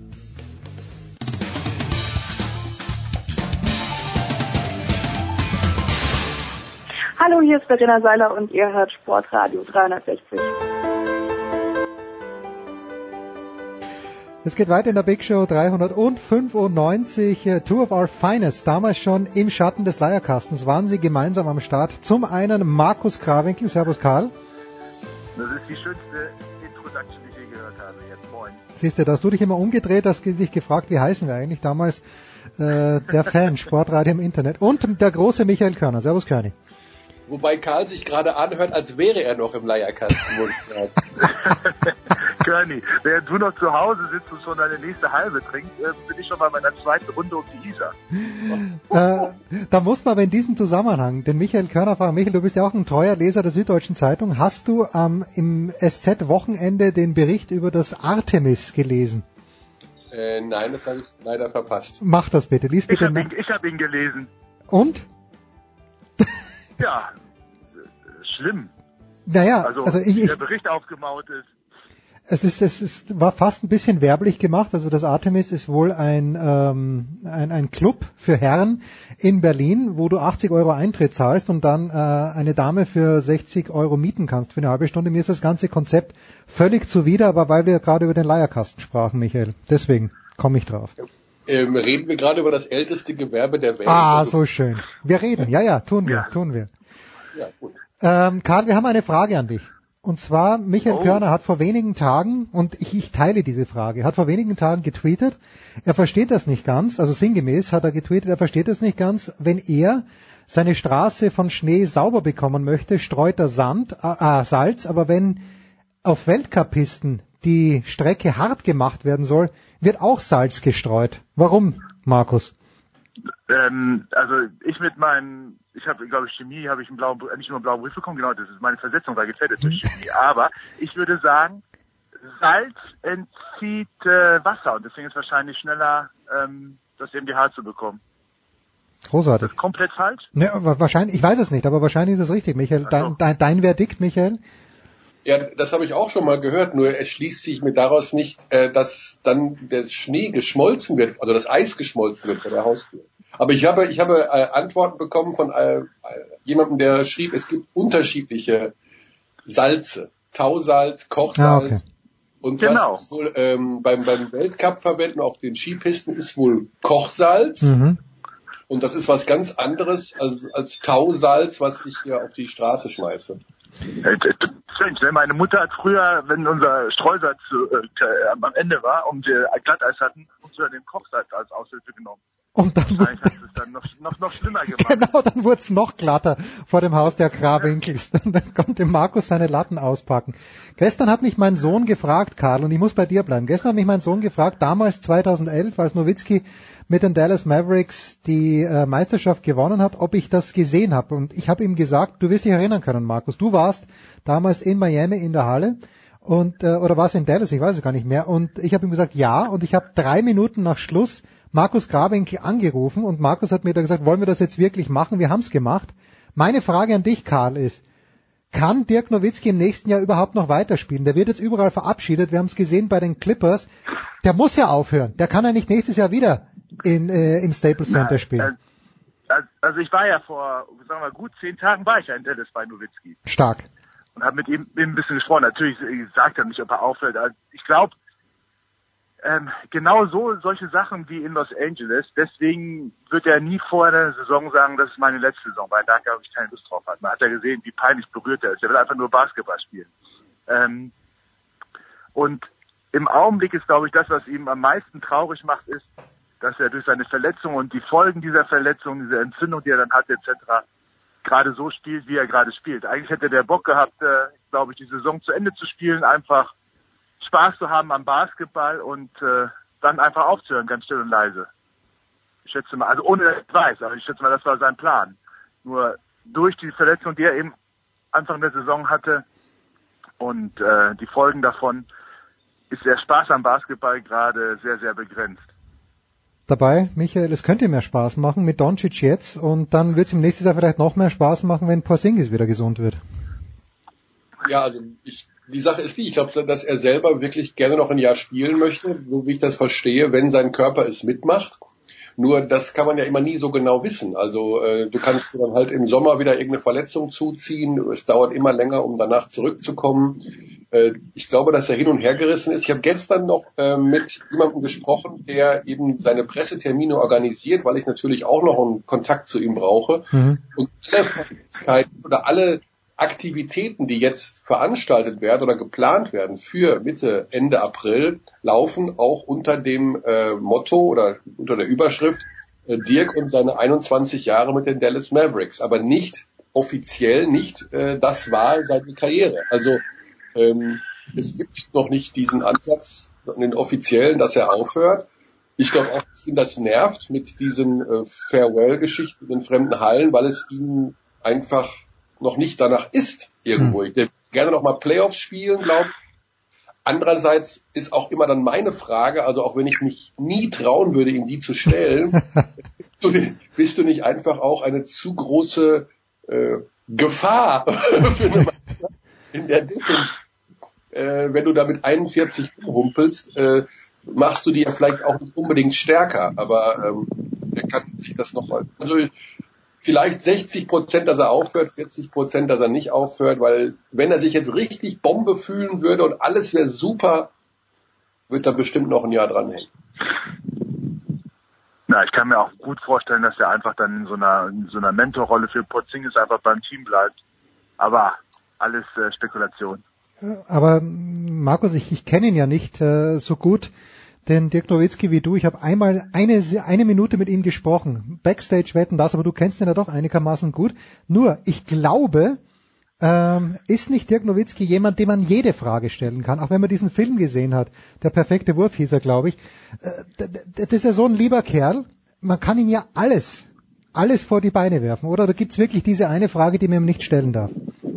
Hallo, hier ist Verena Seiler und ihr hört Sportradio 360. Es geht weiter in der Big Show 395, Two of Our Finest. Damals schon im Schatten des Leierkastens waren sie gemeinsam am Start. Zum einen Markus Krawinkel. Servus Karl. Das ist die schönste Introduction, die ich je gehört habe. Jetzt moin. Siehst du, da hast du dich immer umgedreht, hast dich gefragt, wie heißen wir eigentlich damals? Der Fan, Sportradio im Internet. Und der große Michael Körner. Servus Körni. Wobei Karl sich gerade anhört, als wäre er noch im Leierkasten. Körni, während du noch zu Hause sitzt und schon deine nächste halbe trinkst, bin ich schon bei meiner zweiten Runde um die Isar. Da muss man aber in diesem Zusammenhang den Michael Körner fragen. Michael, du bist ja auch ein treuer Leser der Süddeutschen Zeitung. Hast du im SZ-Wochenende den Bericht über das Artemis gelesen? Nein, das habe ich leider verpasst. Mach das bitte, lies bitte. Ich hab ihn gelesen. Und? Ja, schlimm. Naja, also der Bericht aufgemaut ist. Es war fast ein bisschen werblich gemacht. Also das Artemis ist wohl ein Club für Herren in Berlin, wo du 80 € Eintritt zahlst und dann eine Dame für 60 € mieten kannst für eine halbe Stunde. Mir ist das ganze Konzept völlig zuwider, aber weil wir gerade über den Leierkasten sprachen, Michael. Deswegen komme ich drauf. Reden wir gerade über das älteste Gewerbe der Welt? So schön. Wir reden. Ja, tun wir. Ja, gut. Karl, wir haben eine Frage an dich. Und zwar, Michael Körner hat vor wenigen Tagen, und ich teile diese Frage, hat vor wenigen Tagen getweetet, er versteht das nicht ganz, also sinngemäß hat er getweetet, er versteht das nicht ganz, wenn er seine Straße von Schnee sauber bekommen möchte, streut er Salz, aber wenn auf Weltcup-Pisten die Strecke hart gemacht werden soll, wird auch Salz gestreut. Warum, Markus? Also ich habe, glaube ich, Chemie, habe ich nicht nur einen blauen Brief bekommen, genau, das ist meine Versetzung, war gefährdet durch Chemie. Aber ich würde sagen, Salz entzieht Wasser und deswegen ist es wahrscheinlich schneller, das MDH zu bekommen. Großartig. Ist das komplett falsch? Ne, wahrscheinlich, ich weiß es nicht, aber wahrscheinlich ist es richtig, Michael. Dein Verdikt, Michael? Ja, das habe ich auch schon mal gehört, nur es schließt sich mir daraus nicht, dass dann der Schnee geschmolzen wird, also das Eis geschmolzen wird vor der Haustür. Aber ich habe Antworten bekommen von jemandem, der schrieb, es gibt unterschiedliche Salze. Tausalz, Kochsalz. Okay. Und was wohl beim Weltcup-Verbänden auf den Skipisten ist wohl Kochsalz. Mhm. Und das ist was ganz anderes als Tausalz, was ich hier auf die Straße schmeiße. Meine Mutter hat früher, wenn unser Streusalz am Ende war und wir Glatteis hatten, uns den Kochsalz als Aushilfe genommen. Und dann hat es dann noch schlimmer gemacht. Genau, dann wurde es noch glatter vor dem Haus der Krawinkels. Dann konnte Markus seine Latten auspacken. Gestern hat mich mein Sohn gefragt, Karl, und ich muss bei dir bleiben. Gestern hat mich mein Sohn gefragt, damals 2011, als Nowitzki mit den Dallas Mavericks die Meisterschaft gewonnen hat, ob ich das gesehen habe. Und ich habe ihm gesagt, du wirst dich erinnern können, Markus, du warst damals in Miami in der Halle und oder warst in Dallas, ich weiß es gar nicht mehr. Und ich habe ihm gesagt, ja, und ich habe 3 Minuten nach Schluss Markus Krawinkel angerufen und Markus hat mir da gesagt, wollen wir das jetzt wirklich machen? Wir haben es gemacht. Meine Frage an dich, Karl, ist, kann Dirk Nowitzki im nächsten Jahr überhaupt noch weiterspielen? Der wird jetzt überall verabschiedet. Wir haben es gesehen bei den Clippers. Der muss ja aufhören. Der kann ja nicht nächstes Jahr wieder im Staples Center spielen. Also ich war ja vor, sagen wir mal, gut 10 Tagen war ich ja in Dallas bei Nowitzki. Stark. Und habe mit ihm ein bisschen gesprochen. Natürlich sagt er nicht, ob er aufhört. Also ich glaube, genau solche Sachen wie in Los Angeles, deswegen wird er nie vor der Saison sagen, das ist meine letzte Saison, weil da glaube ich keine Lust drauf hat. Man hat ja gesehen, wie peinlich berührt er ist. Er will einfach nur Basketball spielen. Und im Augenblick ist, glaube ich, das, was ihm am meisten traurig macht, ist, dass er durch seine Verletzung und die Folgen dieser Verletzung, diese Entzündung, die er dann hat, etc., gerade so spielt, wie er gerade spielt. Eigentlich hätte der Bock gehabt, glaube ich, die Saison zu Ende zu spielen, einfach Spaß zu haben am Basketball und dann einfach aufzuhören, ganz still und leise. Ich schätze mal, also ohne dass ich weiß, aber ich schätze mal, das war sein Plan. Nur durch die Verletzung, die er eben Anfang der Saison hatte und die Folgen davon, ist der Spaß am Basketball gerade sehr, sehr begrenzt. Dabei, Michael, es könnte mehr Spaß machen mit Doncic jetzt und dann wird es im nächsten Jahr vielleicht noch mehr Spaß machen, wenn Porzingis wieder gesund wird. Ja, also die Sache ist ich glaube, dass er selber wirklich gerne noch ein Jahr spielen möchte, so wie ich das verstehe, wenn sein Körper es mitmacht. Nur das kann man ja immer nie so genau wissen. Also du kannst dann halt im Sommer wieder irgendeine Verletzung zuziehen. Es dauert immer länger, um danach zurückzukommen. Ich glaube, dass er hin und her gerissen ist. Ich habe gestern noch mit jemandem gesprochen, der eben seine Pressetermine organisiert, weil ich natürlich auch noch einen Kontakt zu ihm brauche. Mhm. Und alle Möglichkeiten oder alle Aktivitäten, die jetzt veranstaltet werden oder geplant werden für Mitte, Ende April, laufen auch unter dem Motto oder unter der Überschrift Dirk und seine 21 Jahre mit den Dallas Mavericks, aber nicht offiziell, nicht das war seine Karriere. Also es gibt noch nicht diesen Ansatz, den offiziellen, dass er aufhört. Ich glaube auch, dass ihn das nervt mit diesen Farewell-Geschichten in fremden Hallen, weil es ihm einfach noch nicht danach ist irgendwo. Ich würde gerne noch mal Playoffs spielen, glaube ich. Andererseits ist auch immer dann meine Frage, also auch wenn ich mich nie trauen würde, ihm die zu stellen, bist du nicht einfach auch eine zu große Gefahr für eine Mannschaft in der Defense? Wenn du da mit 41 humpelst, machst du die ja vielleicht auch nicht unbedingt stärker, aber er kann sich das nochmal... Also vielleicht 60%, dass er aufhört, 40%, dass er nicht aufhört, weil wenn er sich jetzt richtig Bombe fühlen würde und alles wäre super, wird er bestimmt noch ein Jahr dranhängen. Na, ich kann mir auch gut vorstellen, dass er einfach dann in so einer Mentorrolle für Porzingis einfach beim Team bleibt. Aber alles Spekulation. Aber Markus, ich kenne ihn ja nicht so gut, den Dirk Nowitzki wie du. Ich habe einmal eine Minute mit ihm gesprochen. Backstage wetten das, aber du kennst ihn ja doch einigermaßen gut. Nur, ich glaube, ist nicht Dirk Nowitzki jemand, dem man jede Frage stellen kann, auch wenn man diesen Film gesehen hat. Der perfekte Wurf hieß er, glaube ich. Das ist ja so ein lieber Kerl. Man kann ihm ja alles vor die Beine werfen, oder? Oder gibt's wirklich diese eine Frage, die man ihm nicht stellen darf?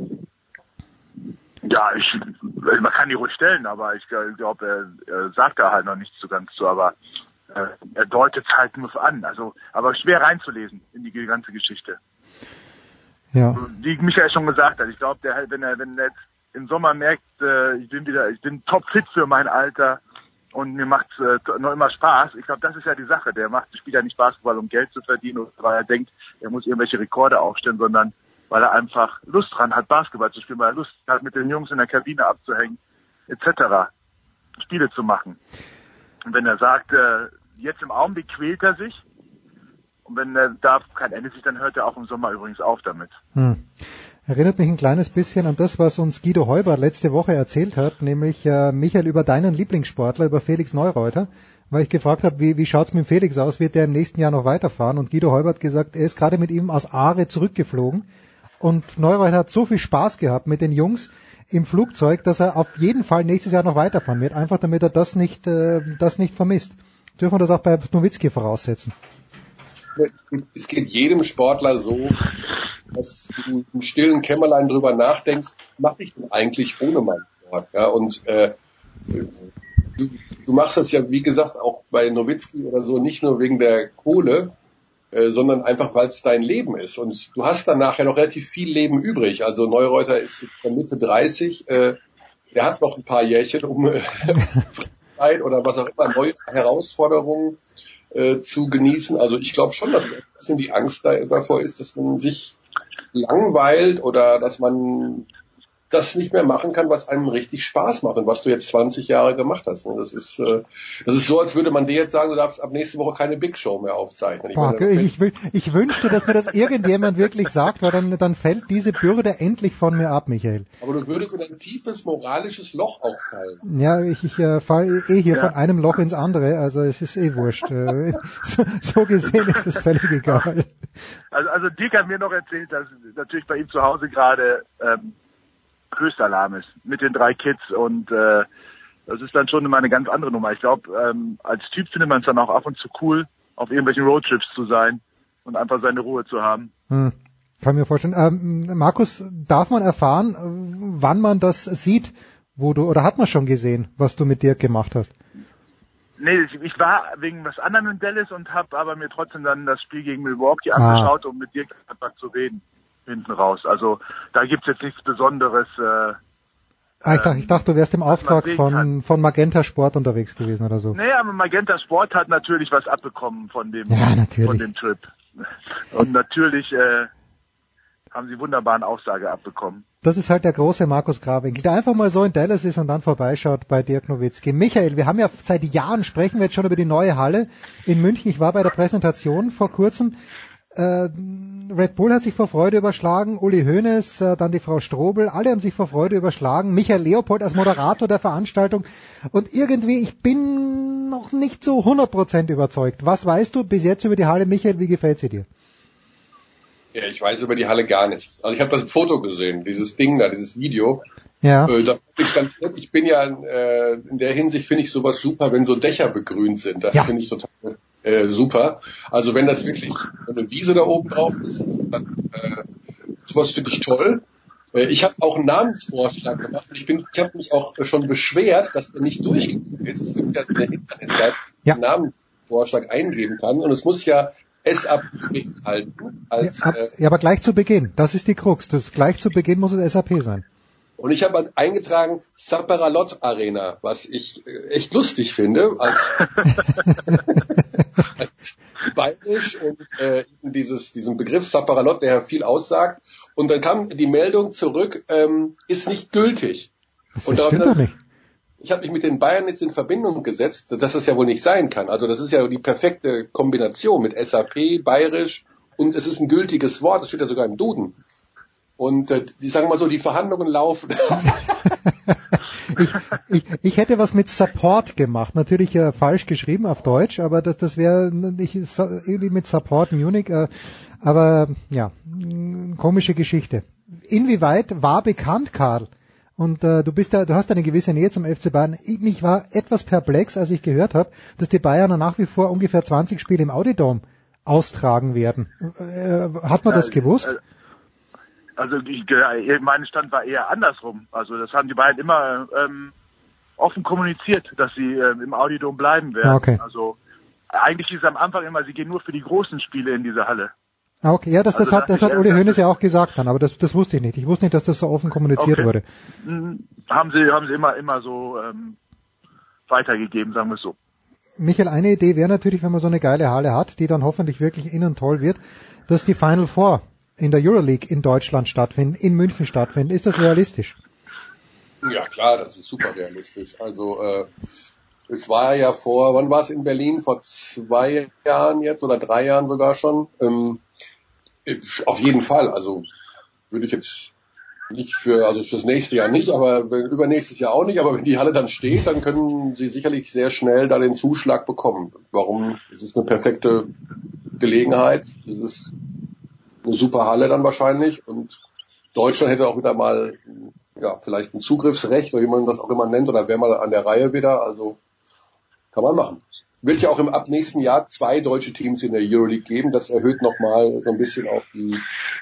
Ja, man kann die ruhig stellen, aber ich glaube, er sagt da halt noch nichts so ganz zu, aber er deutet halt nur an, also, aber schwer reinzulesen in die ganze Geschichte. Ja. Wie Michael schon gesagt hat, ich glaube, wenn er jetzt im Sommer merkt, ich bin topfit für mein Alter und mir macht's noch immer Spaß. Ich glaube, das ist ja die Sache. Spielt ja nicht Basketball, um Geld zu verdienen, oder weil er denkt, er muss irgendwelche Rekorde aufstellen, sondern weil er einfach Lust dran hat, Basketball zu spielen, weil er Lust hat, mit den Jungs in der Kabine abzuhängen, etc. Spiele zu machen. Und wenn er sagt, jetzt im Augenblick quält er sich, und wenn er da kein Ende sieht, dann hört er auch im Sommer übrigens auf damit. Erinnert mich ein kleines bisschen an das, was uns Guido Heubert letzte Woche erzählt hat, nämlich Michael, über deinen Lieblingssportler, über Felix Neureuter, weil ich gefragt habe, wie schaut's mit Felix aus, wird der im nächsten Jahr noch weiterfahren? Und Guido Heubert hat gesagt, er ist gerade mit ihm aus Aare zurückgeflogen und Neureuter hat so viel Spaß gehabt mit den Jungs im Flugzeug, dass er auf jeden Fall nächstes Jahr noch weiterfahren wird, einfach damit er das nicht vermisst. Dürfen wir das auch bei Nowitzki voraussetzen? Es geht jedem Sportler so, dass du im stillen Kämmerlein drüber nachdenkst, was mache ich denn eigentlich ohne meinen Sport? Ja, und du machst das ja, wie gesagt, auch bei Nowitzki oder so, nicht nur wegen der Kohle, sondern einfach, weil es dein Leben ist. Und du hast dann nachher noch relativ viel Leben übrig. Also Neureuter ist Mitte 30, der hat noch ein paar Jährchen, um Zeit oder was auch immer, neue Herausforderungen zu genießen. Also ich glaube schon, dass ein bisschen die Angst davor ist, dass man sich langweilt oder dass man das nicht mehr machen kann, was einem richtig Spaß macht und was du jetzt 20 Jahre gemacht hast. Das ist so, als würde man dir jetzt sagen, du darfst ab nächste Woche keine Big Show mehr aufzeichnen. Ich wünschte, dass mir das irgendjemand wirklich sagt, weil dann fällt diese Bürde endlich von mir ab, Michael. Aber du würdest in ein tiefes moralisches Loch auffallen. Ja, ich falle hier von einem Loch ins andere, also es ist wurscht. So gesehen ist es völlig egal. Also Dirk hat mir noch erzählt, dass natürlich bei ihm zu Hause gerade Höchstalarm ist mit den 3 Kids und das ist dann schon immer eine ganz andere Nummer. Ich glaube, als Typ findet man es dann auch ab und zu cool, auf irgendwelchen Roadtrips zu sein und einfach seine Ruhe zu haben. Kann mir vorstellen. Markus, darf man erfahren, wann man das sieht, oder hat man schon gesehen, was du mit Dirk gemacht hast? Nee, ich war wegen was anderem in Dallas und habe aber mir trotzdem dann das Spiel gegen Milwaukee angeschaut, um mit Dirk einfach zu reden. Hinten raus. Also da gibt's jetzt nichts Besonderes. Ich dachte, du wärst im Auftrag von Magenta Sport unterwegs gewesen oder so. Nee, aber Magenta Sport hat natürlich was abbekommen von dem Trip. Und natürlich haben sie wunderbaren Aussage abbekommen. Das ist halt der große Markus Grawinkel, der einfach mal so in Dallas ist und dann vorbeischaut bei Dirk Nowitzki. Michael, wir haben ja seit Jahren, sprechen wir jetzt schon über die neue Halle in München. Ich war bei der Präsentation vor kurzem. Red Bull hat sich vor Freude überschlagen, Uli Hoeneß, dann die Frau Strobel, alle haben sich vor Freude überschlagen, Michael Leopold als Moderator der Veranstaltung und irgendwie, ich bin noch nicht so 100% überzeugt. Was weißt du bis jetzt über die Halle, Michael, wie gefällt sie dir? Ja, ich weiß über die Halle gar nichts. Also ich habe das Foto gesehen, dieses Ding da, dieses Video. Ja. Da bin ich ganz nett. Ich bin ja in der Hinsicht finde ich sowas super, wenn so Dächer begrünt sind. Das finde ich total super. Also wenn das wirklich eine Wiese da oben drauf ist, dann sowas finde ich toll. Ich habe auch einen Namensvorschlag gemacht und ich habe mich auch schon beschwert, dass der nicht durchgegangen ist. Es gibt ja so eine Internetseite, wo man einen Namensvorschlag eingeben kann und es muss ja SAP beinhalten. Aber gleich zu Beginn, das ist die Krux. Gleich zu Beginn muss es SAP sein. Und ich habe eingetragen Sapperalot Arena, was ich echt lustig finde, als bayerisch und diesen Begriff Sapperalot, der ja viel aussagt. Und dann kam die Meldung zurück, ist nicht gültig. Das stimmt doch nicht. Ich habe mich mit den Bayern jetzt in Verbindung gesetzt, dass das ja wohl nicht sein kann. Also das ist ja die perfekte Kombination mit SAP, bayerisch und es ist ein gültiges Wort, das steht ja sogar im Duden. Und die sagen mal so, die Verhandlungen laufen. Ich hätte was mit Support gemacht, natürlich falsch geschrieben auf Deutsch, aber das wäre irgendwie mit Support Munich, aber ja, komische Geschichte. Inwieweit war bekannt, Karl? Und du hast eine gewisse Nähe zum FC Bayern. Mich war etwas perplex, als ich gehört habe, dass die Bayern nach wie vor ungefähr 20 Spiele im Audi-Dome austragen werden. Hat man das gewusst? Also mein Stand war eher andersrum. Also das haben die beiden immer offen kommuniziert, dass sie im Audi-Dome bleiben werden. Okay. Also eigentlich hieß es am Anfang immer, sie gehen nur für die großen Spiele in diese Halle. Okay, ja, das hat Uli Hoeneß ja auch gesagt dann, aber das wusste ich nicht. Ich wusste nicht, dass das so offen kommuniziert wurde. Haben sie immer so weitergegeben, sagen wir es so. Michael, eine Idee wäre natürlich, wenn man so eine geile Halle hat, die dann hoffentlich wirklich innen toll wird, dass die Final Four in der Euroleague in Deutschland stattfinden, in München stattfinden. Ist das realistisch? Ja klar, das ist super realistisch. Also es war ja wann war es in Berlin? Vor 2 Jahren jetzt oder 3 Jahren sogar schon. Auf jeden Fall. Also würde ich jetzt nicht fürs nächste Jahr nicht, aber übernächstes Jahr auch nicht. Aber wenn die Halle dann steht, dann können sie sicherlich sehr schnell da den Zuschlag bekommen. Warum? Es ist eine perfekte Gelegenheit. Es ist eine super Halle dann wahrscheinlich. Und Deutschland hätte auch wieder mal vielleicht ein Zugriffsrecht oder wie man das auch immer nennt, oder wäre mal an der Reihe wieder. Also kann man machen. Wird ja auch ab nächsten Jahr 2 deutsche Teams in der Euroleague geben. Das erhöht nochmal so ein bisschen auch die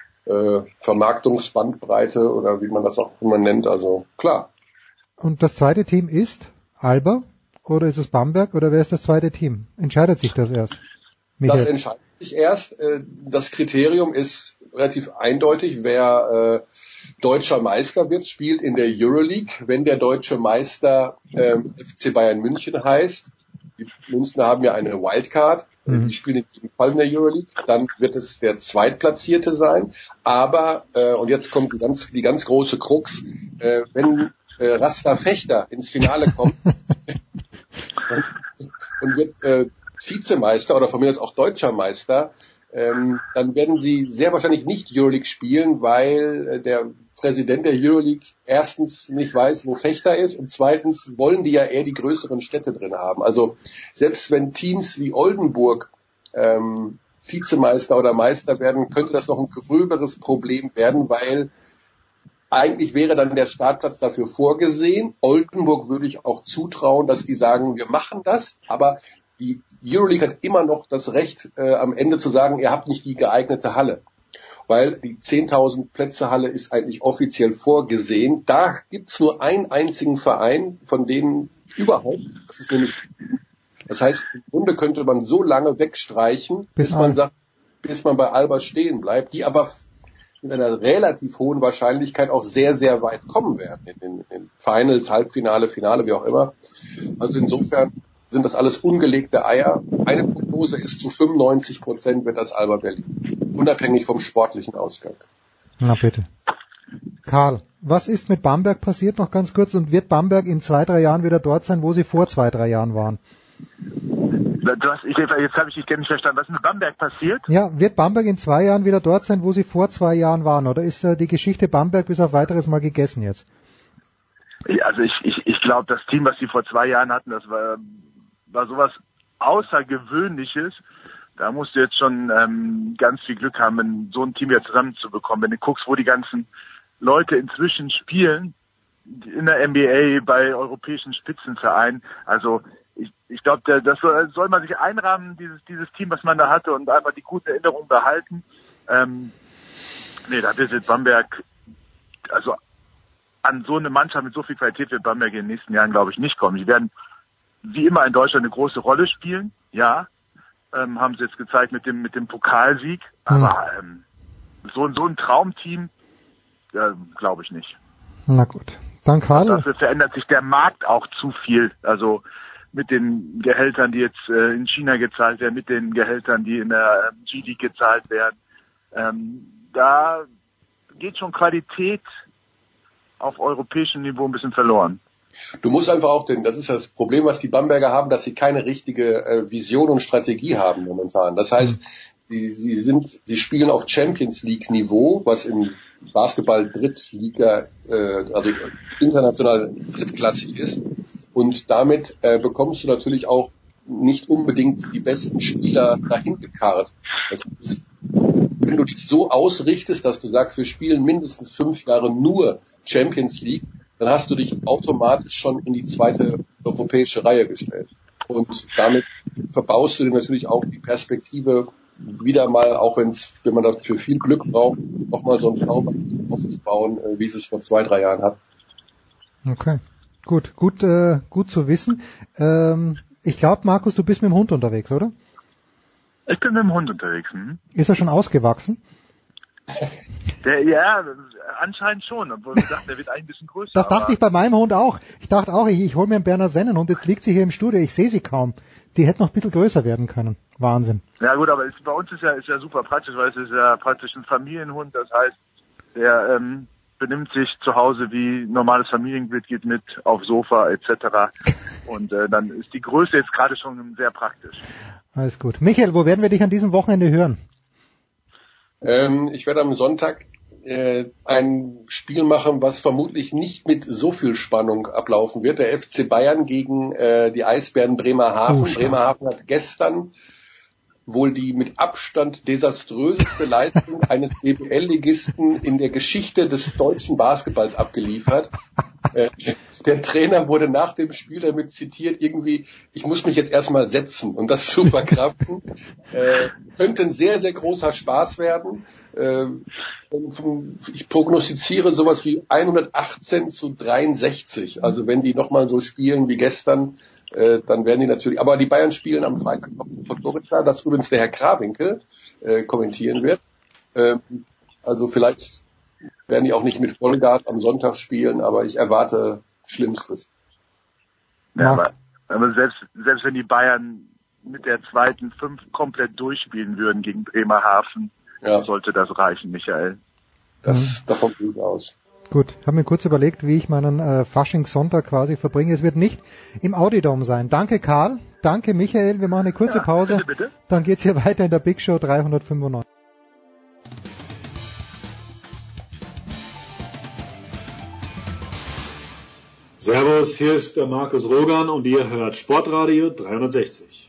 Vermarktungsbandbreite oder wie man das auch immer nennt. Also klar. Und das zweite Team ist Alba oder ist es Bamberg oder wer ist das zweite Team? Entscheidet sich das erst? Michael? Das entscheidet sich erst. Das Kriterium ist relativ eindeutig. Wer deutscher Meister wird, spielt in der Euroleague. Wenn der deutsche Meister FC Bayern München heißt, die Münchner haben ja eine Wildcard, die spielen in jedem Fall in der Euroleague, dann wird es der Zweitplatzierte sein. Aber, und jetzt kommt die ganz große Krux, wenn Rasta Fechter ins Finale kommt und wird Vizemeister oder von mir aus auch deutscher Meister, dann werden sie sehr wahrscheinlich nicht Euroleague spielen, weil der Präsident der Euroleague erstens nicht weiß, wo Fechter ist und zweitens wollen die ja eher die größeren Städte drin haben. Also selbst wenn Teams wie Oldenburg Vizemeister oder Meister werden, könnte das noch ein gröberes Problem werden, weil eigentlich wäre dann der Startplatz dafür vorgesehen. Oldenburg würde ich auch zutrauen, dass die sagen, wir machen das, aber die Euroleague hat immer noch das Recht, am Ende zu sagen, ihr habt nicht die geeignete Halle. Weil die 10.000 Plätze Halle ist eigentlich offiziell vorgesehen. Da gibt's nur einen einzigen Verein, von denen überhaupt. Das heißt, im Grunde könnte man so lange wegstreichen, bis man bei Alba stehen bleibt, die aber mit einer relativ hohen Wahrscheinlichkeit auch sehr, sehr weit kommen werden in den Finals, Halbfinale, Finale, wie auch immer. Also insofern sind das alles ungelegte Eier. Eine Prognose ist, zu 95% wird das Alba Berlin. Unabhängig vom sportlichen Ausgang. Na bitte. Karl, was ist mit Bamberg passiert, noch ganz kurz, und wird Bamberg in 2-3 Jahren wieder dort sein, wo sie vor 2-3 Jahren waren? Jetzt habe ich dich gar nicht verstanden. Was ist mit Bamberg passiert? Ja, wird Bamberg in 2 Jahren wieder dort sein, wo sie vor 2 Jahren waren? Oder ist die Geschichte Bamberg bis auf weiteres mal gegessen jetzt? Also ich glaube, das Team, was sie vor 2 Jahren hatten, das war sowas Außergewöhnliches. Da musst du jetzt schon ganz viel Glück haben, so ein Team wieder zusammenzubekommen. Wenn du guckst, wo die ganzen Leute inzwischen spielen, in der NBA, bei europäischen Spitzenvereinen, also ich glaube, das soll man sich einrahmen, dieses Team, was man da hatte, und einfach die gute Erinnerung behalten. Da wird jetzt Bamberg, also an so eine Mannschaft mit so viel Qualität wird Bamberg in den nächsten Jahren, glaube ich, nicht kommen. Die werden wie immer in Deutschland eine große Rolle spielen, ja. Haben sie jetzt gezeigt mit dem Pokalsieg, aber so ein Traumteam, glaube ich nicht. Na gut, dann Karl. Dafür verändert sich der Markt auch zu viel, also mit den Gehältern, die jetzt in China gezahlt werden, mit den Gehältern, die in der G-League gezahlt werden. Da geht schon Qualität auf europäischem Niveau ein bisschen verloren. Du musst einfach auch, das ist das Problem, was die Bamberger haben, dass sie keine richtige Vision und Strategie haben momentan. Das heißt, sie spielen auf Champions League Niveau, was in Basketball-Drittliga, also international drittklassig ist. Und damit bekommst du natürlich auch nicht unbedingt die besten Spieler dahin gekarrt. Das ist, wenn du dich so ausrichtest, dass du sagst, wir spielen mindestens 5 Jahre nur Champions League, dann hast du dich automatisch schon in die zweite europäische Reihe gestellt. Und damit verbaust du dir natürlich auch die Perspektive, wieder mal, auch wenn man dafür viel Glück braucht, nochmal so ein Traum aufzubauen, wie es vor 2-3 Jahren hat. Okay, gut zu wissen. Ich glaube, Markus, du bist mit dem Hund unterwegs, oder? Ich bin mit dem Hund unterwegs. Ist er schon ausgewachsen? Ja, anscheinend schon, obwohl ich dachte, der wird eigentlich ein bisschen größer. Das dachte ich bei meinem Hund auch. Ich dachte auch, ich hole mir einen Berner Sennenhund, jetzt liegt sie hier im Studio, ich sehe sie kaum. Die hätte noch ein bisschen größer werden können. Wahnsinn. Ja gut, aber bei uns ist ja super praktisch, weil es ist ja praktisch ein Familienhund, das heißt, der benimmt sich zu Hause wie ein normales Familienmitglied, geht mit aufs Sofa etc. Und dann ist die Größe jetzt gerade schon sehr praktisch. Alles gut. Michael, wo werden wir dich an diesem Wochenende hören? Ich werde am Sonntag ein Spiel machen, was vermutlich nicht mit so viel Spannung ablaufen wird. Der FC Bayern gegen die Eisbären Bremerhaven. Bremerhaven hat gestern wohl die mit Abstand desaströseste Leistung eines BBL-Ligisten in der Geschichte des deutschen Basketballs abgeliefert. Der Trainer wurde nach dem Spiel damit zitiert, irgendwie, ich muss mich jetzt erstmal setzen, um das zu verkraften. Könnte ein sehr, sehr großer Spaß werden. Ich prognostiziere sowas wie 118-63. Also wenn die nochmal so spielen wie gestern, dann werden die natürlich, aber die Bayern spielen am Freitag noch in Podgorica, das übrigens der Herr Krawinkel kommentieren wird. Also vielleicht werden die auch nicht mit Vollgas am Sonntag spielen, aber ich erwarte Schlimmstes. Ja, aber selbst wenn die Bayern mit der zweiten 5 komplett durchspielen würden gegen Bremerhaven, sollte das reichen, Michael. Davon gehe ich aus. Gut, habe mir kurz überlegt, wie ich meinen Faschingssonntag quasi verbringe. Es wird nicht im Audidome sein. Danke Karl, danke Michael, wir machen eine kurze Pause. Bitte. Dann geht's hier weiter in der Big Show 395. Servus, hier ist der Markus Rogan und ihr hört Sportradio 360.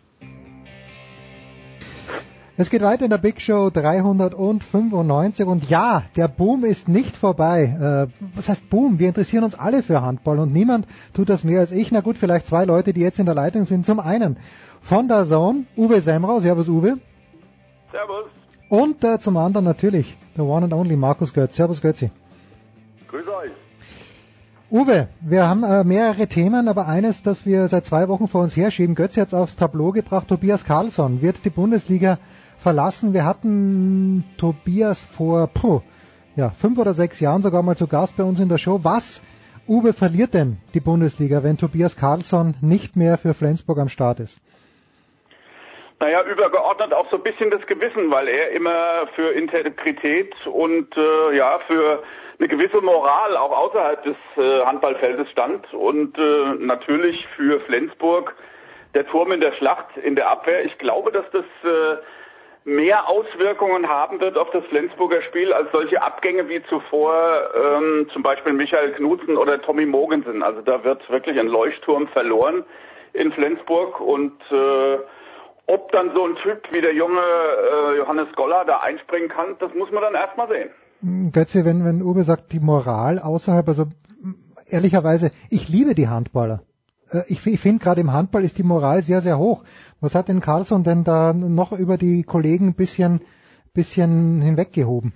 Es geht weiter in der Big Show 395 und ja, der Boom ist nicht vorbei. Was heißt Boom? Wir interessieren uns alle für Handball und niemand tut das mehr als ich. Na gut, vielleicht 2 Leute, die jetzt in der Leitung sind. Zum einen von der Zone, Uwe Semrau. Servus Uwe. Servus. Und zum anderen natürlich der One and Only Markus Götz. Servus Götzi. Grüß euch. Uwe, wir haben mehrere Themen, aber eines, das wir seit 2 Wochen vor uns herschieben. Götzi hat es aufs Tableau gebracht. Tobias Karlsson wird die Bundesliga verlassen. Wir hatten Tobias vor 5 oder 6 Jahren sogar mal zu Gast bei uns in der Show. Was, Uwe, verliert denn die Bundesliga, wenn Tobias Karlsson nicht mehr für Flensburg am Start ist? Naja, übergeordnet auch so ein bisschen das Gewissen, weil er immer für Integrität und für eine gewisse Moral auch außerhalb des Handballfeldes stand und natürlich für Flensburg der Turm in der Schlacht in der Abwehr. Ich glaube, dass das mehr Auswirkungen haben wird auf das Flensburger Spiel als solche Abgänge wie zuvor zum Beispiel Michael Knudsen oder Tommy Mogensen. Also da wird wirklich ein Leuchtturm verloren in Flensburg und ob dann so ein Typ wie der junge Johannes Goller da einspringen kann, das muss man dann erstmal sehen. Götze, wenn Uwe sagt, die Moral außerhalb, also ehrlicherweise, ich liebe die Handballer. Ich finde gerade im Handball ist die Moral sehr, sehr hoch. Was hat denn Karlsson denn da noch über die Kollegen ein bisschen hinweggehoben?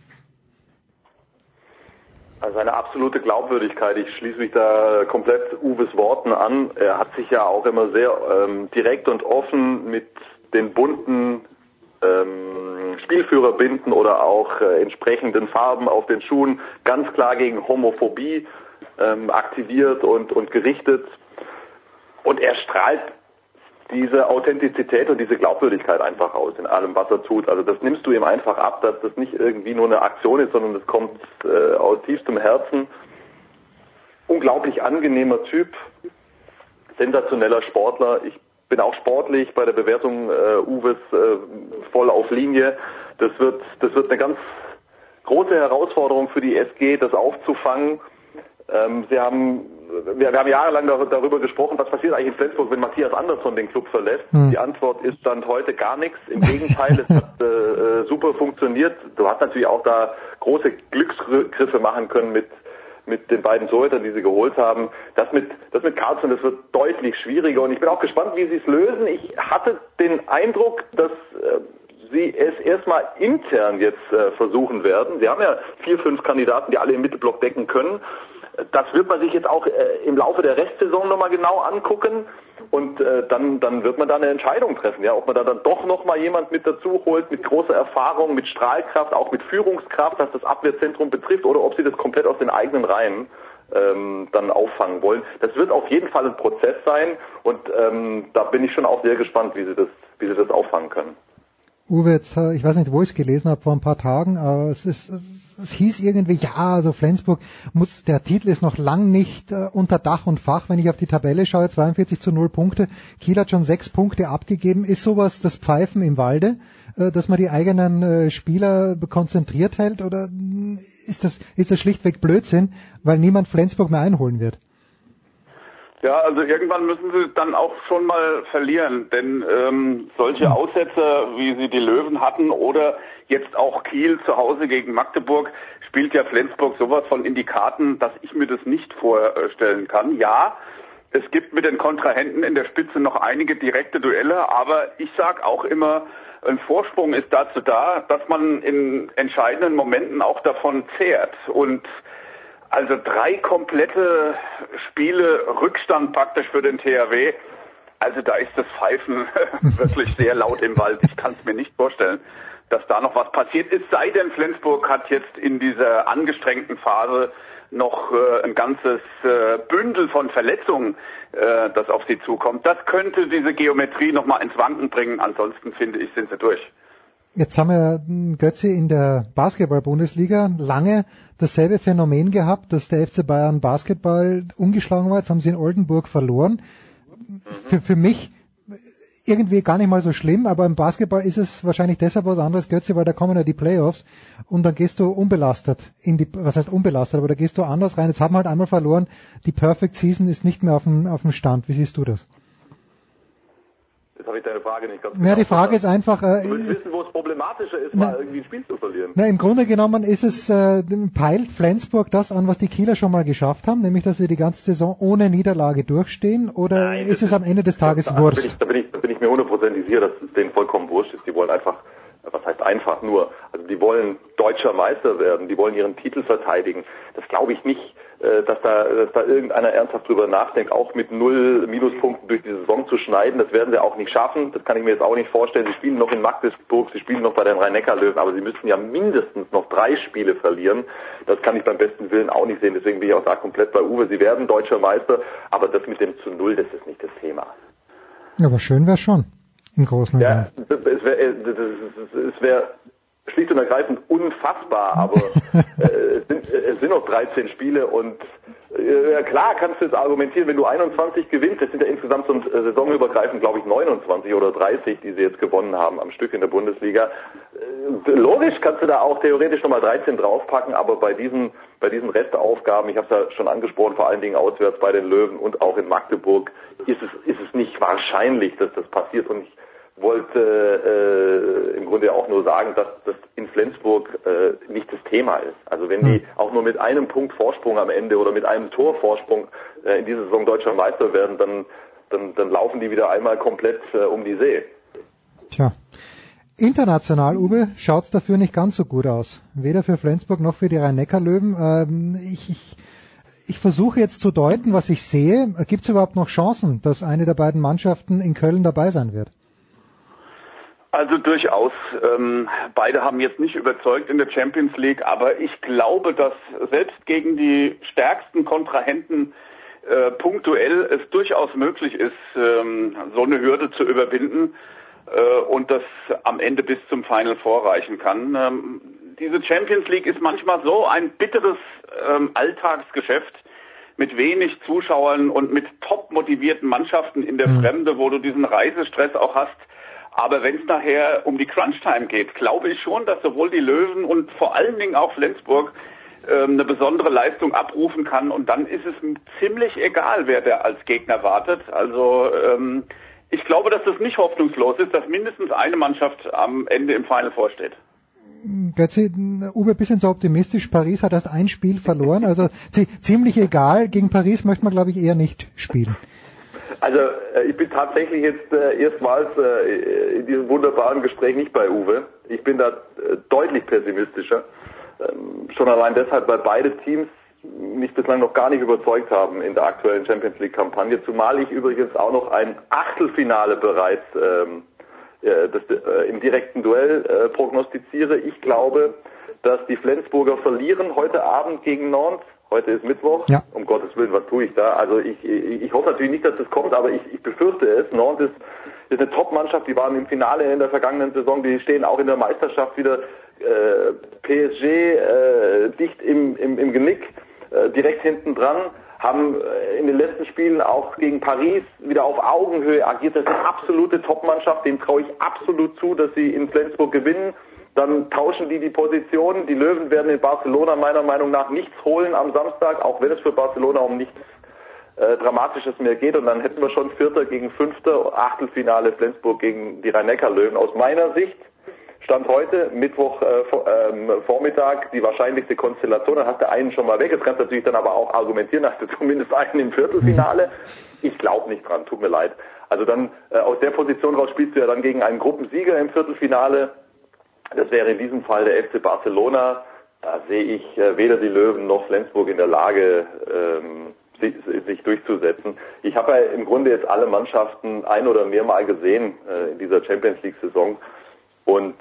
Also eine absolute Glaubwürdigkeit. Ich schließe mich da komplett Uwes Worten an. Er hat sich ja auch immer sehr direkt und offen mit den bunten Spielführerbinden oder auch entsprechenden Farben auf den Schuhen ganz klar gegen Homophobie aktiviert und gerichtet. Und er strahlt diese Authentizität und diese Glaubwürdigkeit einfach aus in allem, was er tut. Also das nimmst du ihm einfach ab, dass das nicht irgendwie nur eine Aktion ist, sondern das kommt aus tiefstem Herzen. Unglaublich angenehmer Typ, sensationeller Sportler. Ich bin auch sportlich bei der Bewertung Uwes voll auf Linie. Das wird eine ganz große Herausforderung für die SG, das aufzufangen. Wir haben jahrelang darüber gesprochen, was passiert eigentlich in Flensburg, wenn Matthias Andersson den Club verlässt. Die Antwort ist dann heute gar nichts. Im Gegenteil, es hat super funktioniert. Du hast natürlich auch da große Glücksgriffe machen können mit den beiden Torhütern, die sie geholt haben. Das mit Carlsson, das wird deutlich schwieriger und ich bin auch gespannt, wie sie es lösen. Ich hatte den Eindruck, dass sie es erstmal intern jetzt versuchen werden. Sie haben ja 4, 5 Kandidaten, die alle im Mittelblock decken können. Das wird man sich jetzt auch im Laufe der Restsaison nochmal genau angucken und dann wird man da eine Entscheidung treffen, ja, ob man da dann doch nochmal jemand mit dazu holt, mit großer Erfahrung, mit Strahlkraft, auch mit Führungskraft, was das Abwehrzentrum betrifft, oder ob sie das komplett aus den eigenen Reihen dann auffangen wollen. Das wird auf jeden Fall ein Prozess sein und da bin ich schon auch sehr gespannt, wie sie das auffangen können. Uwe, jetzt, ich weiß nicht, wo ich es gelesen habe vor ein paar Tagen, aber es hieß irgendwie, ja, also Flensburg der Titel ist noch lang nicht unter Dach und Fach. Wenn ich auf die Tabelle schaue, 42-0 Punkte, Kiel hat schon 6 Punkte abgegeben. Ist sowas das Pfeifen im Walde, dass man die eigenen Spieler konzentriert hält, oder ist das schlichtweg Blödsinn, weil niemand Flensburg mehr einholen wird? Ja, also irgendwann müssen sie dann auch schon mal verlieren, denn solche Aussetzer, wie sie die Löwen hatten, oder jetzt auch Kiel zu Hause gegen Magdeburg, spielt ja Flensburg sowas von in die Karten, dass ich mir das nicht vorstellen kann. Ja, es gibt mit den Kontrahenten in der Spitze noch einige direkte Duelle, aber ich sag auch immer, ein Vorsprung ist dazu da, dass man in entscheidenden Momenten auch davon zehrt. Und also 3 komplette Spiele Rückstand praktisch für den THW. Also da ist das Pfeifen wirklich sehr laut im Wald. Ich kann es mir nicht vorstellen, dass da noch was passiert. Es sei denn, Flensburg hat jetzt in dieser angestrengten Phase noch ein ganzes Bündel von Verletzungen, das auf sie zukommt. Das könnte diese Geometrie nochmal ins Wanken bringen. Ansonsten finde ich, sind sie durch. Jetzt haben wir, Götze, in der Basketball-Bundesliga lange dasselbe Phänomen gehabt, dass der FC Bayern Basketball umgeschlagen war. Jetzt haben sie in Oldenburg verloren. Für mich irgendwie gar nicht mal so schlimm, aber im Basketball ist es wahrscheinlich deshalb was anderes, Götze, weil da kommen ja die Playoffs und dann gehst du unbelastet was heißt unbelastet, aber da gehst du anders rein. Jetzt haben wir halt einmal verloren, die Perfect Season ist nicht mehr auf dem Stand. Wie siehst du das? Jetzt habe ich deine Frage nicht ganz Ja, die Frage ist einfach... du willst wissen, wo es problematischer ist, mal irgendwie ein Spiel zu verlieren. Im Grunde genommen ist es, peilt Flensburg das an, was die Kieler schon mal geschafft haben, nämlich, dass sie die ganze Saison ohne Niederlage durchstehen, oder Nein, ist es am Ende des Tages Wurst? Da bin ich mir 100% sicher, dass es denen vollkommen wurscht ist. Die wollen einfach, was heißt einfach nur, also die wollen deutscher Meister werden, die wollen ihren Titel verteidigen. Das glaube ich nicht, dass da irgendeiner ernsthaft drüber nachdenkt, auch mit 0 Minuspunkten durch die Saison zu schneiden. Das werden sie auch nicht schaffen. Das kann ich mir jetzt auch nicht vorstellen. Sie spielen noch in Magdeburg, sie spielen noch bei den Rhein-Neckar-Löwen, aber sie müssen ja mindestens noch 3 Spiele verlieren. Das kann ich beim besten Willen auch nicht sehen. Deswegen bin ich auch da komplett bei Uwe. Sie werden deutscher Meister, aber das mit dem zu 0, das ist nicht das Thema. Ja, aber schön wäre schon, im Großen und Ganzen. Ja, es wäre schlicht und ergreifend unfassbar, aber es sind noch 13 Spiele und klar kannst du jetzt argumentieren, wenn du 21 gewinnst, das sind ja insgesamt so saisonübergreifend, glaube ich, 29 oder 30, die sie jetzt gewonnen haben am Stück in der Bundesliga. Logisch kannst du da auch theoretisch nochmal 13 draufpacken, aber bei diesen Restaufgaben, ich habe es ja schon angesprochen, vor allen Dingen auswärts bei den Löwen und auch in Magdeburg, ist es nicht wahrscheinlich, dass das passiert, und ich wollte im Grunde auch nur sagen, dass das in Flensburg nicht das Thema ist. Also wenn die auch nur mit einem Punkt Vorsprung am Ende oder mit einem Tor Vorsprung in dieser Saison deutscher Meister werden, dann laufen die wieder einmal komplett um die See. Tja. International, Uwe, schaut's dafür nicht ganz so gut aus. Weder für Flensburg noch für die Rhein-Neckar-Löwen. Ich versuche jetzt zu deuten, was ich sehe. Gibt es überhaupt noch Chancen, dass eine der beiden Mannschaften in Köln dabei sein wird? Also durchaus. Beide haben jetzt nicht überzeugt in der Champions League, aber ich glaube, dass selbst gegen die stärksten Kontrahenten punktuell es durchaus möglich ist, so eine Hürde zu überwinden und das am Ende bis zum Final vorreichen kann. Diese Champions League ist manchmal so ein bitteres Alltagsgeschäft mit wenig Zuschauern und mit top motivierten Mannschaften in der Fremde, wo du diesen Reisestress auch hast. Aber wenn es nachher um die Crunch-Time geht, glaube ich schon, dass sowohl die Löwen und vor allen Dingen auch Flensburg eine besondere Leistung abrufen kann. Und dann ist es ziemlich egal, wer da als Gegner wartet. Also ich glaube, dass das nicht hoffnungslos ist, dass mindestens eine Mannschaft am Ende im Final Four steht. Götzi, Uwe, ein bisschen so optimistisch. Paris hat erst ein Spiel verloren. Also ziemlich egal. Gegen Paris möchte man, glaube ich, eher nicht spielen. Also ich bin tatsächlich jetzt erstmals in diesem wunderbaren Gespräch nicht bei Uwe. Ich bin da deutlich pessimistischer. Schon allein deshalb, weil beide Teams mich bislang noch gar nicht überzeugt haben in der aktuellen Champions League Kampagne. Zumal ich übrigens auch noch ein Achtelfinale bereits im direkten Duell prognostiziere. Ich glaube, dass die Flensburger verlieren heute Abend gegen Nantes. Heute ist Mittwoch. Ja. Um Gottes Willen, was tue ich da? Also ich hoffe natürlich nicht, dass das kommt, aber ich befürchte es. Nantes ist eine Top-Mannschaft. Die waren im Finale in der vergangenen Saison. Die stehen auch in der Meisterschaft wieder PSG dicht im Genick, direkt hinten dran. Haben in den letzten Spielen auch gegen Paris wieder auf Augenhöhe agiert. Das ist eine absolute Top-Mannschaft. Dem traue ich absolut zu, dass sie in Flensburg gewinnen. Dann tauschen die Positionen. Die Löwen werden in Barcelona meiner Meinung nach nichts holen am Samstag, auch wenn es für Barcelona um nichts Dramatisches mehr geht. Und dann hätten wir schon Vierter gegen Fünfter, Achtelfinale Flensburg gegen die Rhein-Neckar-Löwen. Aus meiner Sicht Stand heute, Mittwoch Vormittag, die wahrscheinlichste Konstellation. Dann hast du einen schon mal weg. Jetzt kannst du natürlich dann aber auch argumentieren, hast du zumindest einen im Viertelfinale. Ich glaube nicht dran, tut mir leid. Also dann aus der Position raus spielst du ja dann gegen einen Gruppensieger im Viertelfinale. Das wäre in diesem Fall der FC Barcelona. Da sehe ich weder die Löwen noch Flensburg in der Lage, sich durchzusetzen. Ich habe ja im Grunde jetzt alle Mannschaften ein- oder mehrmal gesehen in dieser Champions League-Saison. Und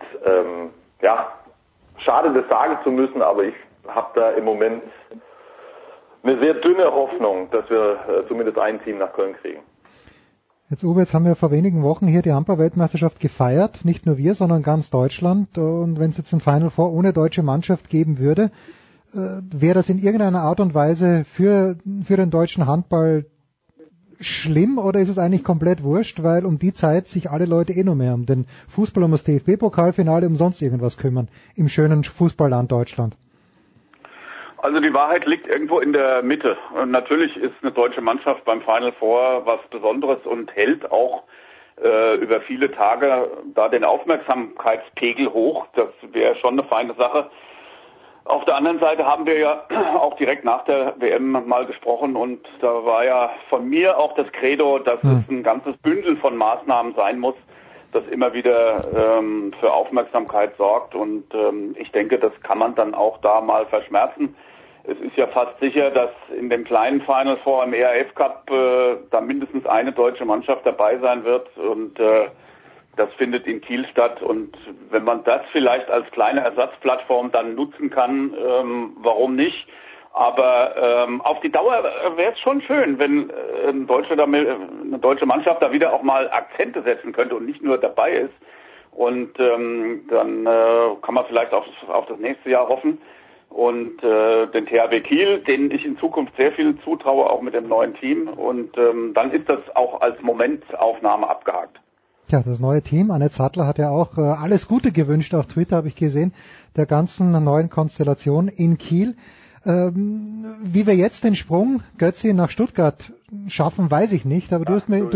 schade, das sagen zu müssen, aber ich habe da im Moment eine sehr dünne Hoffnung, dass wir zumindest ein Team nach Köln kriegen. Jetzt, Uwe, jetzt haben wir vor wenigen Wochen hier die Handball-Weltmeisterschaft gefeiert. Nicht nur wir, sondern ganz Deutschland. Und wenn es jetzt ein Final Four ohne deutsche Mannschaft geben würde, wäre das in irgendeiner Art und Weise für den deutschen Handball schlimm oder ist es eigentlich komplett wurscht, weil um die Zeit sich alle Leute noch mehr um den Fußball, um das DFB-Pokalfinale, um sonst irgendwas kümmern im schönen Fußballland Deutschland? Also die Wahrheit liegt irgendwo in der Mitte. Und natürlich ist eine deutsche Mannschaft beim Final Four was Besonderes und hält auch über viele Tage da den Aufmerksamkeitspegel hoch. Das wäre schon eine feine Sache. Auf der anderen Seite haben wir ja auch direkt nach der WM mal gesprochen und da war ja von mir auch das Credo, dass es ein ganzes Bündel von Maßnahmen sein muss, das immer wieder für Aufmerksamkeit sorgt und ich denke, das kann man dann auch da mal verschmerzen. Es ist ja fast sicher, dass in dem kleinen Final Four im ERF Cup da mindestens eine deutsche Mannschaft dabei sein wird und das findet in Kiel statt und wenn man das vielleicht als kleine Ersatzplattform dann nutzen kann, warum nicht? Aber auf die Dauer wäre es schon schön, wenn eine deutsche Mannschaft da wieder auch mal Akzente setzen könnte und nicht nur dabei ist. Und dann kann man vielleicht auf das nächste Jahr hoffen. Und den THW Kiel, denen ich in Zukunft sehr viel zutraue, auch mit dem neuen Team. Und dann ist das auch als Momentaufnahme abgehakt. Ja, das neue Team, Annette Sattler hat ja auch alles Gute gewünscht auf Twitter, habe ich gesehen, der ganzen neuen Konstellation in Kiel. Wie wir jetzt den Sprung, Götzi, nach Stuttgart schaffen, weiß ich nicht, aber du hast mir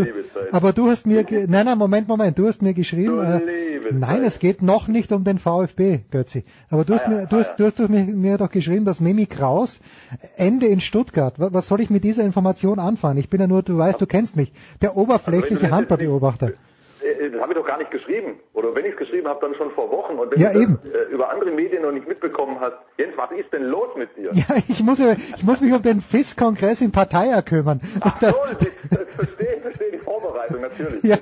geschrieben, nein, es geht noch nicht um den VfB, Götzi, aber du hast mir doch geschrieben, dass Mimi Kraus Ende in Stuttgart. Was soll ich mit dieser Information anfangen? Ich bin ja nur, du weißt, du kennst mich, der oberflächliche Handballbeobachter. Das habe ich doch gar nicht geschrieben. Oder wenn ich es geschrieben habe, dann schon vor Wochen. Und wenn du das über andere Medien noch nicht mitbekommen hast, Jens, was ist denn los mit dir? Ja, ich muss mich um den FIS-Kongress in Pattaya kümmern. Ach so, ich verstehe die Vorbereitung, natürlich. Ja.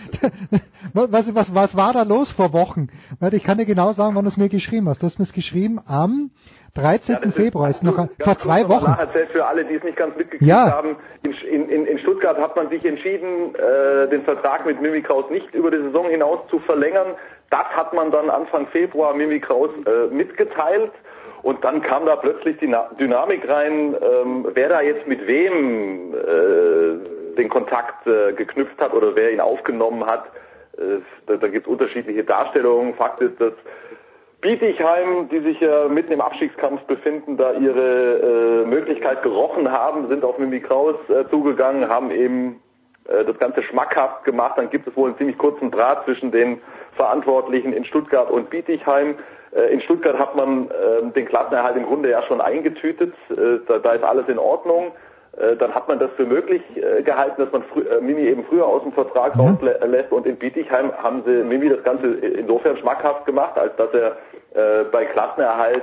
Was war da los vor Wochen? Warte, ich kann dir genau sagen, wann du es mir geschrieben hast. Du hast mir es geschrieben am 13. Februar, ist noch vor 2 Wochen. Nacherzählt für alle, die es nicht ganz mitgekriegt haben. In Stuttgart hat man sich entschieden, den Vertrag mit Mimi Kraus nicht über die Saison hinaus zu verlängern. Das hat man dann Anfang Februar Mimi Kraus mitgeteilt. Und dann kam da plötzlich die Dynamik rein, wer da jetzt mit wem den Kontakt geknüpft hat oder wer ihn aufgenommen hat. Da gibt es unterschiedliche Darstellungen. Fakt ist, dass Bietigheim, die sich ja mitten im Abstiegskampf befinden, da ihre Möglichkeit gerochen haben, sind auf Mimi Kraus zugegangen, haben eben das Ganze schmackhaft gemacht. Dann gibt es wohl einen ziemlich kurzen Draht zwischen den Verantwortlichen in Stuttgart und Bietigheim. In Stuttgart hat man den Klassenerhalt im Grunde ja schon eingetütet. Da ist alles in Ordnung. Dann hat man das für möglich gehalten, dass man Mimi eben früher aus dem Vertrag rauslässt, und in Bietigheim haben sie Mimi das Ganze insofern schmackhaft gemacht, als dass er bei Klassenerhalt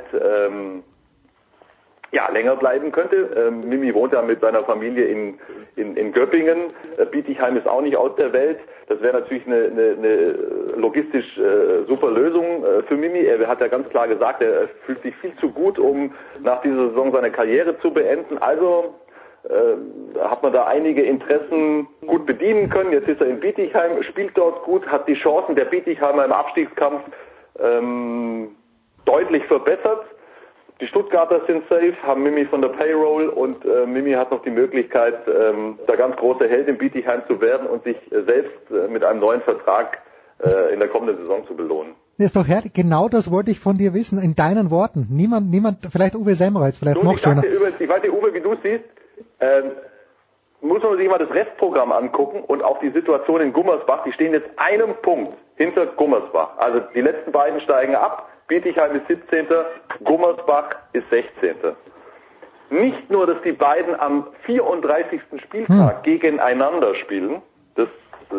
länger bleiben könnte. Mimi wohnt ja mit seiner Familie in Göppingen. Bietigheim ist auch nicht aus der Welt. Das wäre natürlich eine logistisch super Lösung für Mimi. Er hat ja ganz klar gesagt, er fühlt sich viel zu gut, um nach dieser Saison seine Karriere zu beenden. Also hat man da einige Interessen gut bedienen können. Jetzt ist er in Bietigheim, spielt dort gut, hat die Chancen der Bietigheimer im Abstiegskampf deutlich verbessert. Die Stuttgarter sind safe, haben Mimi von der Payroll, und Mimi hat noch die Möglichkeit, der ganz große Held in Bietigheim zu werden und sich selbst mit einem neuen Vertrag in der kommenden Saison zu belohnen. Das ist doch herrlich. Genau das wollte ich von dir wissen, in deinen Worten. Niemand, vielleicht Uwe Semmeritz, vielleicht noch schöner. Ich weiß nicht, Uwe, wie du es siehst, muss man sich mal das Restprogramm angucken und auch die Situation in Gummersbach. Die stehen jetzt einem Punkt hinter Gummersbach. Also die letzten beiden steigen ab. Bietigheim ist 17., Gummersbach ist 16. Nicht nur, dass die beiden am 34. Spieltag gegeneinander spielen, das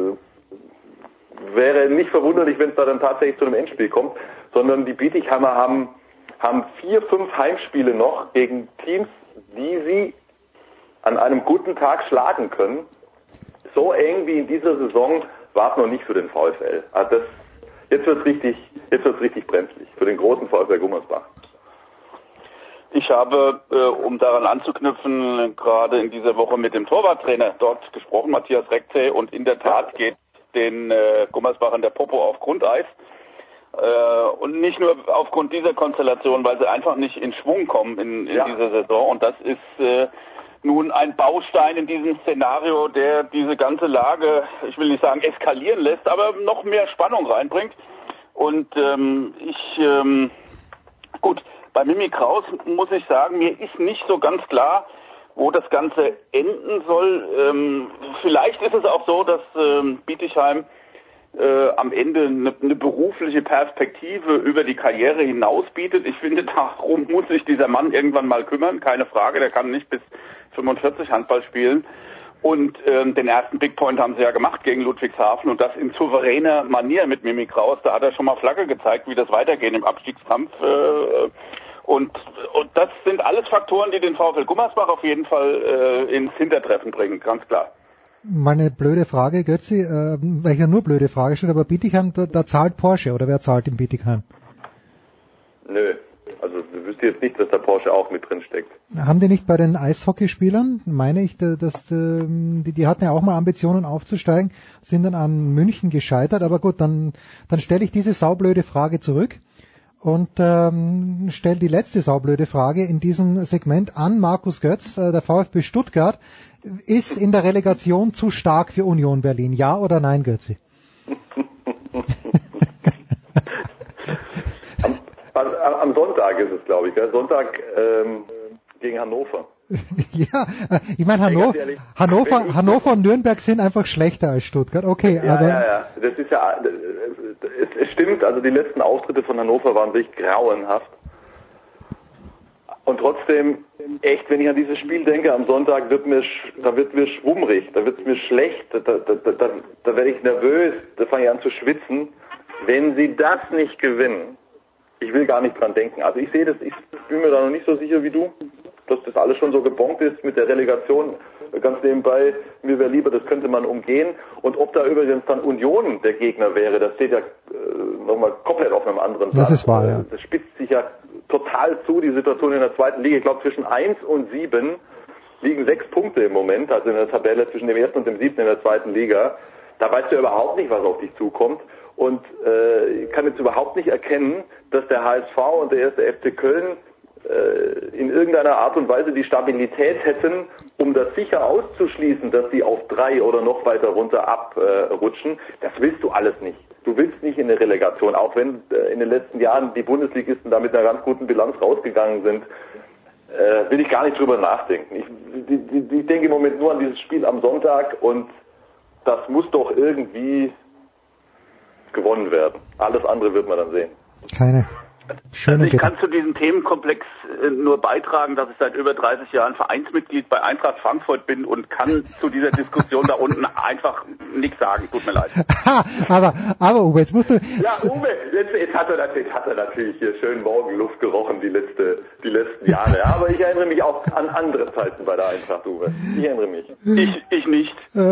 wäre nicht verwunderlich, wenn es da dann tatsächlich zu einem Endspiel kommt, sondern die Bietigheimer haben 4, 5 Heimspiele noch gegen Teams, die sie an einem guten Tag schlagen können. So eng wie in dieser Saison war es noch nicht für den VfL. Also jetzt wird's richtig brenzlig für den großen VfL Gummersbach. Ich habe, um daran anzuknüpfen, gerade in dieser Woche mit dem Torwarttrainer dort gesprochen, Matthias Rekte, und in der Tat geht den Gummersbachern der Popo auf Grundeis. Und nicht nur aufgrund dieser Konstellation, weil sie einfach nicht in Schwung kommen in dieser Saison. Und das ist nun ein Baustein in diesem Szenario, der diese ganze Lage, ich will nicht sagen eskalieren lässt, aber noch mehr Spannung reinbringt. Und gut, bei Mimi Kraus muss ich sagen, mir ist nicht so ganz klar, wo das Ganze enden soll. Vielleicht ist es auch so, dass Bietigheim am Ende eine berufliche Perspektive über die Karriere hinaus bietet. Ich finde, darum muss sich dieser Mann irgendwann mal kümmern, keine Frage. Der kann nicht bis 45 Handball spielen. Und den ersten Big Point haben sie ja gemacht gegen Ludwigshafen, und das in souveräner Manier mit Mimi Kraus. Da hat er schon mal Flagge gezeigt, wie das weitergeht im Abstiegskampf. Und das sind alles Faktoren, die den VfL Gummersbach auf jeden Fall ins Hintertreffen bringen, ganz klar. Meine blöde Frage, Götzi, weil ich ja nur blöde Frage stelle, aber Bietigheim, da zahlt Porsche, oder wer zahlt in Bietigheim? Nö, also du wüsstest jetzt nicht, dass der Porsche auch mit drin steckt. Haben die nicht bei den Eishockeyspielern, meine ich, dass die hatten ja auch mal Ambitionen aufzusteigen, sind dann an München gescheitert, aber gut, dann stelle ich diese saublöde Frage zurück und stelle die letzte saublöde Frage in diesem Segment an Markus Götz. Der VfB Stuttgart ist in der Relegation zu stark für Union Berlin. Ja oder nein, Götzi? Am Sonntag ist es, glaube ich. Sonntag gegen Hannover. Ja, ich meine, Hannover und Nürnberg sind einfach schlechter als Stuttgart. Okay, aber... Ja. Das ist ja... Es stimmt, also die letzten Auftritte von Hannover waren wirklich grauenhaft. Und trotzdem, echt, wenn ich an dieses Spiel denke, am Sonntag wird mir schwummrig, da wird es mir schlecht, da werde ich nervös, da fange ich an zu schwitzen. Wenn sie das nicht gewinnen, ich will gar nicht dran denken. Also ich sehe das, ich bin mir da noch nicht so sicher wie du, dass das alles schon so gebongt ist mit der Relegation. Ganz nebenbei, mir wäre lieber, das könnte man umgehen. Und ob da übrigens dann Union der Gegner wäre, das steht ja nochmal komplett auf einem anderen Platz. Das ist wahr, ja. Das spitzt sich ja total zu, die Situation in der zweiten Liga. Ich glaube, zwischen 1 und 7 liegen 6 Punkte im Moment, also in der Tabelle zwischen dem 1. und dem 7. in der zweiten Liga. Da weißt du ja überhaupt nicht, was auf dich zukommt. Und ich kann jetzt überhaupt nicht erkennen, dass der HSV und der 1. FC Köln in irgendeiner Art und Weise die Stabilität hätten, um das sicher auszuschließen, dass sie auf 3 oder noch weiter runter abrutschen. Das willst du alles nicht. Du willst nicht in eine Relegation, auch wenn in den letzten Jahren die Bundesligisten da mit einer ganz guten Bilanz rausgegangen sind, will ich gar nicht drüber nachdenken. Ich denke im Moment nur an dieses Spiel am Sonntag und das muss doch irgendwie gewonnen werden. Alles andere wird man dann sehen. Keine schöne Also ich kann zu diesem Themenkomplex nur beitragen, dass ich seit über 30 Jahren Vereinsmitglied bei Eintracht Frankfurt bin und kann zu dieser Diskussion da unten einfach nichts sagen. Tut mir leid. aber Uwe, jetzt musst du... Ja, Uwe, jetzt hat er natürlich hier schön Morgenluft gerochen die letzten Jahre. Ja, aber ich erinnere mich auch an andere Zeiten bei der Eintracht, Uwe. Ich erinnere mich. Ich nicht.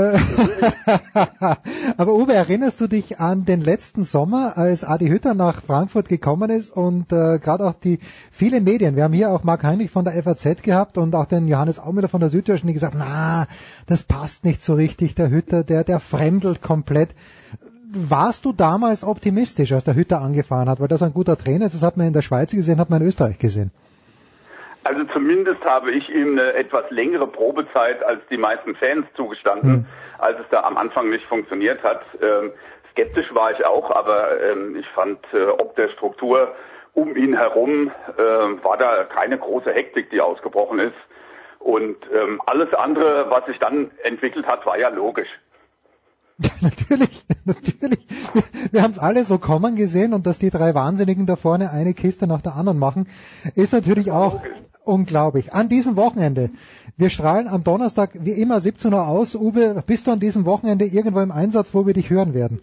Aber Uwe, erinnerst du dich an den letzten Sommer, als Adi Hütter nach Frankfurt gekommen ist und gerade auch die vielen Medien, wir haben hier auch Marc Heinrich von der FAZ gehabt und auch den Johannes Aumüller von der Süddeutschen, die gesagt, das passt nicht so richtig, der Hütter, der fremdelt komplett. Warst du damals optimistisch, als der Hütter angefahren hat, weil das ein guter Trainer ist? Das hat man in der Schweiz gesehen, hat man in Österreich gesehen. Also zumindest habe ich ihm eine etwas längere Probezeit als die meisten Fans zugestanden, als es da am Anfang nicht funktioniert hat. Skeptisch war ich auch, aber ich fand, ob der Struktur um ihn herum war da keine große Hektik, die ausgebrochen ist. Und alles andere, was sich dann entwickelt hat, war ja logisch. Natürlich. Wir haben es alle so kommen gesehen und dass die 3 Wahnsinnigen da vorne eine Kiste nach der anderen machen, ist natürlich auch unglaublich. An diesem Wochenende, wir strahlen am Donnerstag wie immer 17 Uhr aus. Uwe, bist du an diesem Wochenende irgendwo im Einsatz, wo wir dich hören werden?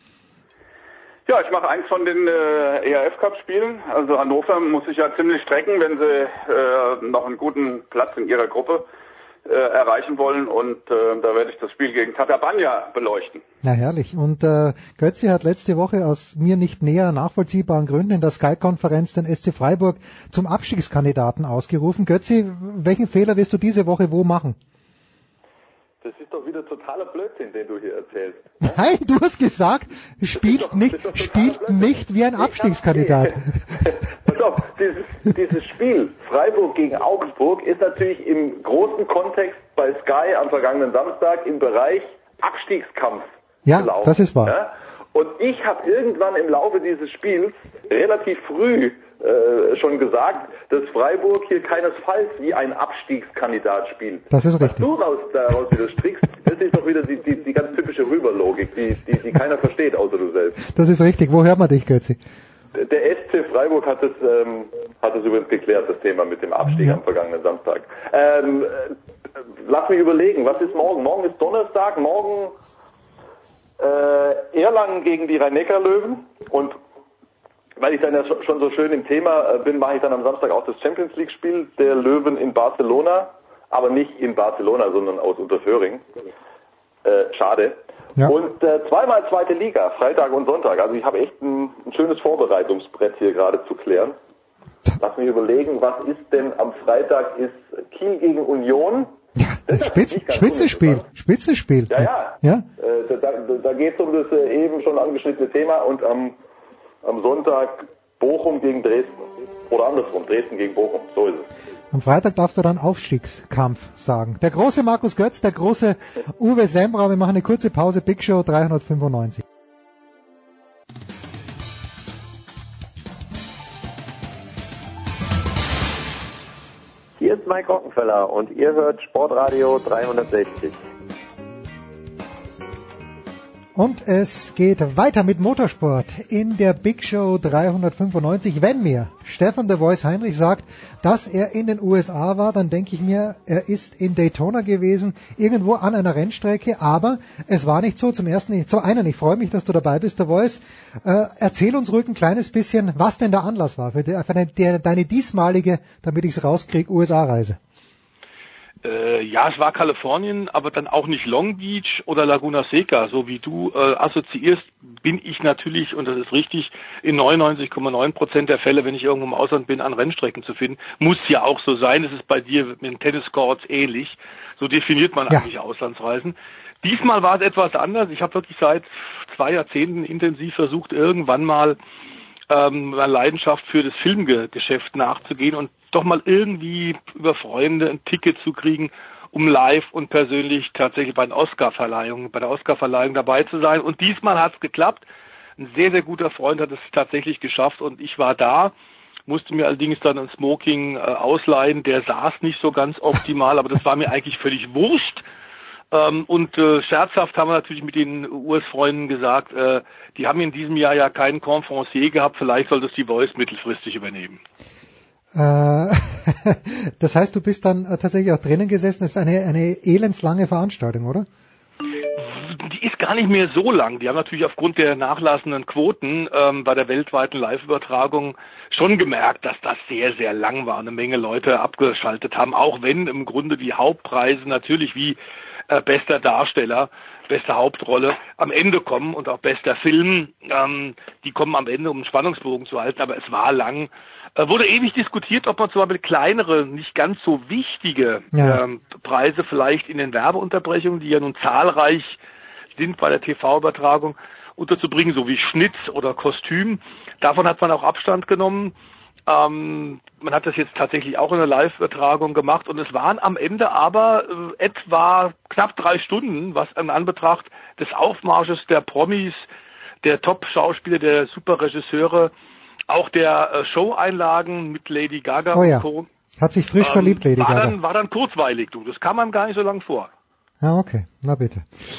Ja, ich mache eins von den ERF-Cup-Spielen. Also Hannover muss sich ja ziemlich strecken, wenn sie noch einen guten Platz in ihrer Gruppe erreichen wollen. Und da werde ich das Spiel gegen Tatabanya beleuchten. Na herrlich. Und Götzi hat letzte Woche aus mir nicht näher nachvollziehbaren Gründen in der Sky-Konferenz den SC Freiburg zum Abstiegskandidaten ausgerufen. Götzi, welchen Fehler wirst du diese Woche wo machen? Das ist doch wieder totaler Blödsinn, den du hier erzählst. Nein, du hast gesagt, spielt nicht wie ein Abstiegskandidat. Pass auf, dieses Spiel Freiburg gegen Augsburg ist natürlich im großen Kontext bei Sky am vergangenen Samstag im Bereich Abstiegskampf gelaufen. Das ist wahr. Ja? Und ich habe irgendwann im Laufe dieses Spiels relativ früh schon gesagt, dass Freiburg hier keinesfalls wie ein Abstiegskandidat spielt. Das ist richtig. Was du daraus wieder strickst, das ist doch wieder die ganz typische Rüberlogik, die keiner versteht, außer du selbst. Das ist richtig. Wo hört man dich, Götzi? Der SC Freiburg hat es übrigens geklärt, das Thema mit dem Abstieg am vergangenen Samstag. Lass mich überlegen, was ist morgen? Morgen ist Donnerstag, morgen Erlangen gegen die Rhein-Neckar-Löwen und weil ich dann ja schon so schön im Thema bin, mache ich dann am Samstag auch das Champions-League-Spiel der Löwen in Barcelona, aber nicht in Barcelona, sondern aus Unterföhring. Schade. Ja. Und zweimal zweite Liga, Freitag und Sonntag. Also ich habe echt ein schönes Vorbereitungsbrett hier gerade zu klären. Lass mich überlegen, was ist denn am Freitag? Ist Kiel gegen Union? Spitzenspiel. Ja. Da geht es um das eben schon angeschnittene Thema und am Sonntag Bochum gegen Dresden. Oder andersrum, Dresden gegen Bochum. So ist es. Am Freitag darfst du dann Aufstiegskampf sagen. Der große Markus Götz, der große Uwe Sembrau. Wir machen eine kurze Pause. Big Show 395. Hier ist Mike Rockenfeller und ihr hört Sportradio 360. Und es geht weiter mit Motorsport in der Big Show 395. Wenn mir Stefan The Voice Heinrich sagt, dass er in den USA war, dann denke ich mir, er ist in Daytona gewesen, irgendwo an einer Rennstrecke, aber es war nicht so. Zum einen, ich freue mich, dass du dabei bist, The Voice. Erzähl uns ruhig ein kleines bisschen, was denn der Anlass war für deine diesmalige, damit ich es rauskriege, USA-Reise. Ja, es war Kalifornien, aber dann auch nicht Long Beach oder Laguna Seca, so wie du assoziierst, bin ich natürlich, und das ist richtig, in 99,9% der Fälle, wenn ich irgendwo im Ausland bin, an Rennstrecken zu finden. Muss ja auch so sein, es ist bei dir mit den Tenniscourts ähnlich. So definiert man eigentlich Auslandsreisen. Diesmal war es etwas anders. Ich habe wirklich seit 2 Jahrzehnten intensiv versucht, irgendwann mal einer Leidenschaft für das Filmgeschäft nachzugehen und doch mal irgendwie über Freunde ein Ticket zu kriegen, um live und persönlich tatsächlich bei der Oscarverleihung dabei zu sein. Und diesmal hat es geklappt. Ein sehr, sehr guter Freund hat es tatsächlich geschafft und ich war da, musste mir allerdings dann ein Smoking ausleihen. Der saß nicht so ganz optimal, aber das war mir eigentlich völlig wurscht. Scherzhaft haben wir natürlich mit den US-Freunden gesagt, die haben in diesem Jahr ja keinen Conferencier gehabt, vielleicht soll das die Voice mittelfristig übernehmen. Das heißt, du bist dann tatsächlich auch drinnen gesessen. Das ist eine elendslange Veranstaltung, oder? Die ist gar nicht mehr so lang. Die haben natürlich aufgrund der nachlassenden Quoten bei der weltweiten Live-Übertragung schon gemerkt, dass das sehr, sehr lang war. Eine Menge Leute abgeschaltet haben, auch wenn im Grunde die Hauptpreise natürlich wie bester Darsteller, beste Hauptrolle am Ende kommen und auch bester Film. Die kommen am Ende, um einen Spannungsbogen zu halten, aber es war lang. Wurde ewig diskutiert, ob man zum Beispiel kleinere, nicht ganz so wichtige Preise vielleicht in den Werbeunterbrechungen, die ja nun zahlreich sind bei der TV-Übertragung, unterzubringen, so wie Schnitt oder Kostüm. Davon hat man auch Abstand genommen. Man hat das jetzt tatsächlich auch in der Live-Übertragung gemacht und es waren am Ende aber etwa knapp 3 Stunden, was in Anbetracht des Aufmarsches der Promis, der Top-Schauspieler, der Superregisseure, auch der Show-Einlagen mit Lady Gaga und Co. Hat sich frisch verliebt, Lady Gaga. War dann kurzweilig, du. Das kam einem gar nicht so lang vor. Ja, okay. Na bitte.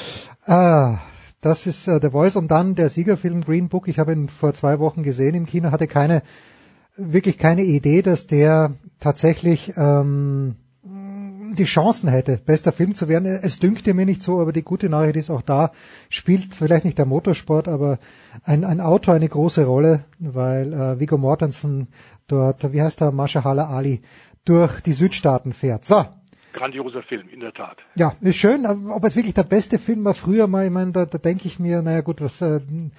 Das ist The Voice und dann der Siegerfilm Green Book. Ich habe ihn vor 2 Wochen gesehen im Kino, hatte wirklich keine Idee, dass der tatsächlich die Chancen hätte, bester Film zu werden. Es dünkte mir nicht so, aber die gute Nachricht ist auch da, spielt vielleicht nicht der Motorsport, aber ein Auto eine große Rolle, weil Viggo Mortensen dort, wie heißt der, Mahershala Ali, durch die Südstaaten fährt. So. Grandioser Film, in der Tat. Ja, ist schön, aber ob es wirklich der beste Film war früher mal, ich meine, da denke ich mir, naja gut, was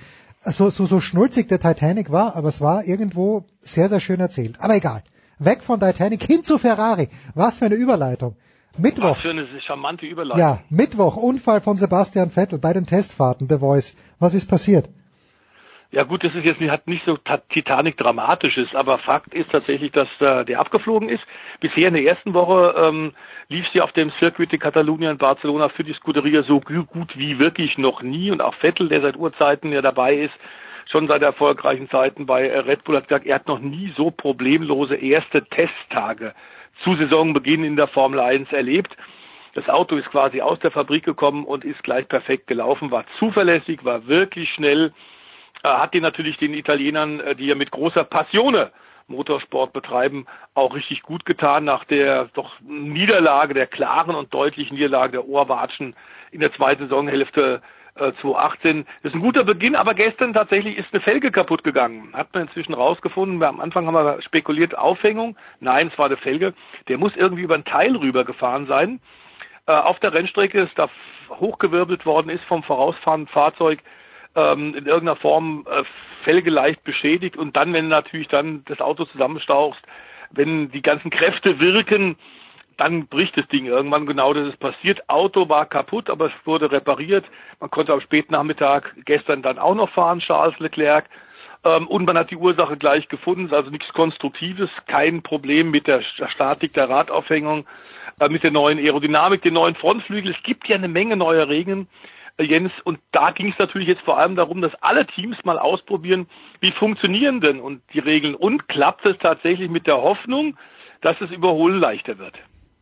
so schnulzig der Titanic war, aber es war irgendwo sehr, sehr schön erzählt. Aber egal. Weg von Titanic hin zu Ferrari. Was für eine Überleitung. Mittwoch. Was für eine charmante Überleitung. Ja, Mittwoch, Unfall von Sebastian Vettel bei den Testfahrten, The Voice. Was ist passiert? Ja gut, das ist jetzt hat nicht so Titanic-Dramatisches, aber Fakt ist tatsächlich, dass der abgeflogen ist. Bisher in der ersten Woche lief sie auf dem Circuit de Catalunya in Barcelona für die Scuderia so gut wie wirklich noch nie. Und auch Vettel, der seit Urzeiten ja dabei ist, schon seit erfolgreichen Zeiten bei Red Bull, hat gesagt, er hat noch nie so problemlose erste Testtage zu Saisonbeginn in der Formel 1 erlebt. Das Auto ist quasi aus der Fabrik gekommen und ist gleich perfekt gelaufen, war zuverlässig, war wirklich schnell, hat natürlich den Italienern, die ja mit großer Passione Motorsport betreiben, auch richtig gut getan nach der doch Niederlage, der klaren und deutlichen Niederlage der Ohrwatschen in der zweiten Saisonhälfte 2018. Das ist ein guter Beginn, aber gestern tatsächlich ist eine Felge kaputt gegangen. Hat man inzwischen rausgefunden. Am Anfang haben wir spekuliert, Aufhängung. Nein, es war eine Felge. Der muss irgendwie über ein Teil rübergefahren sein. Auf der Rennstrecke ist da hochgewirbelt worden ist vom vorausfahrenden Fahrzeug, in irgendeiner Form Felge leicht beschädigt und dann, wenn natürlich dann das Auto zusammenstauchst, wenn die ganzen Kräfte wirken, dann bricht das Ding irgendwann. Genau das ist passiert. Auto war kaputt, aber es wurde repariert. Man konnte am Spätnachmittag gestern dann auch noch fahren, Charles Leclerc. Und man hat die Ursache gleich gefunden. Also nichts Konstruktives, kein Problem mit der Statik der Radaufhängung, mit der neuen Aerodynamik, den neuen Frontflügel. Es gibt ja eine Menge neuer Regeln, Jens. Und da ging es natürlich jetzt vor allem darum, dass alle Teams mal ausprobieren, wie funktionieren denn und die Regeln. Und klappt es tatsächlich mit der Hoffnung, dass es Überholen leichter wird.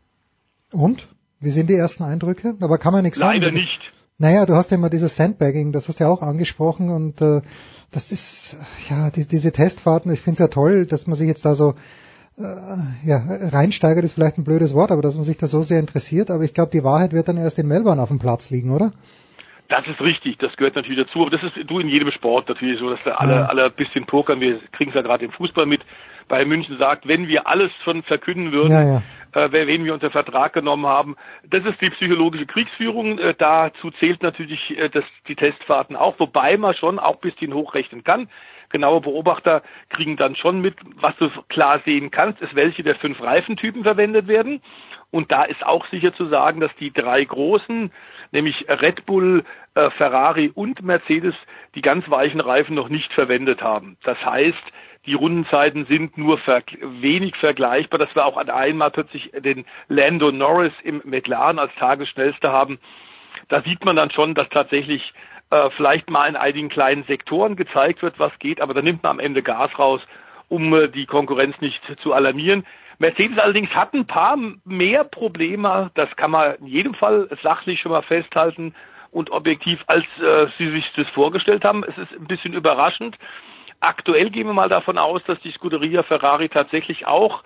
Und? Wie sind die ersten Eindrücke? Aber kann man nichts sagen. Leider nicht. Naja, du hast ja immer dieses Sandbagging, das hast du ja auch angesprochen und das ist, ja, diese Testfahrten, ich finde es ja toll, dass man sich jetzt da so reinsteigert, ist vielleicht ein blödes Wort, aber dass man sich da so sehr interessiert, aber ich glaube, die Wahrheit wird dann erst in Melbourne auf dem Platz liegen, oder? Das ist richtig, das gehört natürlich dazu, aber das ist du in jedem Sport natürlich so, dass da alle ein bisschen pokern, wir kriegen es ja gerade im Fußball mit. Bei München sagt, wenn wir alles schon verkünden würden, wen wir unter Vertrag genommen haben, das ist die psychologische Kriegsführung. Dazu zählt natürlich die Testfahrten auch, wobei man schon auch ein bisschen hochrechnen kann. Genaue Beobachter kriegen dann schon mit, was du klar sehen kannst, ist, welche der 5 Reifentypen verwendet werden. Und da ist auch sicher zu sagen, dass die 3 großen, nämlich Red Bull, Ferrari und Mercedes, die ganz weichen Reifen noch nicht verwendet haben. Das heißt, Die Rundenzeiten sind nur wenig vergleichbar, dass wir auch an einmal plötzlich den Lando Norris im McLaren als Tagesschnellster haben. Da sieht man dann schon, dass tatsächlich vielleicht mal in einigen kleinen Sektoren gezeigt wird, was geht, aber da nimmt man am Ende Gas raus, um die Konkurrenz nicht zu alarmieren. Mercedes allerdings hat ein paar mehr Probleme, das kann man in jedem Fall sachlich schon mal festhalten und objektiv, als sie sich das vorgestellt haben. Es ist ein bisschen überraschend. Aktuell gehen wir mal davon aus, dass die Scuderia Ferrari tatsächlich auch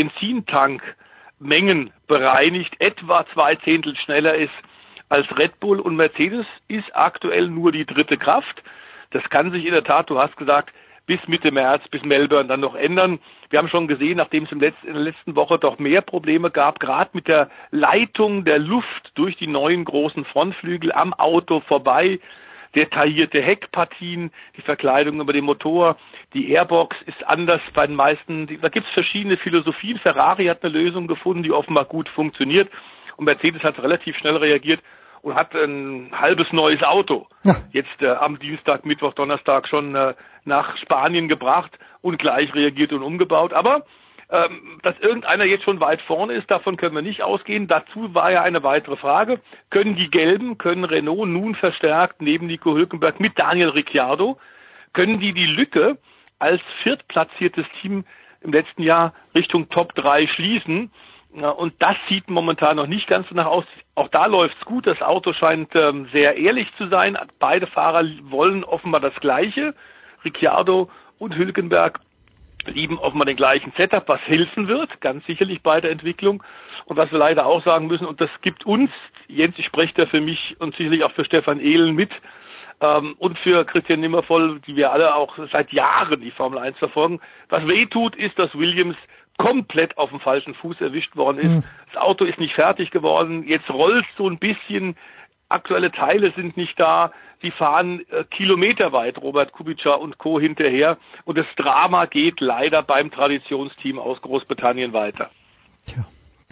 Benzintankmengen bereinigt, etwa 2/10 schneller ist als Red Bull, und Mercedes ist aktuell nur die dritte Kraft. Das kann sich in der Tat, du hast gesagt, bis Mitte März, bis Melbourne dann noch ändern. Wir haben schon gesehen, nachdem es in der letzten Woche doch mehr Probleme gab, gerade mit der Leitung der Luft durch die neuen großen Frontflügel am Auto vorbei, detaillierte Heckpartien, die Verkleidung über den Motor, die Airbox ist anders bei den meisten. Da gibt es verschiedene Philosophien. Ferrari hat eine Lösung gefunden, die offenbar gut funktioniert, und Mercedes hat relativ schnell reagiert und hat ein halbes neues Auto jetzt am Dienstag, Mittwoch, Donnerstag schon nach Spanien gebracht und gleich reagiert und umgebaut. Aber dass irgendeiner jetzt schon weit vorne ist, davon können wir nicht ausgehen. Dazu war ja eine weitere Frage. Können die Gelben, können Renault nun verstärkt neben Nico Hülkenberg mit Daniel Ricciardo, können die Lücke als viertplatziertes Team im letzten Jahr Richtung Top 3 schließen? Und das sieht momentan noch nicht ganz danach aus. Auch da läuft's gut. Das Auto scheint sehr ehrlich zu sein. Beide Fahrer wollen offenbar das Gleiche. Ricciardo und Hülkenberg lieben offenbar den gleichen Setup, was helfen wird, ganz sicherlich bei der Entwicklung. Und was wir leider auch sagen müssen, und das gibt uns, Jens, ich spreche da für mich und sicherlich auch für Stefan Ehlen mit, und für Christian Nimmervoll, die wir alle auch seit Jahren die Formel 1 verfolgen. Was weh tut, ist, dass Williams komplett auf dem falschen Fuß erwischt worden ist. Das Auto ist nicht fertig geworden. Jetzt rollt so ein bisschen. Aktuelle Teile sind nicht da. Sie fahren kilometerweit Robert Kubica und Co. hinterher. Und das Drama geht leider beim Traditionsteam aus Großbritannien weiter. Tja,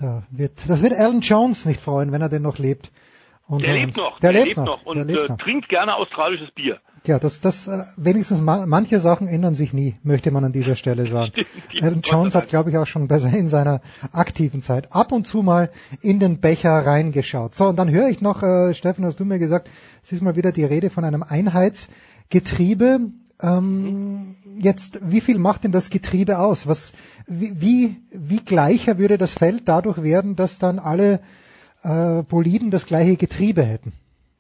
das wird Alan Jones nicht freuen, wenn er denn noch lebt. Und der lebt noch und trinkt gerne australisches Bier. Ja, das wenigstens manche Sachen ändern sich nie, möchte man an dieser Stelle sagen. Alan Jones hat, glaube ich, auch schon in seiner aktiven Zeit ab und zu mal in den Becher reingeschaut. So, und dann höre ich noch, Steffen, hast du mir gesagt, es ist mal wieder die Rede von einem Einheitsgetriebe. Jetzt, wie viel macht denn das Getriebe aus? Wie gleicher würde das Feld dadurch werden, dass dann alle Boliden das gleiche Getriebe hätten?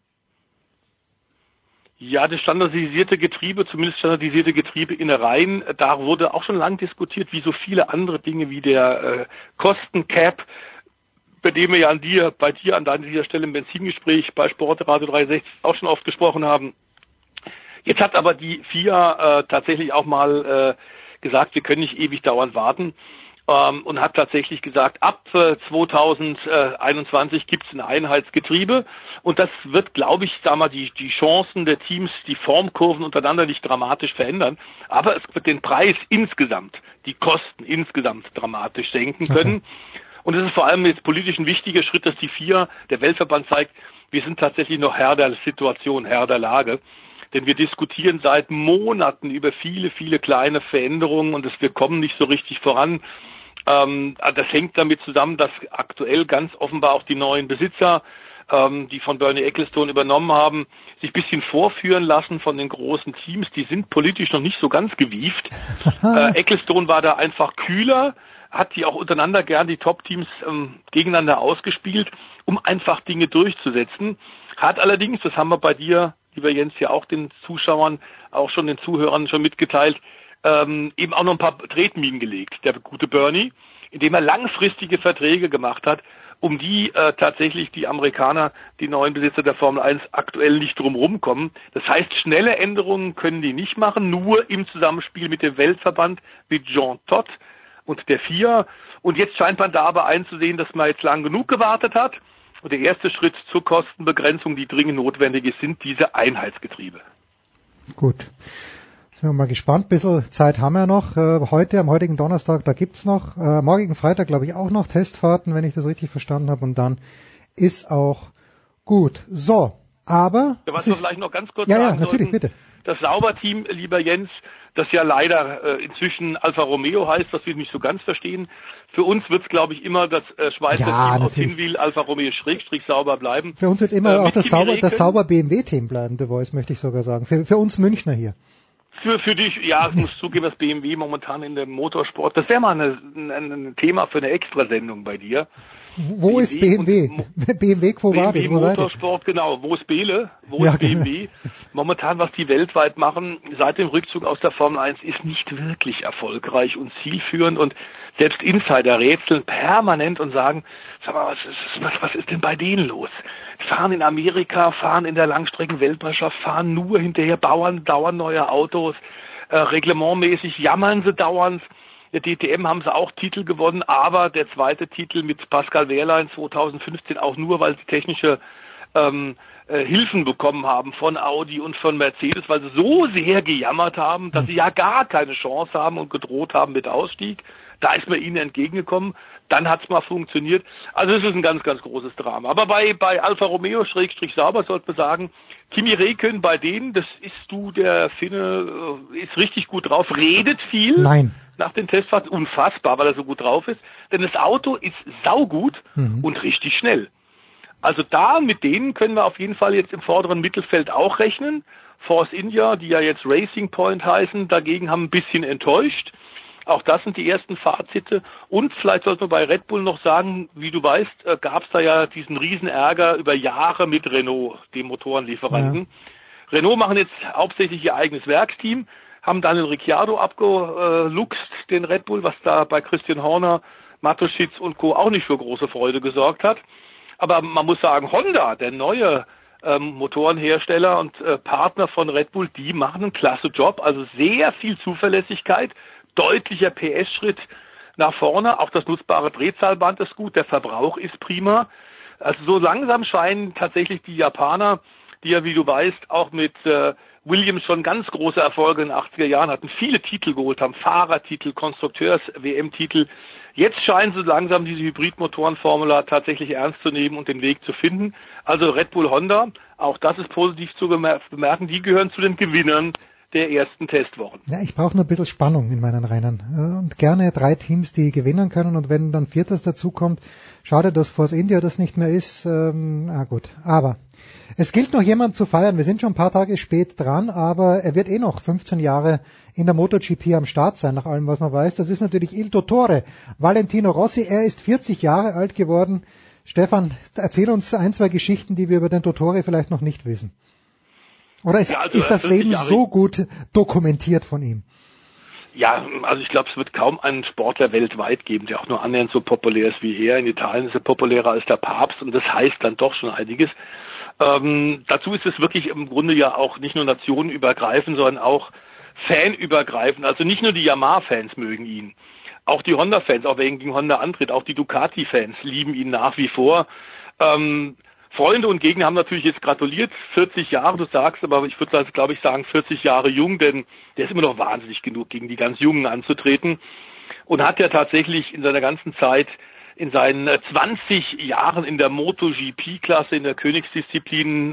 Ja, das standardisierte Getriebe, zumindest standardisierte Getriebeinnereien, da wurde auch schon lang diskutiert, wie so viele andere Dinge, wie der Kostencap, bei dem wir ja an dieser Stelle im Benzingespräch bei Sportradio 360 auch schon oft gesprochen haben. Jetzt hat aber die FIA tatsächlich auch mal gesagt, wir können nicht ewig dauernd warten. Und hat tatsächlich gesagt, ab 2021 gibt es ein Einheitsgetriebe, und das wird, glaube ich, die Chancen der Teams, die Formkurven untereinander nicht dramatisch verändern, aber es wird den Preis insgesamt, die Kosten insgesamt dramatisch senken können. Und es ist vor allem jetzt politisch ein wichtiger Schritt, dass die FIA, der Weltverband, zeigt, wir sind tatsächlich noch Herr der Situation, Herr der Lage. Denn wir diskutieren seit Monaten über viele, viele kleine Veränderungen und wir kommen nicht so richtig voran. Das hängt damit zusammen, dass aktuell ganz offenbar auch die neuen Besitzer, die von Bernie Ecclestone übernommen haben, sich ein bisschen vorführen lassen von den großen Teams. Die sind politisch noch nicht so ganz gewieft. Ecclestone war da einfach kühler, hat die auch untereinander gern die Top-Teams gegeneinander ausgespielt, um einfach Dinge durchzusetzen. Hat allerdings, das haben wir bei dir, lieber Jens, ja auch den Zuschauern, auch schon den Zuhörern schon mitgeteilt, eben auch noch ein paar Tretminen gelegt, der gute Bernie, indem er langfristige Verträge gemacht hat, um die tatsächlich die Amerikaner, die neuen Besitzer der Formel 1, aktuell nicht drumherum kommen. Das heißt, schnelle Änderungen können die nicht machen, nur im Zusammenspiel mit dem Weltverband, mit Jean Todt und der FIA. Und jetzt scheint man da aber einzusehen, dass man jetzt lang genug gewartet hat. Und der erste Schritt zur Kostenbegrenzung, die dringend notwendig ist, sind diese Einheitsgetriebe. Gut. Sind wir mal gespannt. Ein bisschen Zeit haben wir noch. Heute, am heutigen Donnerstag, da gibt's noch. Morgigen Freitag, glaube ich, auch noch Testfahrten, wenn ich das richtig verstanden habe. Und dann ist auch gut. So, aber... Was wir vielleicht noch ganz kurz sagen natürlich, bitte. das Sauber-Team, lieber Jens, das ja leider inzwischen Alfa Romeo heißt, was wir nicht so ganz verstehen. Für uns wird es, glaube ich, immer das Schweizer Team aus Hinwil, Alfa Romeo / Sauber bleiben. Für uns wird es immer auch das Sauber BMW-Team bleiben, The Voice, möchte ich sogar sagen. Für uns Münchner hier. Für dich, ja, ich muss zugeben, dass BMW momentan in dem Motorsport, das wäre mal ein Thema für eine Extrasendung bei dir. Wo ist BMW? BMW Quo Vadis, wo seid ihr? Motorsport, genau. Wo ist Bele? Wo ist BMW? Momentan, was die weltweit machen, seit dem Rückzug aus der Formel 1, ist nicht wirklich erfolgreich und zielführend, und selbst Insider rätseln permanent und sagen, sag mal, was ist denn bei denen los? Fahren in Amerika, fahren in der Langstrecken-Weltmeisterschaft, fahren nur hinterher, bauen dauernd neue Autos, reglementmäßig jammern sie dauernd. Der DTM haben sie auch Titel gewonnen, aber der zweite Titel mit Pascal Wehrlein 2015 auch nur, weil sie technische Hilfen bekommen haben von Audi und von Mercedes, weil sie so sehr gejammert haben, dass sie ja gar keine Chance haben und gedroht haben mit Ausstieg. Da ist man ihnen entgegengekommen, dann hat's mal funktioniert. Also es ist ein ganz, ganz großes Drama. Aber bei Alfa Romeo / Sauber sollte man sagen, Kimi Räikkönen bei denen, das ist der Finne, ist richtig gut drauf, redet viel. Nein. Nach den Testfahrten, unfassbar, weil er so gut drauf ist. Denn das Auto ist saugut und richtig schnell. Also mit denen können wir auf jeden Fall jetzt im vorderen Mittelfeld auch rechnen. Force India, die ja jetzt Racing Point heißen, dagegen haben ein bisschen enttäuscht. Auch das sind die ersten Fazite. Und vielleicht sollte man bei Red Bull noch sagen, wie du weißt, gab es da ja diesen Riesenärger über Jahre mit Renault, dem Motorenlieferanten. Ja. Renault machen jetzt hauptsächlich ihr eigenes Werksteam, haben Daniel Ricciardo abgeluchst, den Red Bull, was da bei Christian Horner, Matuschitz und Co. auch nicht für große Freude gesorgt hat. Aber man muss sagen, Honda, der neue Motorenhersteller und Partner von Red Bull, die machen einen klasse Job, also sehr viel Zuverlässigkeit, deutlicher PS-Schritt nach vorne, auch das nutzbare Drehzahlband ist gut, der Verbrauch ist prima. Also so langsam scheinen tatsächlich die Japaner, die ja, wie du weißt, auch mit Williams schon ganz große Erfolge in den 80er Jahren hatten, viele Titel geholt haben, Fahrertitel, Konstrukteurs-WM-Titel. Jetzt scheinen sie langsam diese Hybridmotorenformula tatsächlich ernst zu nehmen und den Weg zu finden. Also Red Bull Honda, auch das ist positiv zu bemerken, die gehören zu den Gewinnern der ersten Testwochen. Ja, ich brauche nur ein bisschen Spannung in meinen Rennen. Und gerne 3 Teams, die gewinnen können. Und wenn dann Viertes dazukommt, schade, dass Force India das nicht mehr ist. Gut, aber es gilt noch jemand zu feiern. Wir sind schon ein paar Tage spät dran, aber er wird noch 15 Jahre in der MotoGP am Start sein, nach allem, was man weiß. Das ist natürlich Il Dottore, Valentino Rossi. Er ist 40 Jahre alt geworden. Stefan, erzähl uns 1, 2 Geschichten, die wir über den Dottore vielleicht noch nicht wissen. Oder ist das Leben so gut dokumentiert von ihm? Ja, also ich glaube, es wird kaum einen Sportler weltweit geben, der auch nur annähernd so populär ist wie er. In Italien ist er populärer als der Papst, und das heißt dann doch schon einiges. Dazu ist es wirklich im Grunde ja auch nicht nur nationenübergreifend, sondern auch fanübergreifend. Also nicht nur die Yamaha-Fans mögen ihn. Auch die Honda-Fans, auch wer gegen Honda antritt, auch die Ducati-Fans lieben ihn nach wie vor. Freunde und Gegner haben natürlich jetzt gratuliert, 40 Jahre, du sagst, aber ich würde also, glaube ich, sagen 40 Jahre jung, denn der ist immer noch wahnsinnig genug, gegen die ganz Jungen anzutreten, und hat ja tatsächlich in seiner ganzen Zeit, in seinen 20 Jahren in der MotoGP-Klasse, in der Königsdisziplin,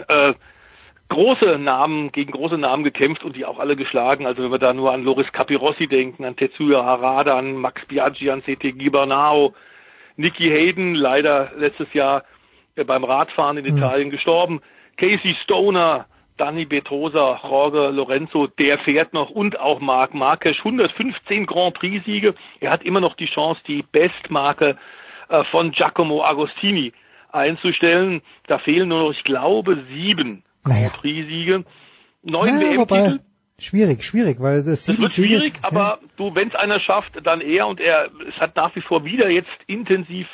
große Namen gekämpft und die auch alle geschlagen. Also wenn wir da nur an Loris Capirossi denken, an Tetsuya Harada, an Max Biaggi, an C.T. Gibernau, Nicky Hayden, leider letztes Jahr beim Radfahren in Italien gestorben, Casey Stoner, Dani Pedrosa, Jorge Lorenzo, der fährt noch, und auch Marc Marquez, 115 Grand Prix-Siege. Er hat immer noch die Chance, die Bestmarke von Giacomo Agostini einzustellen. Da fehlen nur noch, ich glaube, 7 Grand Prix-Siege. 9 WM-Titel. Schwierig, weil das wird schwierig, aber wenn es einer schafft, dann er, und es hat nach wie vor wieder jetzt intensiv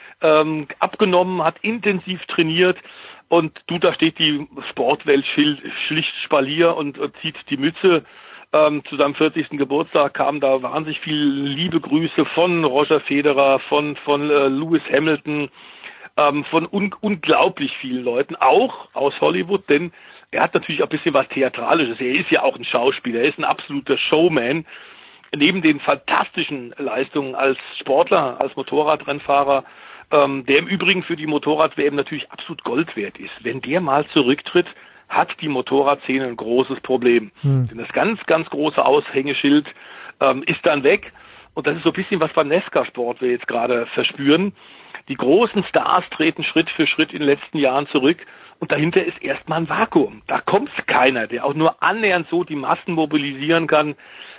abgenommen, hat intensiv trainiert, und da steht die Sportwelt schlicht Spalier und zieht die Mütze. Zu seinem 40. Geburtstag kamen da wahnsinnig viele liebe Grüße von Roger Federer, von Lewis Hamilton, von unglaublich vielen Leuten, auch aus Hollywood, denn er hat natürlich auch ein bisschen was Theatralisches. Er ist ja auch ein Schauspieler, er ist ein absoluter Showman. Neben den fantastischen Leistungen als Sportler, als Motorradrennfahrer, der im Übrigen für die Motorrad-WM natürlich absolut Gold wert ist. Wenn der mal zurücktritt, hat die Motorradszene ein großes Problem. Denn das ganz, ganz große Aushängeschild ist dann weg. Und das ist so ein bisschen, was beim NASCAR-Sport wir jetzt gerade verspüren. Die großen Stars treten Schritt für Schritt in den letzten Jahren zurück. Und dahinter ist erstmal ein Vakuum. Da kommt keiner, der auch nur annähernd so die Massen mobilisieren kann,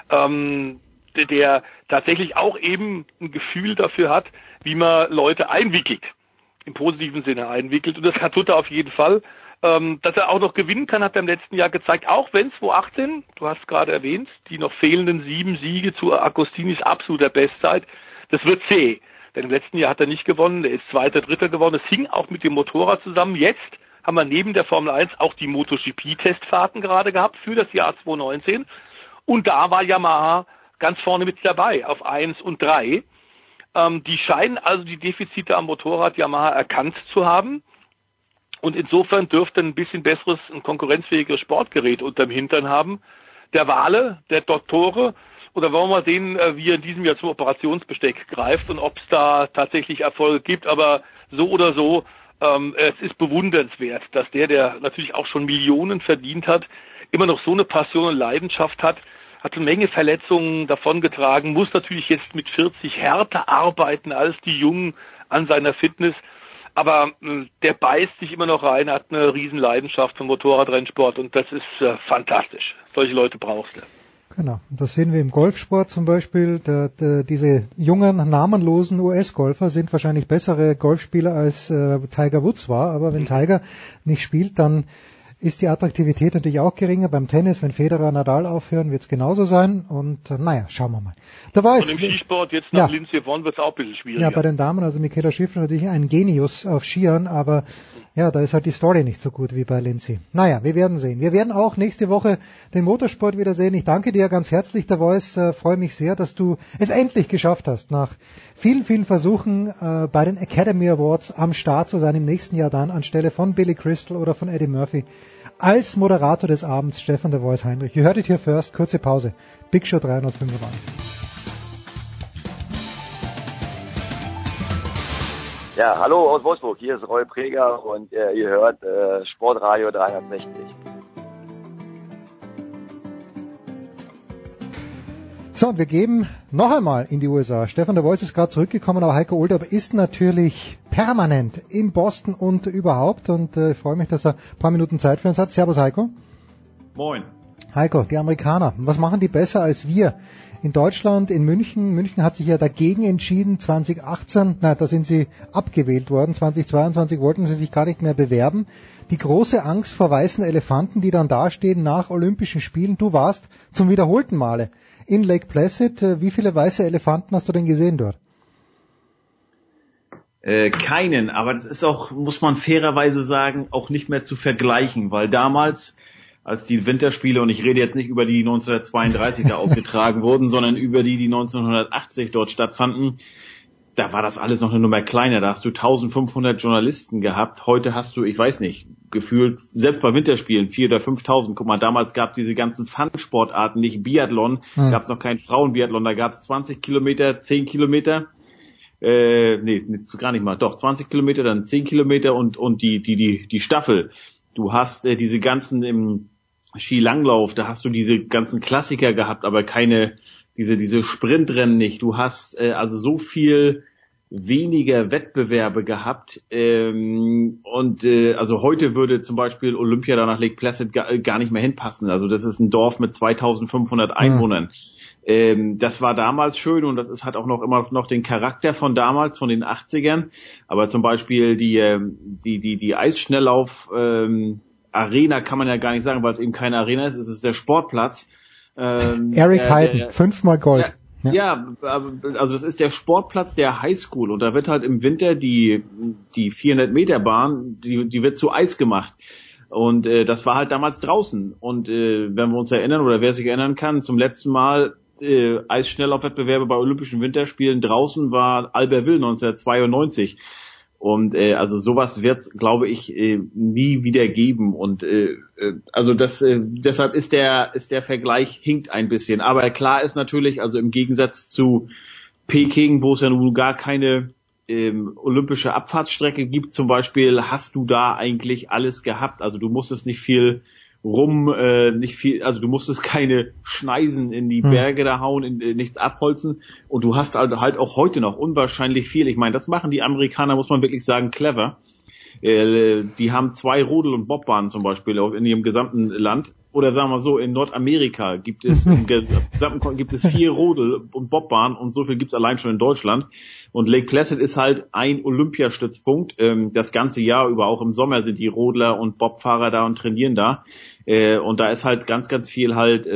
der tatsächlich auch eben ein Gefühl dafür hat, wie man Leute einwickelt, im positiven Sinne einwickelt. Und das tut er auf jeden Fall. Dass er auch noch gewinnen kann, hat er im letzten Jahr gezeigt, auch wenn 2018, du hast gerade erwähnt, die noch fehlenden 7 Siege zu Agostinis absoluter Bestzeit, das wird zäh. Denn im letzten Jahr hat er nicht gewonnen, er ist Zweiter, Dritter geworden. Es hing auch mit dem Motorrad zusammen. Jetzt haben wir neben der Formel 1 auch die MotoGP-Testfahrten gerade gehabt für das Jahr 2019. Und da war Yamaha ganz vorne mit dabei, auf 1 und 3. Die scheinen also die Defizite am Motorrad Yamaha erkannt zu haben. Und insofern dürfte ein bisschen besseres, ein konkurrenzfähiges Sportgerät unterm Hintern haben. Der Wale, der Dottore, oder wollen wir mal sehen, wie er in diesem Jahr zum Operationsbesteck greift und ob es da tatsächlich Erfolge gibt. Aber so oder so, es ist bewundernswert, dass der natürlich auch schon Millionen verdient hat, immer noch so eine Passion und Leidenschaft hat eine Menge Verletzungen davongetragen, muss natürlich jetzt mit 40 härter arbeiten als die Jungen an seiner Fitness. Aber der beißt sich immer noch rein, hat eine riesen Leidenschaft für Motorradrennsport und das ist fantastisch. Solche Leute brauchst du. Genau, das sehen wir im Golfsport zum Beispiel. Diese jungen, namenlosen US-Golfer sind wahrscheinlich bessere Golfspieler als Tiger Woods war. Aber wenn Tiger nicht spielt, dann ist die Attraktivität natürlich auch geringer. Beim Tennis, wenn Federer, Nadal aufhören, wird es genauso sein. Und schauen wir mal. Und im Skisport jetzt nach Lindsey Vonn wird es auch ein bisschen schwieriger. Ja, bei den Damen, also Michaela Schiffler natürlich ein Genius auf Skiern, aber ja, da ist halt die Story nicht so gut wie bei Lindsey. Wir werden sehen. Wir werden auch nächste Woche den Motorsport wieder sehen. Ich danke dir ganz herzlich, der Voice. Freue mich sehr, dass du es endlich geschafft hast, nach vielen, vielen Versuchen bei den Academy Awards am Start zu sein, im nächsten Jahr dann anstelle von Billy Crystal oder von Eddie Murphy. Als Moderator des Abends Stefan der Voice Heinrich. You heard it here first. Kurze Pause. Big Show 395. Ja, hallo aus Wolfsburg. Hier ist Roy Preger und ihr hört Sportradio 360. So, und wir geben noch einmal in die USA. Stefan der Voice ist gerade zurückgekommen, aber Heiko Olderb ist natürlich permanent in Boston und überhaupt. Und ich freue mich, dass er ein paar Minuten Zeit für uns hat. Servus, Heiko. Moin. Heiko, die Amerikaner, was machen die besser als wir? In Deutschland, in München. München hat sich ja dagegen entschieden, 2018, da sind sie abgewählt worden. 2022 wollten sie sich gar nicht mehr bewerben. Die große Angst vor weißen Elefanten, die dann dastehen nach Olympischen Spielen. Du warst zum wiederholten Male in Lake Placid. Wie viele weiße Elefanten hast du denn gesehen dort? Keinen, aber das ist auch, muss man fairerweise sagen, auch nicht mehr zu vergleichen, weil damals, als die Winterspiele, und ich rede jetzt nicht über die 1932 da ausgetragen wurden, sondern über die 1980 dort stattfanden, da war das alles noch eine Nummer kleiner. Da hast du 1500 Journalisten gehabt. Heute hast du, ich weiß nicht, gefühlt, selbst bei Winterspielen 4.000 oder 5.000. Guck mal, damals gab es diese ganzen Fun-Sportarten, nicht Biathlon, gab es noch keinen Frauenbiathlon, da gab es 20 Kilometer, 10 Kilometer, gar nicht mal, doch 20 Kilometer, dann 10 Kilometer und die Staffel. Du hast diese ganzen im Skilanglauf, da hast du diese ganzen Klassiker gehabt, aber keine diese Sprintrennen nicht. Du hast also so viel weniger Wettbewerbe gehabt also heute würde zum Beispiel Olympia da nach Lake Placid gar nicht mehr hinpassen. Also das ist ein Dorf mit 2500 Einwohnern. Das war damals schön und das hat auch immer noch den Charakter von damals, von den 80ern. Aber zum Beispiel die Eisschnelllauf Arena kann man ja gar nicht sagen, weil es eben keine Arena ist. Es ist der Sportplatz. Eric Heiden, 5-mal Gold. Ja, also das ist der Sportplatz der Highschool und da wird halt im Winter die 400 Meter Bahn, die wird zu Eis gemacht. Und das war halt damals draußen. Und wenn wir uns erinnern oder wer sich erinnern kann, zum letzten Mal Eisschnelllaufwettbewerbe bei Olympischen Winterspielen draußen war Albertville 1992. Und also sowas wird, glaube ich, nie wieder geben. Und also deshalb ist der Vergleich hinkt ein bisschen. Aber klar ist natürlich, also im Gegensatz zu Peking, wo es ja nun gar keine olympische Abfahrtsstrecke gibt zum Beispiel, hast du da eigentlich alles gehabt. Also du musstest nicht viel also du musstest keine Schneisen in die Berge da hauen, nichts abholzen, und du hast halt auch heute noch unwahrscheinlich viel. Ich meine, das machen die Amerikaner, muss man wirklich sagen, clever. Die haben 2 Rodel- und Bobbahnen zum Beispiel in ihrem gesamten Land. Oder sagen wir so, in Nordamerika gibt es 4 Rodel- und Bobbahnen, und so viel gibt es allein schon in Deutschland. Und Lake Placid ist halt ein Olympiastützpunkt. Das ganze Jahr über, auch im Sommer, sind die Rodler und Bobfahrer da und trainieren da. Und da ist halt ganz, ganz viel halt,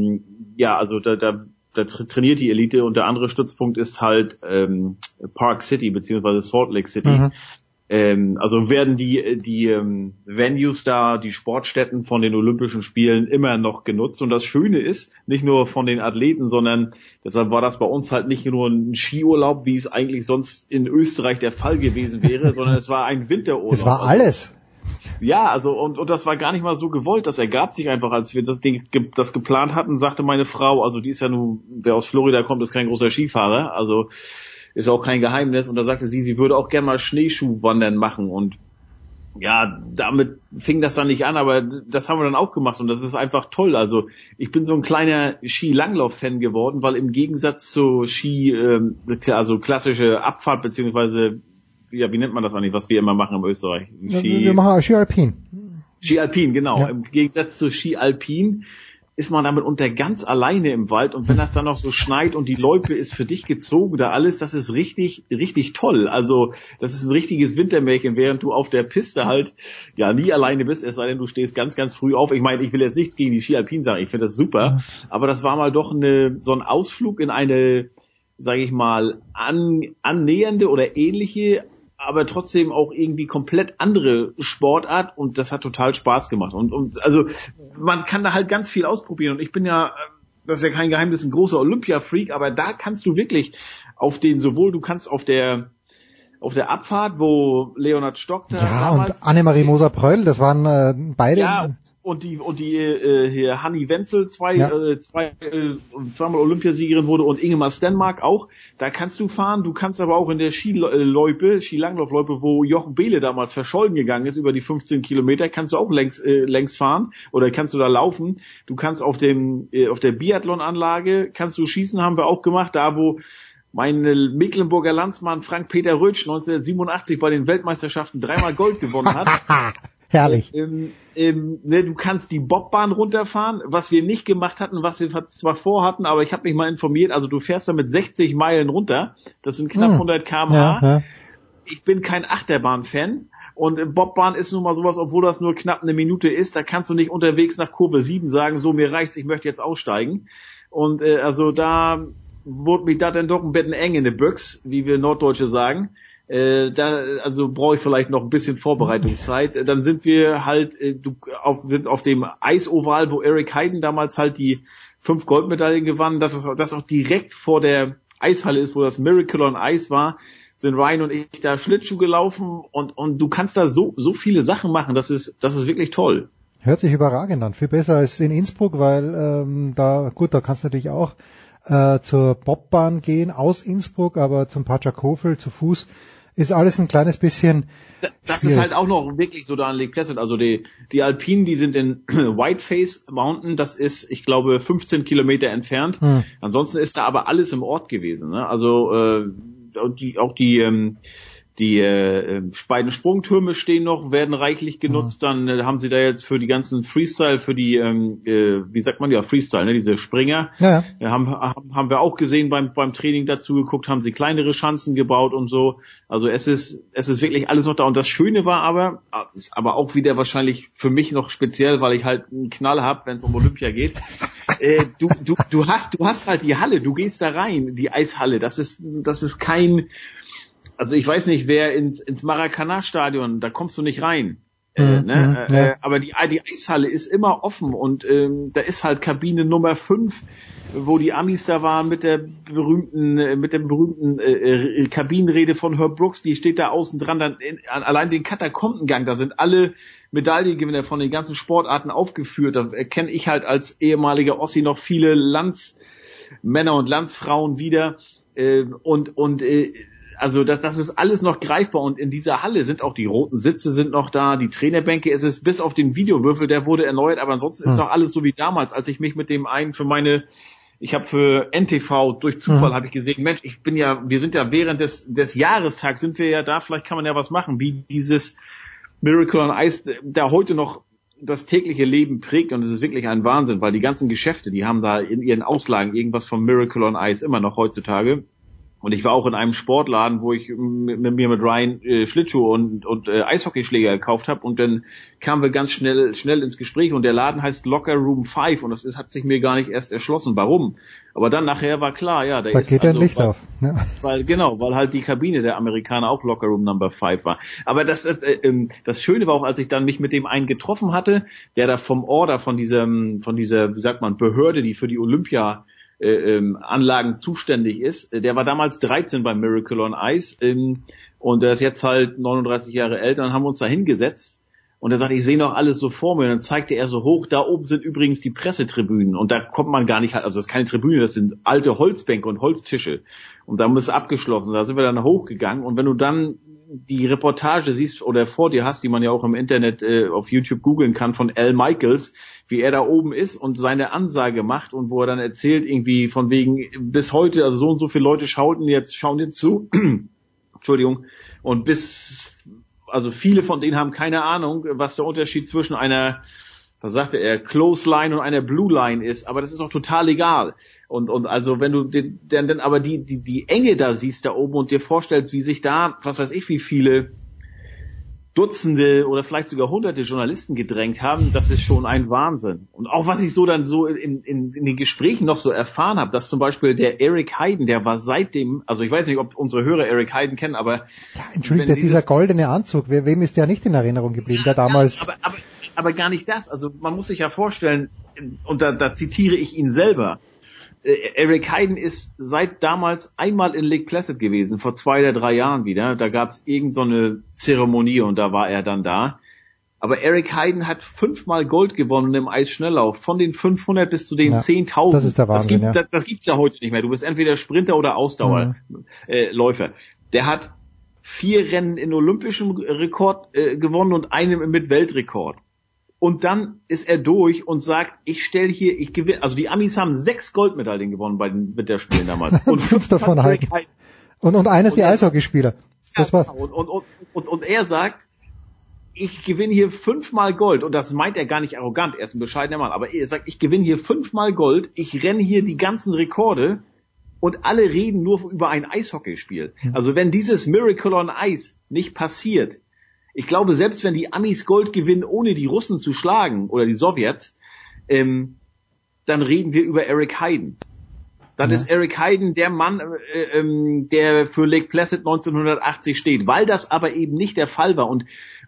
also da trainiert die Elite, und der andere Stützpunkt ist halt Park City beziehungsweise Salt Lake City. Also werden die Venues da, die Sportstätten von den Olympischen Spielen immer noch genutzt. Und das Schöne ist, nicht nur von den Athleten, sondern deshalb war das bei uns halt nicht nur ein Skiurlaub, wie es eigentlich sonst in Österreich der Fall gewesen wäre, sondern es war ein Winterurlaub. Es war alles. Ja, also und das war gar nicht mal so gewollt. Das ergab sich einfach, als wir das geplant hatten, sagte meine Frau, also die ist ja nun, wer aus Florida kommt, ist kein großer Skifahrer, also ist auch kein Geheimnis. Und da sagte sie würde auch gerne mal Schneeschuhwandern machen. Und ja, damit fing das dann nicht an, aber das haben wir dann auch gemacht, und das ist einfach toll. Also ich bin so ein kleiner Skilanglauf-Fan geworden, weil im Gegensatz zu also klassische Abfahrt beziehungsweise, ja, wie nennt man das eigentlich, was wir immer machen in Österreich? Wir machen Ski Alpin. Ski Alpin, genau. Ja. Im Gegensatz zu Ski Alpin ist man damit unter ganz alleine im Wald, und wenn das dann noch so schneit und die Loipe ist für dich gezogen, da alles, das ist richtig, richtig toll. Also das ist ein richtiges Wintermärchen, während du auf der Piste halt ja nie alleine bist, es sei denn, du stehst ganz, ganz früh auf. Ich meine, ich will jetzt nichts gegen die Ski Alpin sagen, ich finde das super, aber das war mal doch so ein Ausflug in eine, sage ich mal, annähernde oder ähnliche, aber trotzdem auch irgendwie komplett andere Sportart, und das hat total Spaß gemacht. Und also man kann da halt ganz viel ausprobieren, und ich bin ja, das ist ja kein Geheimnis, ein großer Olympia-Freak, aber da kannst du wirklich du kannst auf der Abfahrt, wo Leonhard Stock da damals, und Annemarie Moser-Pröll, das waren beide. Ja, und die hier Hanni Wenzel zweimal Olympiasiegerin wurde, und Ingemar Stenmark auch. Da kannst du fahren. Du kannst aber auch in der Skilanglaufloipe, wo Jochen Behle damals verschollen gegangen ist über die 15 Kilometer, kannst du auch längs fahren, oder kannst du da laufen. Du kannst auf der Biathlon-Anlage kannst du schießen, haben wir auch gemacht, da wo mein Mecklenburger Landsmann Frank-Peter Rötsch 1987 bei den Weltmeisterschaften 3-mal Gold gewonnen hat. Herrlich. Du kannst die Bobbahn runterfahren, was wir nicht gemacht hatten, was wir zwar vorhatten, aber ich habe mich mal informiert, also du fährst da mit 60 Meilen runter, das sind knapp 100 km/h. Ja. Ich bin kein Achterbahn-Fan, und Bobbahn ist nun mal sowas, obwohl das nur knapp eine Minute ist, da kannst du nicht unterwegs nach Kurve 7 sagen, so, mir reicht's, ich möchte jetzt aussteigen. Und also da wurde mich da dann doch ein bisschen eng in der Büchs, wie wir Norddeutsche sagen. Also brauche ich vielleicht noch ein bisschen Vorbereitungszeit. Dann sind wir halt auf dem Eisoval, wo Eric Heiden damals halt die 5 Goldmedaillen gewann, das auch direkt vor der Eishalle ist, wo das Miracle on Ice war, sind Ryan und ich da Schlittschuh gelaufen, und du kannst da so viele Sachen machen, das ist wirklich toll. Hört sich überragend an, viel besser als in Innsbruck, weil da kannst du natürlich auch zur Bobbahn gehen aus Innsbruck, aber zum Patscherkofel zu Fuß ist alles ein kleines bisschen das ist halt auch noch wirklich so da an Lake Placid. Also die Alpinen, die sind in Whiteface Mountain, das ist, ich glaube, 15 Kilometer entfernt. Ansonsten ist da aber alles im Ort gewesen, ne? Also die beiden Sprungtürme stehen noch, werden reichlich genutzt. Dann haben sie da jetzt für die ganzen Freestyle, für die, wie sagt man ja, Freestyle, ne, diese Springer, haben wir auch gesehen beim Training dazu geguckt, haben sie kleinere Schanzen gebaut und so. Also es ist wirklich alles noch da. Und das Schöne war aber, ist aber auch wieder wahrscheinlich für mich noch speziell, weil ich halt einen Knall hab, wenn es um Olympia geht. Du hast halt die Halle, du gehst da rein, die Eishalle. Das ist kein, also ich weiß nicht, wer ins Maracanã-Stadion, da kommst du nicht rein. Aber die Eishalle ist immer offen, und da ist halt Kabine Nummer 5, wo die Amis da waren mit der berühmten Kabinenrede von Herb Brooks, die steht da außen dran, dann allein den Katakombengang, da sind alle Medaillengewinner von den ganzen Sportarten aufgeführt. Da erkenne ich halt als ehemaliger Ossi noch viele Landsmänner und Landsfrauen wieder, also das ist alles noch greifbar und in dieser Halle sind auch die roten Sitze sind noch da, die Trainerbänke, es ist bis auf den Videowürfel, der wurde erneuert, aber ansonsten ist noch alles so wie damals, als ich mich mit dem einen ich habe für NTV durch Zufall habe ich gesehen, Mensch, wir sind ja während des Jahrestags sind wir ja da, vielleicht kann man ja was machen, wie dieses Miracle on Ice da heute noch das tägliche Leben prägt und es ist wirklich ein Wahnsinn, weil die ganzen Geschäfte, die haben da in ihren Auslagen irgendwas vom Miracle on Ice immer noch heutzutage. Und ich war auch in einem Sportladen, wo ich mit Ryan Schlittschuhe und Eishockeyschläger gekauft habe und dann kamen wir ganz schnell ins Gespräch und der Laden heißt Locker Room 5 und hat sich mir gar nicht erst erschlossen, warum. Aber dann nachher war klar, ja, da geht ein Licht auf. Ja. Weil halt die Kabine der Amerikaner auch Locker Room Number 5 war. Aber das Schöne war auch, als ich dann mich mit dem einen getroffen hatte, der da vom Order von dieser, wie sagt man, Behörde, die für die Anlagen zuständig ist. Der war damals 13 beim Miracle on Ice und der ist jetzt halt 39 Jahre älter und haben wir uns da hingesetzt und er sagt, ich sehe noch alles so vor mir und dann zeigte er so hoch, da oben sind übrigens die Pressetribünen und da kommt man gar nicht, also das ist keine Tribüne, das sind alte Holzbänke und Holztische und da ist abgeschlossen, da sind wir dann hochgegangen und wenn du dann die Reportage siehst oder vor dir hast, die man ja auch im Internet auf YouTube googeln kann von Al Michaels, wie er da oben ist und seine Ansage macht und wo er dann erzählt irgendwie von wegen bis heute, also so und so viele Leute schauen jetzt zu, Entschuldigung, und also viele von denen haben keine Ahnung, was der Unterschied zwischen einer, was sagte er, Close Line und einer Blue Line ist, aber das ist auch total egal. Und also wenn du dann aber die Enge da siehst da oben und dir vorstellst, wie sich da, was weiß ich, wie viele Dutzende oder vielleicht sogar hunderte Journalisten gedrängt haben, das ist schon ein Wahnsinn. Und auch was ich so dann so in den Gesprächen noch so erfahren habe, dass zum Beispiel der Eric Heiden, der war seitdem, also ich weiß nicht, ob unsere Hörer Eric Heiden kennen, aber... Ja, Entschuldigung, dieser goldene Anzug, wem ist der nicht in Erinnerung geblieben, der damals... Aber gar nicht das, also man muss sich ja vorstellen, und da zitiere ich ihn selber, Eric Heiden ist seit damals einmal in Lake Placid gewesen, vor 2 oder 3 Jahren wieder. Da gab es irgend so eine Zeremonie und da war er dann da. Aber Eric Heiden hat 5-mal Gold gewonnen im Eisschnelllauf, von den 500 bis zu den 10.000. Das ist der Wahnsinn, das gibt's ja heute nicht mehr. Du bist entweder Sprinter oder Ausdauerläufer. Der hat 4 Rennen in olympischem Rekord gewonnen und einem mit Weltrekord. Und dann ist er durch und sagt, ich gewinne, also die Amis haben 6 Goldmedaillen gewonnen bei den Winterspielen damals. Und 5 davon Heiden. Und eines die Eishockeyspieler. Das war's. Und er sagt, ich gewinne hier 5-mal Gold. Und das meint er gar nicht arrogant, er ist ein bescheidener Mann. Aber er sagt, ich gewinne hier 5-mal Gold, ich renne hier die ganzen Rekorde und alle reden nur über ein Eishockeyspiel. Also wenn dieses Miracle on Ice nicht passiert, ich glaube, selbst wenn die Amis Gold gewinnen, ohne die Russen zu schlagen, oder die Sowjets, dann reden wir über Eric Heiden. Dann ist Eric Heiden der Mann, der für Lake Placid 1980 steht, weil das aber eben nicht der Fall war. Und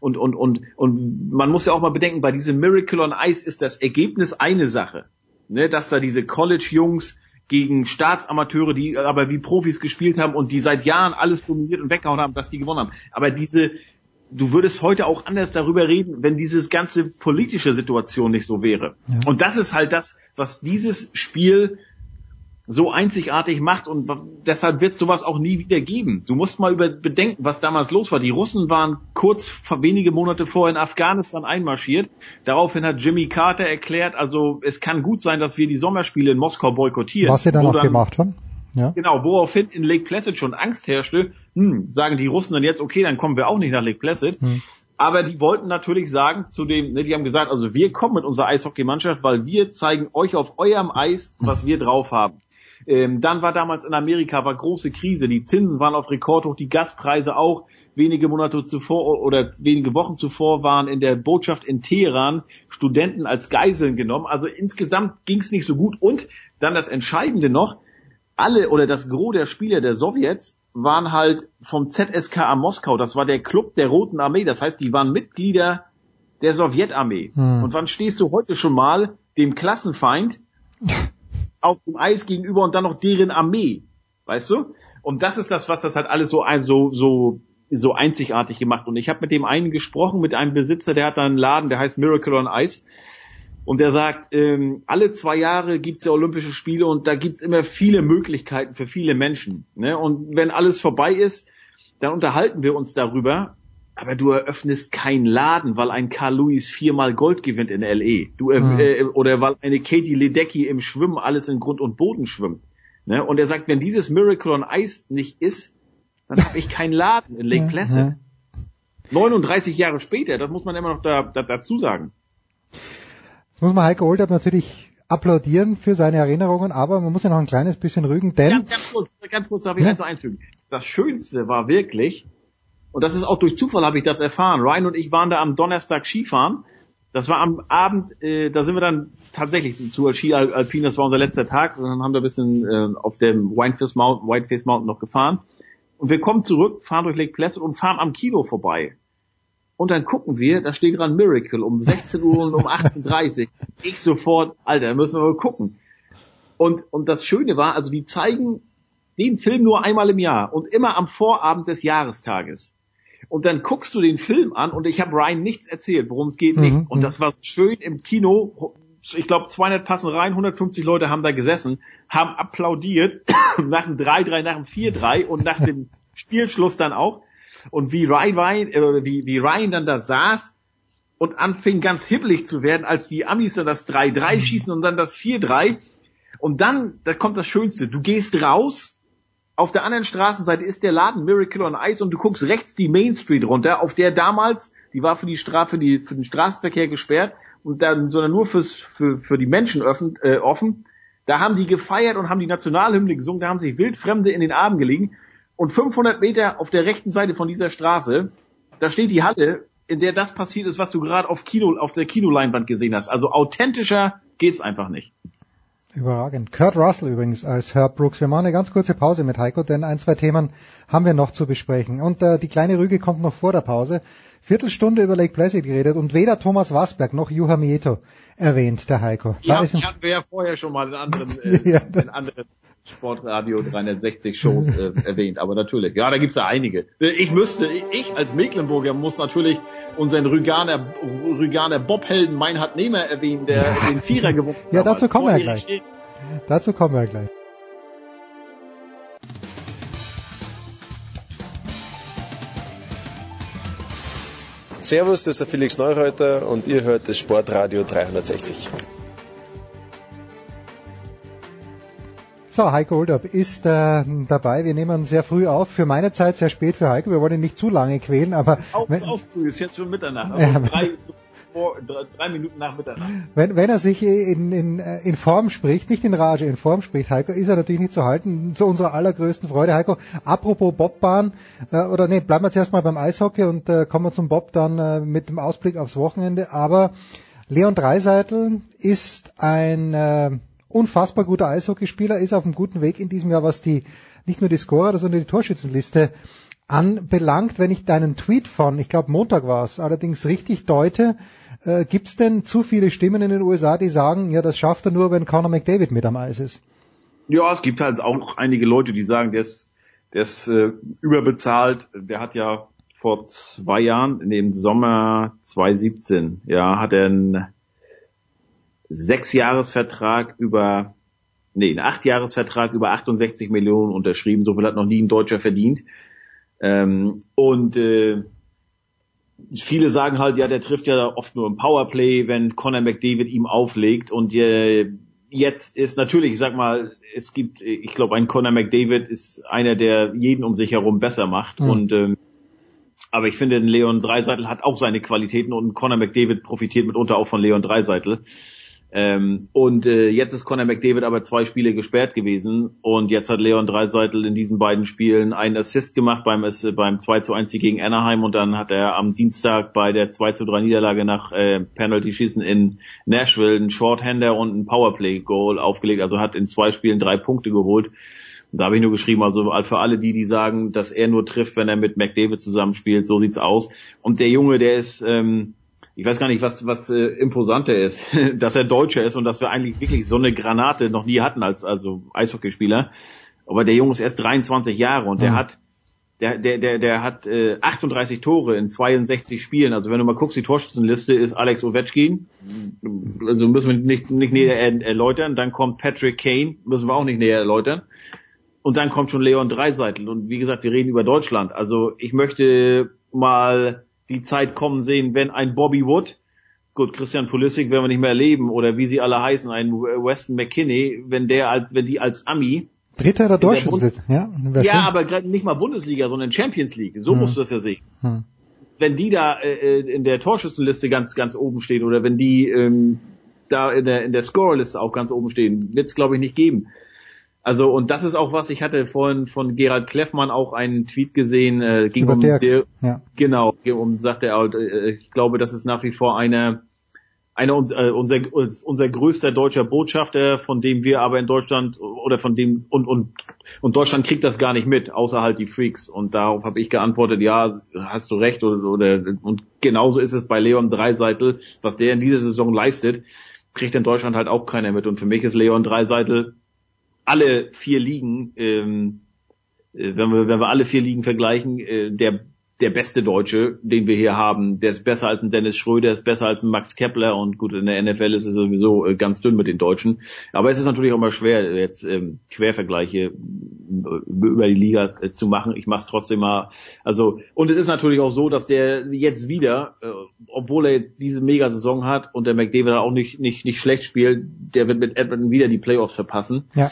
man muss ja auch mal bedenken, bei diesem Miracle on Ice ist das Ergebnis eine Sache, ne, dass da diese College-Jungs gegen Staatsamateure, die aber wie Profis gespielt haben und die seit Jahren alles dominiert und weggehauen haben, dass die gewonnen haben. Aber du würdest heute auch anders darüber reden, wenn diese ganze politische Situation nicht so wäre. Ja. Und das ist halt das, was dieses Spiel so einzigartig macht und deshalb wird sowas auch nie wieder geben. Du musst mal bedenken, was damals los war. Die Russen waren wenige Monate vor in Afghanistan einmarschiert. Daraufhin hat Jimmy Carter erklärt, also es kann gut sein, dass wir die Sommerspiele in Moskau boykottieren. Was sie dann auch gemacht haben. Ja. Genau, woraufhin in Lake Placid schon Angst herrschte, sagen die Russen dann jetzt, okay, dann kommen wir auch nicht nach Lake Placid. Aber die wollten natürlich sagen die haben gesagt, also wir kommen mit unserer Eishockeymannschaft, weil wir zeigen euch auf eurem Eis, was wir drauf haben. Dann war damals in Amerika große Krise, die Zinsen waren auf Rekordhoch, die Gaspreise auch. Wenige Monate zuvor oder wenige Wochen zuvor waren in der Botschaft in Teheran Studenten als Geiseln genommen. Also insgesamt ging es nicht so gut. Und dann das Entscheidende noch, alle oder das Gros der Spieler der Sowjets waren halt vom ZSKA Moskau. Das war der Club der Roten Armee. Das heißt, die waren Mitglieder der Sowjetarmee. Und wann stehst du heute schon mal dem Klassenfeind auf dem Eis gegenüber und dann noch deren Armee? Weißt du? Und das ist das, was das halt alles so einzigartig gemacht. Und ich habe mit dem einen gesprochen, mit einem Besitzer, der hat da einen Laden, der heißt Miracle on Ice. Und der sagt, alle 2 Jahre gibt's ja Olympische Spiele und da gibt's immer viele Möglichkeiten für viele Menschen. Ne? Und wenn alles vorbei ist, dann unterhalten wir uns darüber, aber du eröffnest keinen Laden, weil ein Carl Lewis 4-mal Gold gewinnt in L.A. Oder weil eine Katie Ledecky im Schwimmen alles in Grund und Boden schwimmt. Ne? Und er sagt, wenn dieses Miracle on Ice nicht ist, dann habe ich keinen Laden in Lake Placid. 39 Jahre später, das muss man immer noch dazu sagen. Das muss man Heiko Olderb natürlich applaudieren für seine Erinnerungen, aber man muss ja noch ein kleines bisschen rügen, denn... Ganz kurz darf ich eins einfügen. Das Schönste war wirklich, und das ist auch durch Zufall habe ich das erfahren, Ryan und ich waren da am Donnerstag Skifahren, das war am Abend, da sind wir dann tatsächlich zu Ski Alpin, das war unser letzter Tag, und dann haben wir ein bisschen auf dem Whiteface Mountain noch gefahren, und wir kommen zurück, fahren durch Lake Placid und fahren am Kino vorbei. Und dann gucken wir, da steht gerade Miracle um 16 Uhr und um 18:30 Uhr. Ich sofort, Alter, müssen wir mal gucken. Und das Schöne war, also die zeigen den Film nur einmal im Jahr und immer am Vorabend des Jahrestages. Und dann guckst du den Film an und ich habe Ryan nichts erzählt, worum es geht, nichts. Und das war schön im Kino. Ich glaube, 200 passen rein, 150 Leute haben da gesessen, haben applaudiert nach dem 3-3, nach dem 4-3 und nach dem Spielschluss dann auch. Und wie Ryan dann da saß und anfing ganz hibbelig zu werden, als die Amis dann das 3-3 schießen und dann das 4-3. Und dann, da kommt das Schönste, du gehst raus, auf der anderen Straßenseite ist der Laden Miracle on Ice und du guckst rechts die Main Street runter, auf der damals, die war für den Straßenverkehr gesperrt und dann, sondern nur für die Menschen offen. Da haben die gefeiert und haben die Nationalhymne gesungen, da haben sich Wildfremde in den Armen gelegen. Und 500 Meter auf der rechten Seite von dieser Straße, da steht die Halle, in der das passiert ist, was du gerade auf der Kinoleinwand gesehen hast. Also authentischer geht's einfach nicht. Überragend. Kurt Russell übrigens als Herb Brooks. Wir machen eine ganz kurze Pause mit Heiko, denn 1, 2 Themen haben wir noch zu besprechen. Und die kleine Rüge kommt noch vor der Pause. Viertelstunde über Lake Placid geredet und weder Thomas Wasberg noch Juha Mieto erwähnt, der Heiko. Ja, die hatten wir ja vorher schon mal in anderen Sportradio 360 Shows erwähnt, aber natürlich. Ja, da gibt's ja einige. Ich als Mecklenburger muss natürlich unseren Rüganer Bobhelden Meinhard Nehmer erwähnen, der den Vierer gewonnen hat. Ja, dazu kommen wir gleich. Servus, das ist der Felix Neureuter und ihr hört das Sportradio 360. So, Heiko Olderb ist dabei. Wir nehmen sehr früh auf. Für meine Zeit sehr spät für Heiko. Wir wollen ihn nicht zu lange quälen, aber... Auch früh, ist jetzt schon Mitternacht. Also 3 Minuten nach Mitternacht. Wenn er sich in Form spricht, nicht in Rage, in Form spricht, Heiko, ist er natürlich nicht zu halten. Zu unserer allergrößten Freude. Heiko, apropos Bobbahn, bleiben wir zuerst mal beim Eishockey und kommen wir zum Bob dann mit dem Ausblick aufs Wochenende. Aber Leon Draisaitl ist ein... unfassbar guter Eishockeyspieler, ist auf einem guten Weg in diesem Jahr, was nicht nur die Scorer, sondern die Torschützenliste anbelangt. Wenn ich deinen Tweet von, ich glaube Montag war es, allerdings richtig deute, gibt es denn zu viele Stimmen in den USA, die sagen, ja, das schafft er nur, wenn Connor McDavid mit am Eis ist? Ja, es gibt halt auch einige Leute, die sagen, der ist überbezahlt. Der hat ja vor 2 Jahren, in dem Sommer 2017, hat er einen 6-Jahresvertrag über 68 Millionen unterschrieben. So viel hat noch nie ein Deutscher verdient. Viele sagen halt, ja, der trifft ja oft nur im Powerplay, wenn Connor McDavid ihm auflegt. Und jetzt ist natürlich, ich sag mal, ich glaube, ein Connor McDavid ist einer, der jeden um sich herum besser macht. Aber ich finde, Leon Draisaitl hat auch seine Qualitäten und Connor McDavid profitiert mitunter auch von Leon Draisaitl. Jetzt ist Connor McDavid aber 2 Spiele gesperrt gewesen und jetzt hat Leon Draisaitl in diesen beiden Spielen einen Assist gemacht beim 2:1 gegen Anaheim und dann hat er am Dienstag bei der 2:3 Niederlage nach Penalty-Schießen in Nashville einen Shorthander und einen Powerplay-Goal aufgelegt, also hat in 2 Spielen 3 Punkte geholt. Und da habe ich nur geschrieben, also für alle die sagen, dass er nur trifft, wenn er mit McDavid zusammenspielt, so sieht's aus. Und der Junge, der ist ich weiß gar nicht, was imposanter ist, dass er Deutscher ist und dass wir eigentlich wirklich so eine Granate noch nie hatten als Eishockeyspieler. Aber der Junge ist erst 23 Jahre und der hat 38 Tore in 62 Spielen. Also wenn du mal guckst, die Torschützenliste ist Alex Ovechkin, also müssen wir nicht näher erläutern. Dann kommt Patrick Kane, müssen wir auch nicht näher erläutern. Und dann kommt schon Leon Dreiseitel. Und wie gesagt, wir reden über Deutschland. Also ich möchte mal die Zeit kommen sehen, wenn ein Bobby Wood, gut, Christian Pulisic werden wir nicht mehr erleben, oder wie sie alle heißen, ein Weston McKennie, wenn die als Ami Dritter der Durchschnitt, ja. Ja, aber gerade nicht mal Bundesliga, sondern Champions League. So musst du das ja sehen. Wenn die da in der Torschützenliste ganz, ganz oben stehen, oder wenn die da in der Scorerliste auch ganz oben stehen, wird's, glaube ich, nicht geben. Also, und das ist auch was, ich hatte vorhin von Gerald Kleffmann auch einen Tweet gesehen, ging über um Dirk, genau, sagte er, ich glaube, das ist nach wie vor unser größter deutscher Botschafter, von dem wir aber in Deutschland oder von dem und Deutschland kriegt das gar nicht mit, außer halt die Freaks. Und darauf habe ich geantwortet, ja, hast du recht, und genauso ist es bei Leon Dreiseitel, was der in dieser Saison leistet, kriegt in Deutschland halt auch keiner mit. Und für mich ist Leon Dreiseitel alle 4 Ligen, wenn wir alle 4 Ligen vergleichen, der beste Deutsche, den wir hier haben. Der ist besser als ein Dennis Schröder, ist besser als ein Max Kepler, und gut, in der NFL ist es sowieso ganz dünn mit den Deutschen. Aber es ist natürlich auch mal schwer, jetzt Quervergleiche über die Liga zu machen. Ich mache es trotzdem mal. Also, und es ist natürlich auch so, dass der jetzt wieder, obwohl er diese Mega-Saison hat und der McDavid auch nicht schlecht spielt, der wird mit Edmonton wieder die Playoffs verpassen. Ja.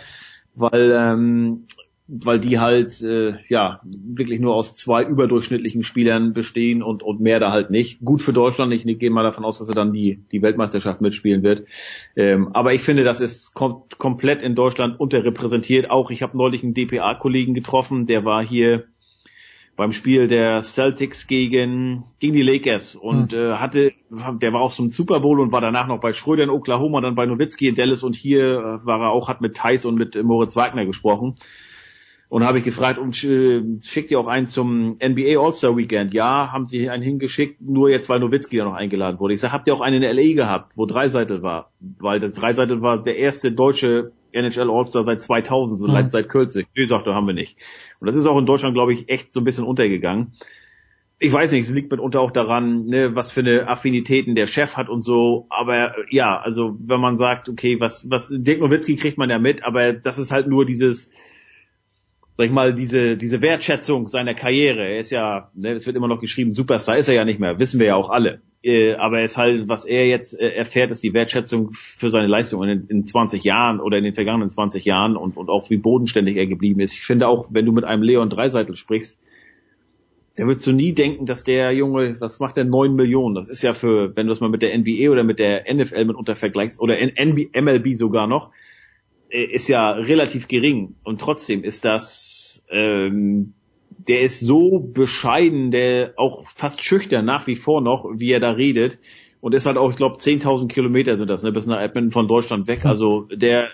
Weil die halt wirklich nur aus 2 überdurchschnittlichen Spielern bestehen und mehr da halt nicht. Gut für Deutschland, ich gehe mal davon aus, dass er dann die Weltmeisterschaft mitspielen wird. Aber ich finde, das ist komplett in Deutschland unterrepräsentiert. Auch ich habe neulich einen DPA-Kollegen getroffen, der war hier beim Spiel der Celtics gegen die Lakers und der war auf so einem Super Bowl und war danach noch bei Schröder in Oklahoma, dann bei Nowitzki in Dallas, und hier war er auch, hat mit Theis und mit Moritz Wagner gesprochen. Und habe ich gefragt, und schickt ihr auch einen zum NBA All-Star Weekend? Ja, haben sie einen hingeschickt, nur jetzt, weil Nowitzki da noch eingeladen wurde. Ich sage, habt ihr auch einen in LA gehabt, wo Dreiseitel war? Weil das Dreiseitel war der erste deutsche NHL All-Star seit 2000, seit Kölzig. Nee, sagt er, haben wir nicht. Und das ist auch in Deutschland, glaube ich, echt so ein bisschen untergegangen. Ich weiß nicht, es liegt mitunter auch daran, ne, was für eine Affinitäten der Chef hat und so. Aber ja, also wenn man sagt, okay, was Dirk Nowitzki kriegt man ja mit, aber das ist halt nur dieses, sag ich mal, diese Wertschätzung seiner Karriere. Er ist ja, ne, es wird immer noch geschrieben, Superstar ist er ja nicht mehr, wissen wir ja auch alle. Aber es ist halt, was er jetzt erfährt, ist die Wertschätzung für seine Leistung in 20 Jahren oder in den vergangenen 20 Jahren und auch wie bodenständig er geblieben ist. Ich finde auch, wenn du mit einem Leon Dreiseitel sprichst, da würdest du nie denken, dass der Junge, was macht der, 9 Millionen? Das ist ja für, wenn du das mal mit der NBA oder mit der NFL mitunter vergleichst, oder MLB sogar noch, ist ja relativ gering. Und trotzdem ist das, der ist so bescheiden, der auch fast schüchtern nach wie vor noch, wie er da redet. Und ist halt auch, ich glaube, 10.000 Kilometer sind das, ne, bis nach Edmonton von Deutschland weg. Also der,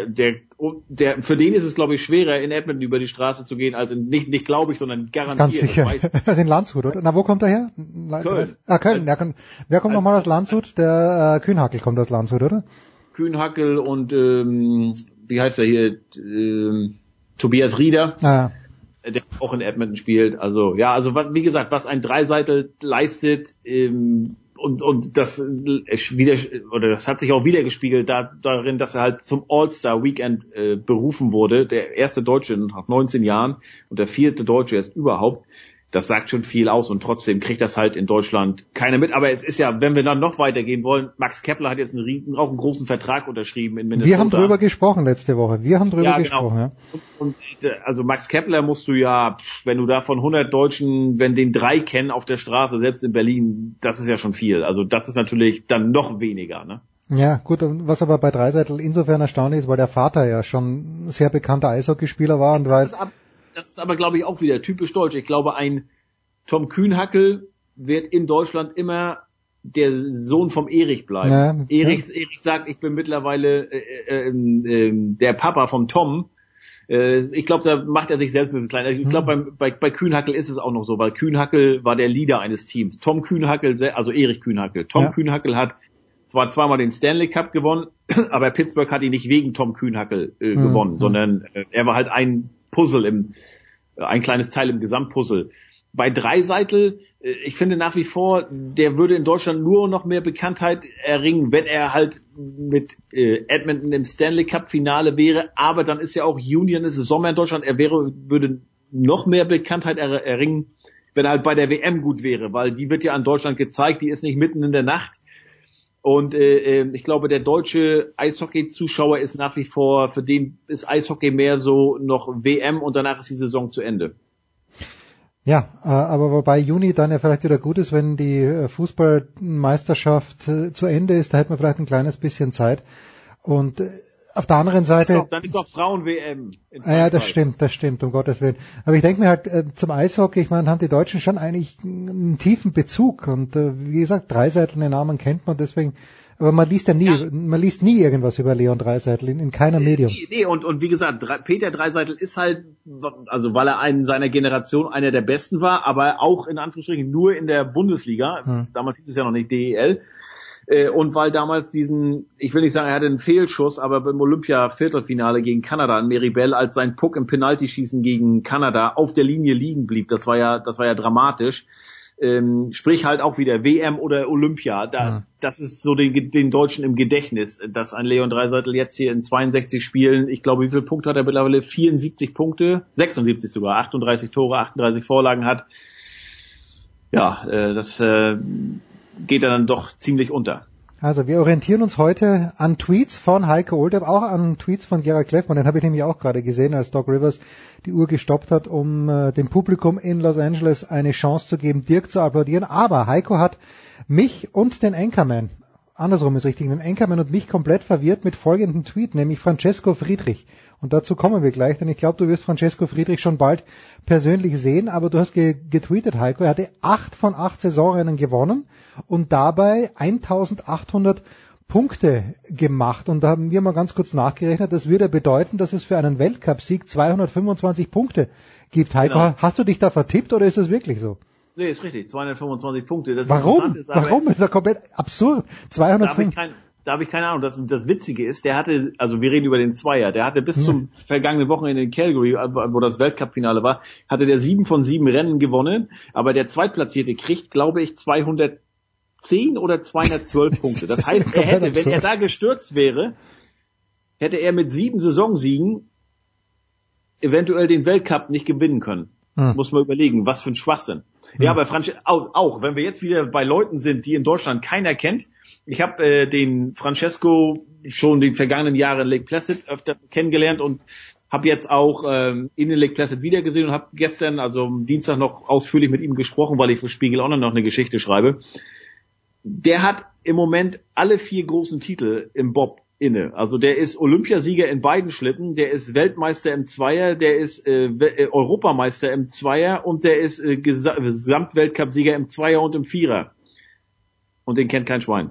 für den ist es, glaube ich, schwerer, in Edmonton über die Straße zu gehen, als nicht glaube ich, sondern garantiert. Ganz sicher. Das ist in Landshut, oder? Na, wo kommt er her? Köln. Köln. Wer kommt nochmal aus Landshut? Der Kühnhackel kommt aus Landshut, oder? Kühnhackel und wie heißt er hier? Tobias Rieder. Ah. Der auch in Edmonton spielt. Also ja, also wie gesagt, was ein Dreiseitel leistet, und das das hat sich auch wieder gespiegelt darin, dass er halt zum All-Star Weekend berufen wurde, der erste Deutsche nach 19 Jahren und der 4. Deutsche erst überhaupt. Das sagt schon viel aus, und trotzdem kriegt das halt in Deutschland keiner mit. Aber es ist ja, wenn wir dann noch weitergehen wollen, Max Kepler hat jetzt auch einen großen Vertrag unterschrieben in Minnesota. Wir haben drüber gesprochen letzte Woche. Gesprochen. Ja. Und also Max Kepler musst du ja, wenn du da von 100 Deutschen, wenn den 3 kennen auf der Straße, selbst in Berlin, das ist ja schon viel. Also das ist natürlich dann noch weniger, ne? Ja, gut, was aber bei Dreiseitel insofern erstaunlich ist, weil der Vater ja schon sehr bekannter Eishockeyspieler war und weiß. Das ist aber, glaube ich, auch wieder typisch deutsch. Ich glaube, ein Tom Kühnhackel wird in Deutschland immer der Sohn vom Erich bleiben. Ja, Erich sagt, ich bin mittlerweile der Papa vom Tom. Ich glaube, da macht er sich selbst ein bisschen kleiner. Ich glaube, bei Kühnhackel ist es auch noch so, weil Kühnhackel war der Leader eines Teams. Tom Kühnhackel, also Erich Kühnhackel. Kühnhackel hat zwar zweimal den Stanley Cup gewonnen, aber Pittsburgh hat ihn nicht wegen Tom Kühnhackel gewonnen, sondern er war halt ein Puzzle ein kleines Teil im Gesamtpuzzle. bei Dreiseitel, ich finde nach wie vor, der würde in Deutschland nur noch mehr Bekanntheit erringen, wenn er halt mit Edmonton im Stanley Cup Finale wäre. Aber dann ist ja auch Union, es ist Sommer in Deutschland, würde noch mehr Bekanntheit erringen, wenn er halt bei der WM gut wäre, weil die wird ja an Deutschland gezeigt, die ist nicht mitten in der Nacht. Und ich glaube, der deutsche Eishockey-Zuschauer ist nach wie vor, für den ist Eishockey mehr so noch WM und danach ist die Saison zu Ende. Ja, aber wobei Juni dann ja vielleicht wieder gut ist, wenn die Fußballmeisterschaft zu Ende ist, da hätte man vielleicht ein kleines bisschen Zeit. Und auf der anderen Seite... Dann ist auch Frauen-WM. Ja, das stimmt, um Gottes Willen. Aber ich denke mir halt, zum Eishockey, ich meine, haben die Deutschen schon eigentlich einen tiefen Bezug. Und wie gesagt, Dreiseitel, den Namen kennt man, deswegen... Aber man liest nie irgendwas über Leon Dreiseitel in keiner Medium. Nee, und wie gesagt, Peter Dreiseitel ist halt, also weil er in seiner Generation einer der Besten war, aber auch in Anführungsstrichen nur in der Bundesliga, damals hieß es ja noch nicht DEL, und weil damals ich will nicht sagen, er hatte einen Fehlschuss, aber beim Olympia-Viertelfinale gegen Kanada in Meribel, als sein Puck im Penaltyschießen gegen Kanada auf der Linie liegen blieb, das war ja dramatisch. Sprich halt auch wieder WM oder Olympia, das ist so den Deutschen im Gedächtnis, dass ein Leon Dreiseitel jetzt hier in 62 Spielen, ich glaube, wie viele Punkte hat er mittlerweile? 74 Punkte, 76 sogar, 38 Tore, 38 Vorlagen hat. Ja, das geht dann doch ziemlich unter. Also wir orientieren uns heute an Tweets von Heiko Olderb, auch an Tweets von Gerald Kleffmann, den habe ich nämlich auch gerade gesehen, als Doc Rivers die Uhr gestoppt hat, um dem Publikum in Los Angeles eine Chance zu geben, Dirk zu applaudieren. Aber Heiko hat mich und den Anchorman, andersrum ist richtig, den Anchorman und mich komplett verwirrt mit folgendem Tweet, nämlich Francesco Friedrich. Und dazu kommen wir gleich, denn ich glaube, du wirst Francesco Friedrich schon bald persönlich sehen, aber du hast getweetet, Heiko, er hatte 8 von 8 Saisonrennen gewonnen und dabei 1800 Punkte gemacht. Und da haben wir mal ganz kurz nachgerechnet, das würde bedeuten, dass es für einen Weltcupsieg 225 Punkte gibt. Heiko, genau. Hast du dich da vertippt oder ist das wirklich so? Nee, ist richtig, 225 Punkte. Das Warum? Warum? Ist das komplett absurd. 205. Da habe ich keine Ahnung. Das Witzige ist, wir reden über den Zweier, der hatte bis zum vergangenen Wochenende in Calgary, wo das Weltcup-Finale war, hatte der 7 von 7 Rennen gewonnen, aber der Zweitplatzierte kriegt, glaube ich, 210 oder 212 Punkte. Das heißt, wenn er da gestürzt wäre, hätte er mit 7 Saisonsiegen eventuell den Weltcup nicht gewinnen können. Muss man überlegen, was für ein Schwachsinn. Ja, aber auch, wenn wir jetzt wieder bei Leuten sind, die in Deutschland keiner kennt, ich habe den Francesco schon die vergangenen Jahre in Lake Placid öfter kennengelernt und habe jetzt auch in den Lake Placid wiedergesehen und habe gestern, also am Dienstag, noch ausführlich mit ihm gesprochen, weil ich für Spiegel Online noch eine Geschichte schreibe. Der hat im Moment alle 4 großen Titel im Bob inne. Also der ist Olympiasieger in beiden Schlitten, der ist Weltmeister im Zweier, der ist Europameister im Zweier und der ist Gesamtweltcupsieger im Zweier und im Vierer. Und den kennt kein Schwein.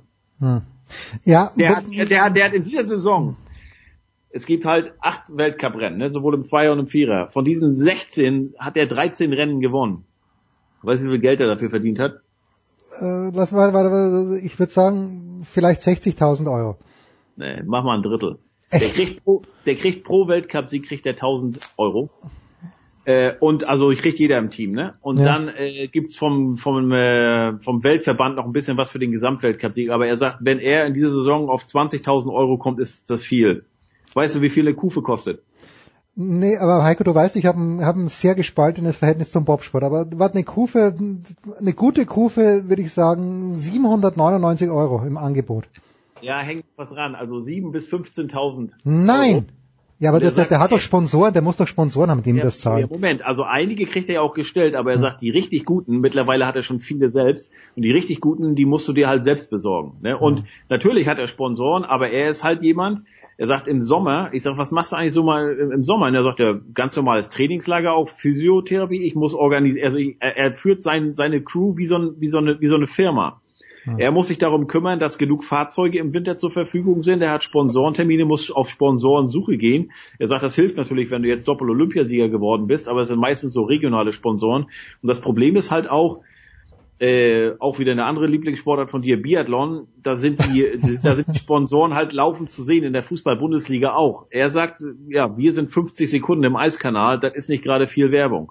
Ja, der hat in dieser Saison, es gibt halt 8 Weltcuprennen, ne, sowohl im Zweier und im Vierer. Von diesen 16 hat er 13 Rennen gewonnen. Weißt du, wie viel Geld er dafür verdient hat? Ich würde sagen, vielleicht 60.000 Euro. Nee, mach mal ein Drittel. Der kriegt pro Weltcup-Sieg kriegt er 1.000 Euro. Und also kriegt jeder im Team, ne? Und dann gibt's vom Weltverband noch ein bisschen was für den Gesamtweltcup-Sieg. Aber er sagt, wenn er in dieser Saison auf 20.000 Euro kommt, ist das viel. Weißt du, wie viel eine Kufe kostet? Nee, aber Heiko, du weißt, ich habe ein sehr gespaltenes Verhältnis zum Bobsport. Aber warte, eine gute Kufe, würde ich sagen, 799 Euro im Angebot. Ja, hängt was ran. Also 7.000 bis 15.000 Nein! Euro. Ja, aber der hat doch Sponsoren, der muss doch Sponsoren haben, die ihm das zahlen. Ja, Moment, also einige kriegt er ja auch gestellt, aber er sagt, die richtig Guten, mittlerweile hat er schon viele selbst, und die richtig Guten, die musst du dir halt selbst besorgen. Ne? Und natürlich hat er Sponsoren, aber er ist halt jemand, er sagt im Sommer, ich sag, was machst du eigentlich so mal im Sommer? Und er sagt, ja, ganz normales Trainingslager, auch Physiotherapie, ich muss organisieren, also er führt seine Crew wie so eine Firma. Er muss sich darum kümmern, dass genug Fahrzeuge im Winter zur Verfügung sind. Er hat Sponsorentermine, muss auf Sponsorensuche gehen. Er sagt, das hilft natürlich, wenn du jetzt Doppel-Olympiasieger geworden bist, aber es sind meistens so regionale Sponsoren. Und das Problem ist halt auch wieder eine andere Lieblingssportart von dir, Biathlon, da sind die Sponsoren halt laufend zu sehen, in der Fußball-Bundesliga auch. Er sagt, ja, wir sind 50 Sekunden im Eiskanal, das ist nicht gerade viel Werbung.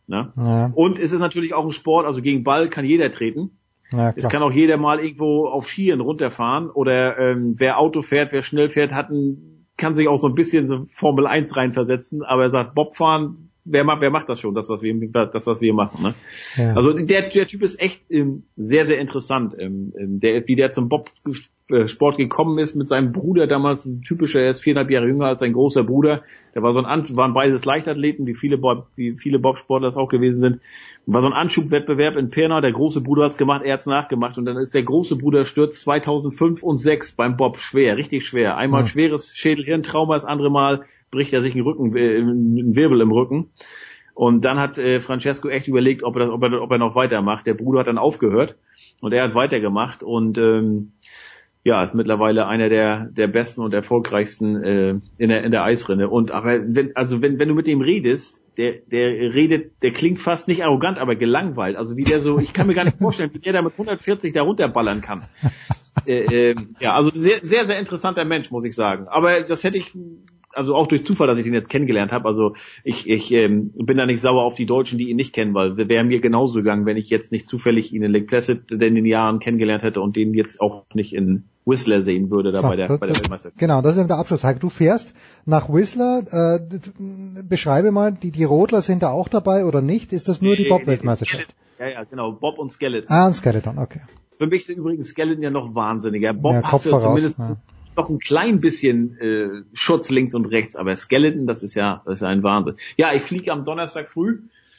Ne? Ja. Und es ist natürlich auch ein Sport, also gegen Ball kann jeder treten. Ja, es kann auch jeder mal irgendwo auf Skiern runterfahren oder wer Auto fährt, wer schnell fährt, kann sich auch so ein bisschen so Formel 1 reinversetzen, aber er sagt, Bobfahren, wer macht das schon, das was wir machen, ne? Ja. Also der Typ ist echt sehr, sehr interessant, wie der zum Bobsport gekommen ist mit seinem Bruder damals, ein typischer, er ist 4,5 Jahre jünger als sein großer Bruder, der war waren beides Leichtathleten, wie viele Bobsportler das auch gewesen sind, war so ein Anschubwettbewerb in Pirna, der große Bruder hat's gemacht, er hat's nachgemacht und dann ist der große Bruder stürzt 2005 und 2006 beim Bob schwer, richtig schwer, einmal schweres Schädel-Hirntrauma, das andere Mal bricht er sich einen Wirbel im Rücken. Und dann hat Francesco echt überlegt, ob er noch weitermacht. Der Bruder hat dann aufgehört und er hat weitergemacht und ist mittlerweile einer der besten und erfolgreichsten in der Eisrinne. Und aber wenn du mit dem redest, der klingt fast nicht arrogant, aber gelangweilt. Also wie der so, ich kann mir gar nicht vorstellen, wie der da mit 140 da runterballern kann. Also sehr, sehr, sehr interessanter Mensch, muss ich sagen. Aber das hätte ich, also auch durch Zufall, dass ich den jetzt kennengelernt habe. Also ich bin da nicht sauer auf die Deutschen, die ihn nicht kennen, weil wäre mir genauso gegangen, wenn ich jetzt nicht zufällig ihn in Lake Placid in den Jahren kennengelernt hätte und den jetzt auch nicht in Whistler sehen würde bei der Weltmeisterschaft. Genau, das ist eben der Abschluss. Heiko, du fährst nach Whistler. Beschreibe mal, die Rodler sind da auch dabei oder nicht? Ist das nur die Bob-Weltmeisterschaft? Ja, genau. Bob und Skeleton. Ein Skeleton, okay. Für mich sind übrigens Skeleton ja noch wahnsinniger. Bob hast du ja zumindest noch ein klein bisschen Schutz links und rechts, aber Skeleton, das ist ja ein Wahnsinn. Ja, ich fliege am Donnerstag früh,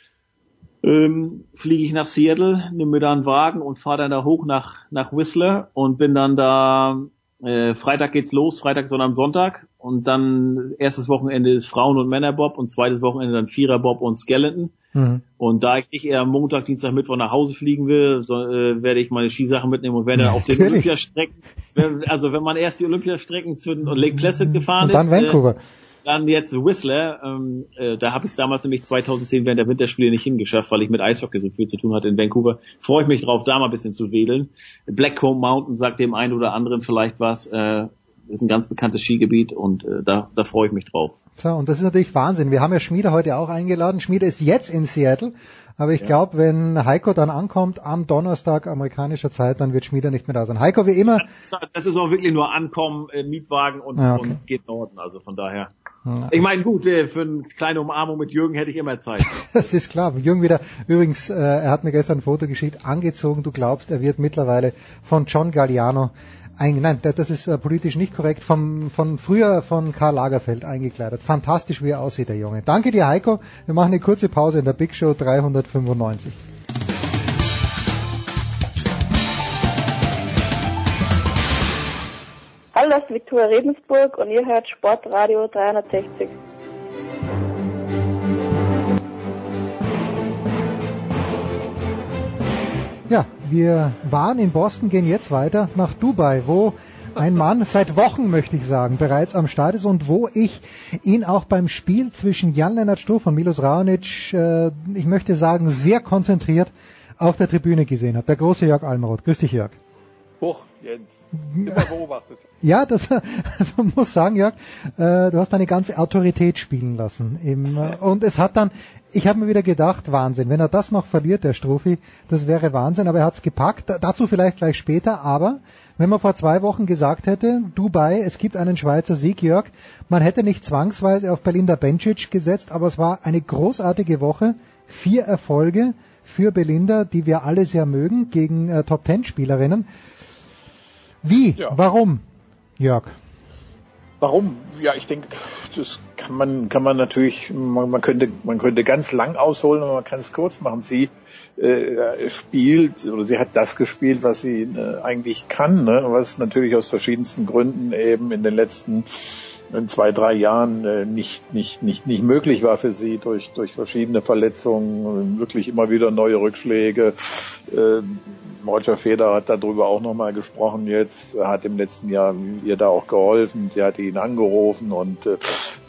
fliege ich nach Seattle, nehme mir da einen Wagen und fahre dann da hoch nach Whistler und bin dann da, Freitag geht's los, Freitag, sondern am Sonntag und dann erstes Wochenende ist Frauen- und Männerbob und zweites Wochenende dann Viererbob und Skeleton. Und da ich nicht eher Montag, Dienstag, Mittwoch nach Hause fliegen will, werde ich meine Skisachen mitnehmen und werde auf den Olympiastrecken, wenn man erst die Olympiastrecken zu Lake Placid gefahren und dann ist, Vancouver. Dann jetzt Whistler, da habe ich es damals nämlich 2010 während der Winterspiele nicht hingeschafft, weil ich mit Eishockey so viel zu tun hatte in Vancouver. Freue ich mich drauf, da mal ein bisschen zu wedeln. Blackcomb Mountain sagt dem einen oder anderen vielleicht was, ist ein ganz bekanntes Skigebiet und da freue ich mich drauf. So, und das ist natürlich Wahnsinn. Wir haben ja Schmiede heute auch eingeladen. Schmiede ist jetzt in Seattle, aber ich glaube, wenn Heiko dann ankommt am Donnerstag amerikanischer Zeit, dann wird Schmiede nicht mehr da sein. Heiko, wie immer. Das ist auch wirklich nur Ankommen, Mietwagen und geht Norden, also von daher. Ja. Ich meine, gut, für eine kleine Umarmung mit Jürgen hätte ich immer Zeit. Das ist klar. Jürgen wieder, übrigens, er hat mir gestern ein Foto geschickt, angezogen, du glaubst, er wird mittlerweile von John Galliano nein, das ist politisch nicht korrekt, von früher von Karl Lagerfeld eingekleidet. Fantastisch, wie er aussieht, der Junge. Danke dir, Heiko. Wir machen eine kurze Pause in der Big Show 395. Hallo, das ist Viktoria Redensburg und ihr hört Sportradio 360. Ja, wir waren in Boston, gehen jetzt weiter nach Dubai, wo ein Mann seit Wochen, möchte ich sagen, bereits am Start ist und wo ich ihn auch beim Spiel zwischen Jan-Lennart Struff und Milos Raonic, ich möchte sagen, sehr konzentriert auf der Tribüne gesehen habe. Der große Jörg Almeroth. Grüß dich, Jörg. Hoch, Jens. Immer beobachtet. Ja, also muss sagen, Jörg, du hast deine ganze Autorität spielen lassen. Und es hat dann, ich habe mir wieder gedacht, Wahnsinn, wenn er das noch verliert, der Struffi, das wäre Wahnsinn, aber er hat es gepackt, dazu vielleicht gleich später, aber wenn man vor 2 Wochen gesagt hätte, Dubai, es gibt einen Schweizer Sieg, Jörg, man hätte nicht zwangsweise auf Belinda Bencic gesetzt, aber es war eine großartige Woche, 4 Erfolge für Belinda, die wir alle sehr mögen, gegen Top-10-Spielerinnen. Wie? Ja. Warum, Jörg? Warum? Ja, ich denke, das kann man natürlich, man könnte ganz lang ausholen, aber man kann es kurz machen. Sie spielt, oder sie hat das gespielt, was sie eigentlich kann, ne? Was natürlich aus verschiedensten Gründen eben in den letzten 2-3 Jahren nicht möglich war für sie durch verschiedene Verletzungen, wirklich immer wieder neue Rückschläge. Roger Federer hat darüber auch nochmal gesprochen jetzt, hat im letzten Jahr ihr da auch geholfen, sie hat ihn angerufen und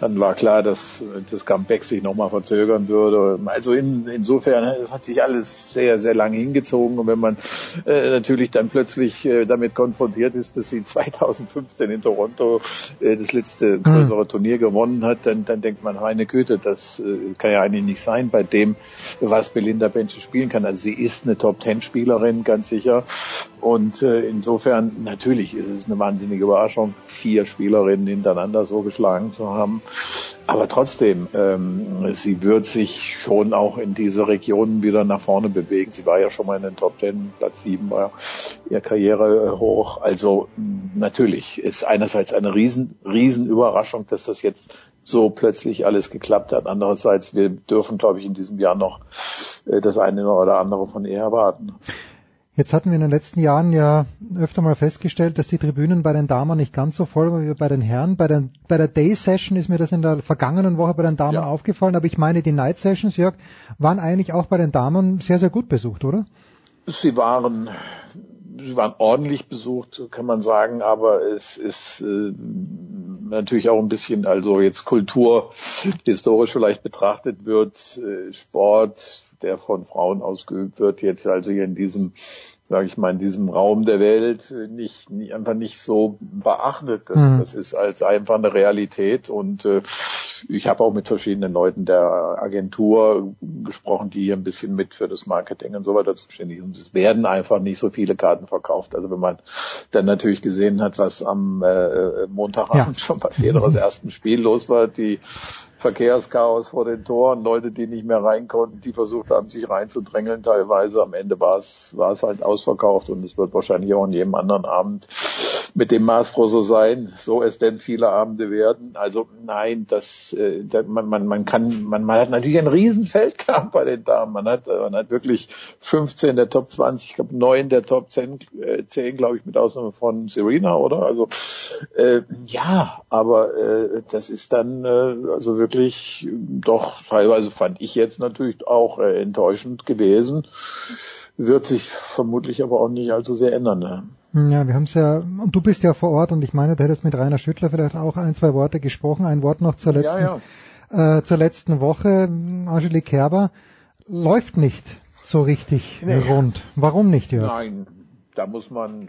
dann war klar, dass das Comeback sich nochmal verzögern würde. Also insofern, es hat sich alles sehr, sehr lang hingezogen. Und wenn man natürlich dann plötzlich damit konfrontiert ist, dass sie 2015 in Toronto das letzte größere Turnier gewonnen hat, dann denkt man, meine Güte, das kann ja eigentlich nicht sein bei dem, was Belinda Bencic spielen kann. Also sie ist eine Top-10-Spielerin, ganz sicher. Und insofern, natürlich ist es eine wahnsinnige Überraschung, 4 Spielerinnen hintereinander so geschlagen zu haben. Aber trotzdem, sie wird sich schon auch in diese Regionen wieder nach vorne bewegen. Sie war ja schon mal in den Top 10, Platz 7 war ihre Karriere hoch. Also natürlich ist einerseits eine riesen Überraschung, dass das jetzt so plötzlich alles geklappt hat. Andererseits, wir dürfen, glaube ich, in diesem Jahr noch das eine oder andere von ihr erwarten. Jetzt hatten wir in den letzten Jahren ja öfter mal festgestellt, dass die Tribünen bei den Damen nicht ganz so voll waren wie bei den Herren. Bei der Day Session ist mir das in der vergangenen Woche bei den Damen aufgefallen, aber ich meine, die Night Sessions, Jörg, waren eigentlich auch bei den Damen sehr, sehr gut besucht, oder? Sie waren ordentlich besucht, kann man sagen, aber es ist natürlich auch ein bisschen, also jetzt Kultur historisch vielleicht betrachtet wird, Sport, der von Frauen ausgeübt wird, jetzt also hier in diesem, sage ich mal, in diesem Raum der Welt einfach nicht so beachtet. Das ist als einfach eine Realität und ich habe auch mit verschiedenen Leuten der Agentur gesprochen, die hier ein bisschen mit für das Marketing und so weiter zuständig sind. Es werden einfach nicht so viele Karten verkauft. Also wenn man dann natürlich gesehen hat, was am Montagabend schon bei Federers ersten Spiel los war, die Verkehrschaos vor den Toren, Leute, die nicht mehr rein konnten, die versucht haben, sich reinzudrängeln teilweise. Am Ende war es halt ausverkauft und es wird wahrscheinlich auch an jedem anderen Abend mit dem Mastro so sein, so es denn viele Abende werden. Also nein, man hat natürlich ein Riesenfeld gehabt bei den Damen. Man hat wirklich 15 der Top 20, ich glaube 9 der Top 10, glaube ich, mit Ausnahme von Serena, oder? Also aber das ist dann also wirklich doch teilweise, fand ich jetzt natürlich auch enttäuschend gewesen. Wird sich vermutlich aber auch nicht allzu sehr ändern. Ne? Ja, wir haben es ja, und du bist ja vor Ort und ich meine, du hättest mit Rainer Schüttler vielleicht auch 1-2 Worte gesprochen. Ein Wort noch zur letzten Woche. Angelique Kerber läuft nicht so richtig rund. Warum nicht, Jörg? Nein, da muss man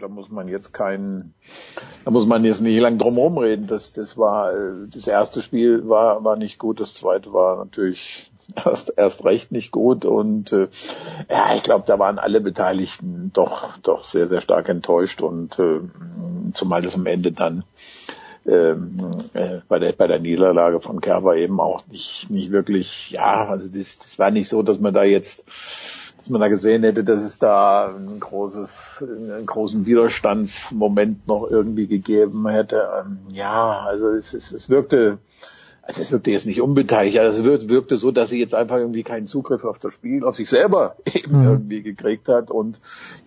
jetzt nicht lang drum herum reden. Das erste Spiel war nicht gut, das zweite war natürlich erst recht nicht gut und ich glaube, da waren alle Beteiligten doch sehr, sehr stark enttäuscht und zumal das am Ende dann bei der Niederlage von Kerber eben auch nicht wirklich, also das war nicht so, dass man da gesehen hätte, dass es da einen großen Widerstandsmoment noch irgendwie gegeben hätte. Also es wirkte jetzt nicht unbeteiligt, also es wirkte so, dass sie jetzt einfach irgendwie keinen Zugriff auf das Spiel, auf sich selber eben irgendwie gekriegt hat und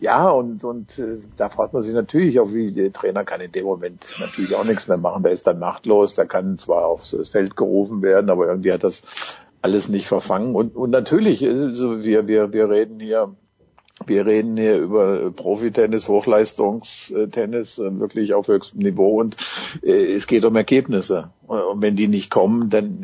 da fragt man sich natürlich auch, wie der Trainer kann in dem Moment natürlich auch nichts mehr machen, der ist dann machtlos, der kann zwar aufs Feld gerufen werden, aber irgendwie hat das alles nicht verfangen und natürlich, also wir reden hier über Profitennis, Hochleistungstennis, wirklich auf höchstem Niveau und es geht um Ergebnisse. Und wenn die nicht kommen, dann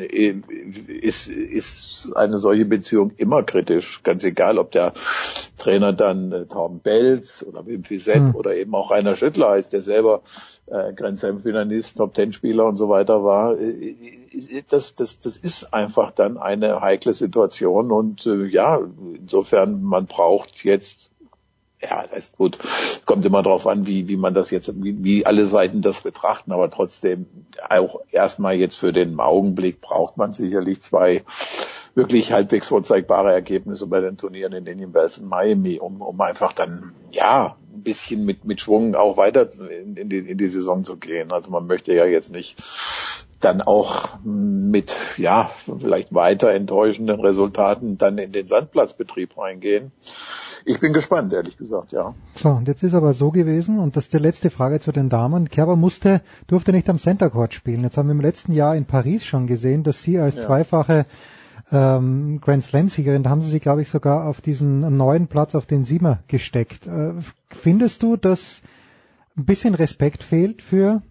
ist eine solche Beziehung immer kritisch. Ganz egal, ob der Trainer dann Torben Belz oder Wim Fissett oder eben auch Rainer Schüttler heißt, der selber Grand Slam-Finalist, Top-10-Spieler und so weiter war. Das ist einfach dann eine heikle Situation und insofern man braucht jetzt, das ist gut, kommt immer drauf an, wie man das jetzt, wie alle Seiten das betrachten, aber trotzdem auch erstmal jetzt für den Augenblick braucht man sicherlich 2 wirklich halbwegs vorzeigbare Ergebnisse bei den Turnieren in Indian Wells und Miami, um einfach dann ein bisschen mit Schwung auch weiter in die Saison zu gehen. Also man möchte ja jetzt nicht dann auch mit vielleicht weiter enttäuschenden Resultaten dann in den Sandplatzbetrieb reingehen. Ich bin gespannt, ehrlich gesagt, ja. So, und jetzt ist aber so gewesen, und das ist die letzte Frage zu den Damen. Kerber durfte nicht am Center Court spielen. Jetzt haben wir im letzten Jahr in Paris schon gesehen, dass sie als zweifache Grand Slam-Siegerin, da haben sie sich, glaube ich, sogar auf diesen neuen Platz, auf den 7er gesteckt. Findest du, dass ein bisschen Respekt fehlt für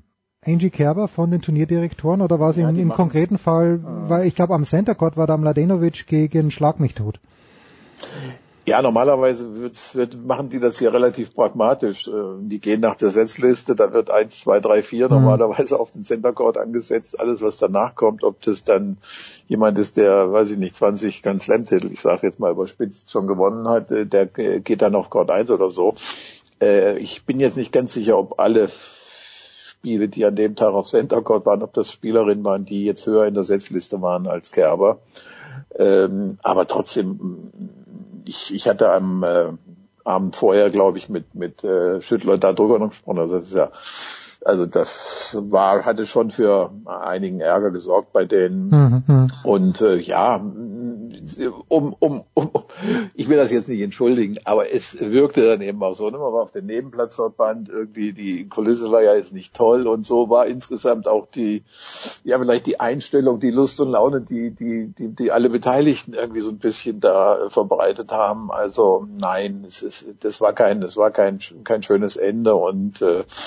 Angie Kerber von den Turnierdirektoren oder war es im konkreten Fall, weil ich glaube am Center Court war da Mladenovic gegen Schlag mich tot. Ja, normalerweise machen die das hier relativ pragmatisch. Die gehen nach der Setzliste, da wird 1, 2, 3, 4 normalerweise auf den Center Court angesetzt. Alles, was danach kommt, ob das dann jemand ist, der, weiß ich nicht, 20 Grand Slam-Titel, ich sage jetzt mal überspitzt, schon gewonnen hat, der geht dann auf Court 1 oder so. Ich bin jetzt nicht ganz sicher, ob alle Spiele, die an dem Tag auf Center Court waren, ob das Spielerinnen waren, die jetzt höher in der Setzliste waren als Kerber. Aber trotzdem, ich hatte am Abend vorher, glaube ich, mit Schüttler darüber noch gesprochen. Also das hatte schon für einigen Ärger gesorgt bei denen. Und ich will das jetzt nicht entschuldigen, aber es wirkte dann eben auch so, ne? Man war auf dem Nebenplatzverband, irgendwie die Kulisse war ja jetzt nicht toll und so war insgesamt auch vielleicht die Einstellung, die Lust und Laune, die alle Beteiligten irgendwie so ein bisschen da verbreitet haben. Also nein, das war kein schönes Ende und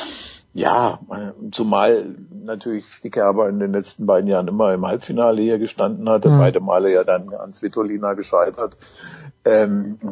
zumal natürlich die Kerber in den letzten beiden Jahren immer im Halbfinale hier gestanden hatte, beide Male ja dann an Svitolina gescheitert. Es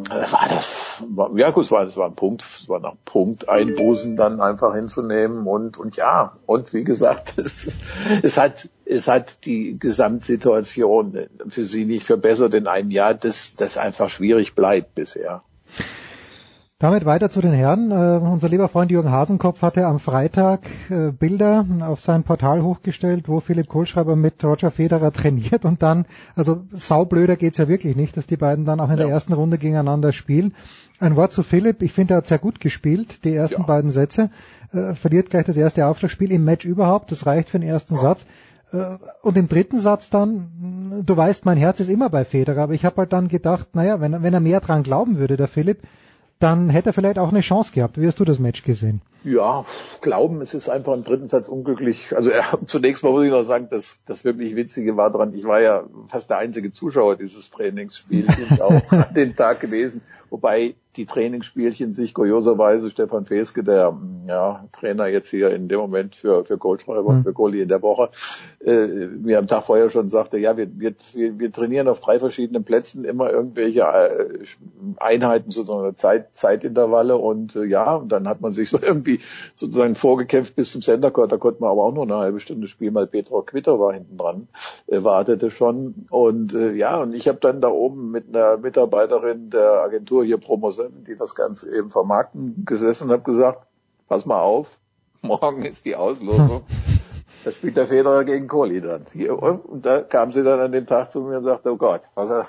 war ein Punkt, es war nach Punkt Einbußen dann einfach hinzunehmen und wie gesagt, es hat die Gesamtsituation für sie nicht verbessert in einem Jahr, das einfach schwierig bleibt bisher. Damit weiter zu den Herren. Unser lieber Freund Jürgen Hasenkopf hatte am Freitag Bilder auf sein Portal hochgestellt, wo Philipp Kohlschreiber mit Roger Federer trainiert und dann, also saublöder geht's ja wirklich nicht, dass die beiden dann auch in der ersten Runde gegeneinander spielen. Ein Wort zu Philipp. Ich finde, er hat sehr gut gespielt, die ersten beiden Sätze. Verliert gleich das erste Aufschlagspiel im Match überhaupt. Das reicht für den ersten Satz. Und im dritten Satz dann, du weißt, mein Herz ist immer bei Federer, aber ich habe halt dann gedacht, naja, wenn er mehr dran glauben würde, der Philipp, dann hätte er vielleicht auch eine Chance gehabt. Wie hast du das Match gesehen? Ja, glauben, es ist einfach im dritten Satz unglücklich. Also zunächst mal muss ich noch sagen, das wirklich Witzige war dran, ich war ja fast der einzige Zuschauer dieses Trainingsspielchens auch an dem Tag gewesen, wobei die Trainingsspielchen sich kurioserweise Stefan Feske, der Trainer jetzt hier in dem Moment für Kohlschreiber und für Kohli in der Woche, mir am Tag vorher schon sagte, ja, wir trainieren auf 3 verschiedenen Plätzen immer irgendwelche Einheiten, sozusagen Zeitintervalle und und dann hat man sich so irgendwie sozusagen vorgekämpft bis zum Center Court, da konnte man aber auch nur eine halbe Stunde spielen, weil Petra Quitter war hinten dran, wartete schon und und ich habe dann da oben mit einer Mitarbeiterin der Agentur hier Promo7, die das Ganze eben vermarkten, gesessen und habe gesagt, pass mal auf, morgen ist die Auslosung. Da spielt der Federer gegen Kohli dann. Und da kam sie dann an dem Tag zu mir und sagte, oh Gott,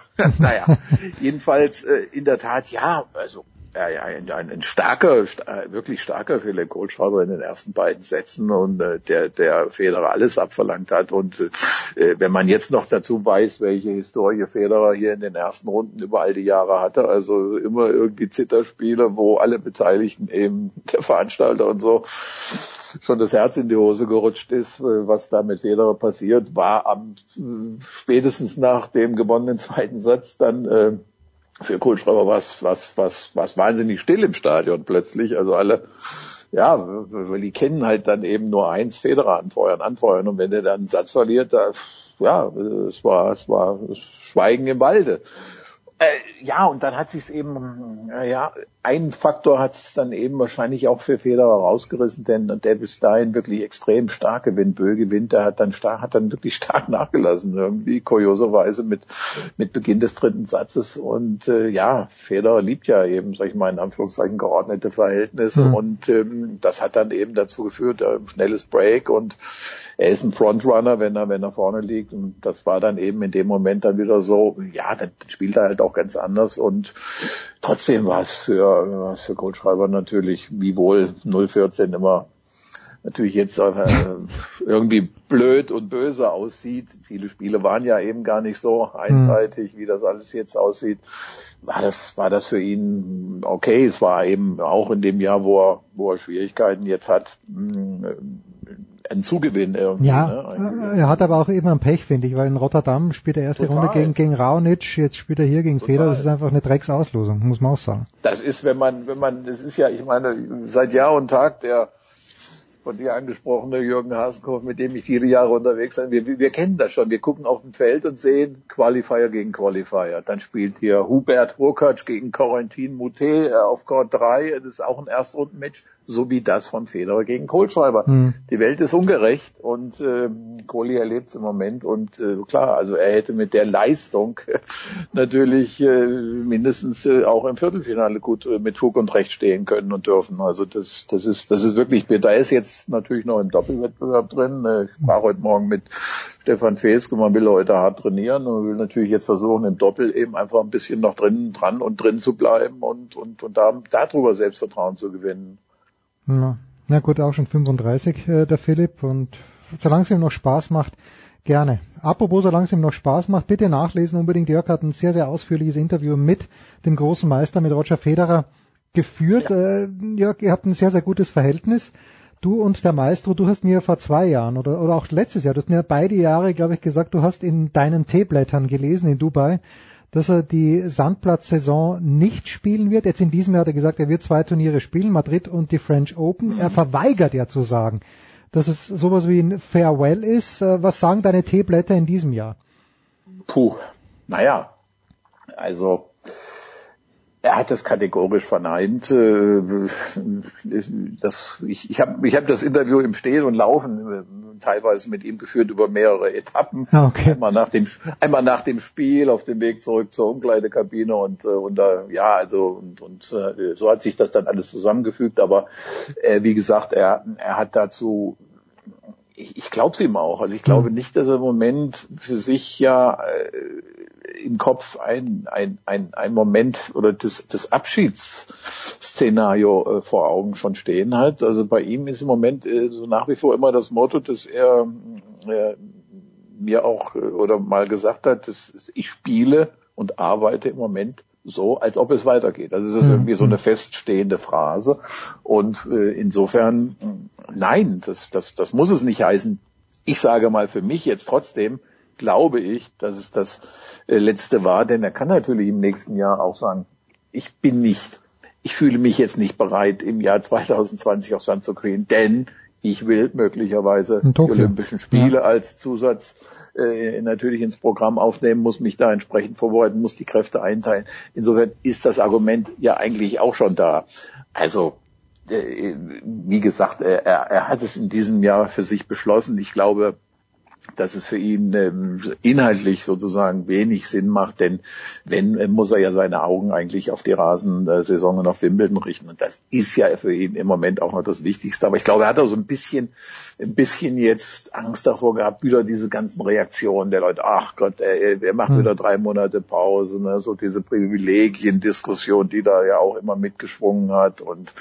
jedenfalls in der Tat, ein wirklich starker Philipp Kohlschreiber in den ersten beiden Sätzen und der Federer alles abverlangt hat. Und wenn man jetzt noch dazu weiß, welche Historie Federer hier in den ersten Runden über all die Jahre hatte, also immer irgendwie Zitterspiele, wo alle Beteiligten eben, der Veranstalter und so, schon das Herz in die Hose gerutscht ist, was da mit Federer passiert, war spätestens nach dem gewonnenen zweiten Satz dann für Kohlschreiber war es wahnsinnig still im Stadion plötzlich. Also alle, weil die kennen halt dann eben nur eins, Federer anfeuern. Und wenn der dann einen Satz verliert, es war Schweigen im Walde. Und dann hat sich's eben, ein Faktor hat es dann eben wahrscheinlich auch für Federer rausgerissen, denn der bis dahin wirklich extrem stark gewinnt, Bö gewinnt, der hat dann wirklich stark nachgelassen, irgendwie kurioserweise mit Beginn des dritten Satzes und Federer liebt ja eben, sag ich mal, in Anführungszeichen geordnete Verhältnisse und das hat dann eben dazu geführt, schnelles Break und er ist ein Frontrunner, wenn er vorne liegt und das war dann eben in dem Moment dann wieder so, dann spielt er halt auch ganz anders und trotzdem war es für Kohlschreiber natürlich, wiewohl 0-14 immer natürlich jetzt irgendwie blöd und böse aussieht. Viele Spiele waren ja eben gar nicht so einseitig, wie das alles jetzt aussieht. War das für ihn okay? Es war eben auch in dem Jahr, wo er Schwierigkeiten jetzt hat, ein Zugewinn irgendwie. Er hat aber auch immer ein Pech, finde ich, weil in Rotterdam spielt er erste Runde gegen Raonic, jetzt spielt er hier gegen Federer, das ist einfach eine Drecksauslosung, muss man auch sagen. Das ist, wenn man, das ist ja, ich meine, seit Jahr und Tag von dir angesprochene Jürgen Hasenkopf, mit dem ich viele Jahre unterwegs bin, wir kennen das schon. Wir gucken auf dem Feld und sehen Qualifier gegen Qualifier. Dann spielt hier Hubert Hurkacz gegen Corentin Moutet auf Court 3. Das ist auch ein Erstrundenmatch, so wie das von Federer gegen Kohlschreiber. Die Welt ist ungerecht und Kohli erlebt es im Moment. Und klar, also er hätte mit der Leistung natürlich mindestens auch im Viertelfinale gut mit Fug und Recht stehen können und dürfen. Also das ist wirklich bitter. Er ist jetzt natürlich noch im Doppelwettbewerb drin. Ich sprach heute Morgen mit Stefan Feske, man will heute hart trainieren und will natürlich jetzt versuchen, im Doppel eben einfach ein bisschen noch dran zu bleiben und darüber Selbstvertrauen zu gewinnen. Na gut, auch schon 35, der Philipp, und solange es ihm noch Spaß macht, gerne. Apropos, solange es ihm noch Spaß macht, bitte nachlesen unbedingt. Jörg hat ein sehr, sehr ausführliches Interview mit dem großen Meister, mit Roger Federer geführt. Ja. Jörg, ihr habt ein sehr, sehr gutes Verhältnis. Du und der Maestro, du hast mir vor 2 Jahren oder auch letztes Jahr, du hast mir beide Jahre, glaube ich, gesagt, du hast in deinen Teeblättern gelesen in Dubai, dass er die Sandplatzsaison nicht spielen wird. Jetzt in diesem Jahr hat er gesagt, er wird 2 Turniere spielen, Madrid und die French Open. Er verweigert ja zu sagen, dass es sowas wie ein Farewell ist. Was sagen deine Teeblätter in diesem Jahr? Naja, also er hat das kategorisch verneint. Ich hab das Interview im Stehen und Laufen teilweise mit ihm geführt über mehrere Etappen. Okay. Einmal nach dem Spiel auf dem Weg zurück zur Umkleidekabine und so hat sich das dann alles zusammengefügt. Aber wie gesagt, er hat dazu, ich glaube es ihm auch. Also ich glaube nicht, dass er im Moment für sich im Kopf ein Moment oder das Abschiedsszenario vor Augen schon stehen hat. Also bei ihm ist im Moment so nach wie vor immer das Motto, dass er mir auch oder mal gesagt hat, dass ich spiele und arbeite im Moment so, als ob es weitergeht. Also es ist irgendwie so eine feststehende Phrase. Und insofern, nein, das muss es nicht heißen. Ich sage mal für mich jetzt trotzdem, glaube ich, dass es das Letzte war, denn er kann natürlich im nächsten Jahr auch sagen, ich fühle mich jetzt nicht bereit, im Jahr 2020 auf Sand zu kriegen, denn ich will möglicherweise die Olympischen Spiele als Zusatz natürlich ins Programm aufnehmen, muss mich da entsprechend vorbereiten, muss die Kräfte einteilen. Insofern ist das Argument ja eigentlich auch schon da. Also, wie gesagt, er hat es in diesem Jahr für sich beschlossen. Ich glaube, dass es für ihn inhaltlich sozusagen wenig Sinn macht, denn wenn, muss er ja seine Augen eigentlich auf die Rasensaison und auf Wimbledon richten. Und das ist ja für ihn im Moment auch noch das Wichtigste. Aber ich glaube, er hat auch so ein bisschen jetzt Angst davor gehabt, wieder diese ganzen Reaktionen der Leute. Ach Gott, er macht wieder 3 Monate Pause, ne? So diese Privilegiendiskussion, die da ja auch immer mitgeschwungen hat und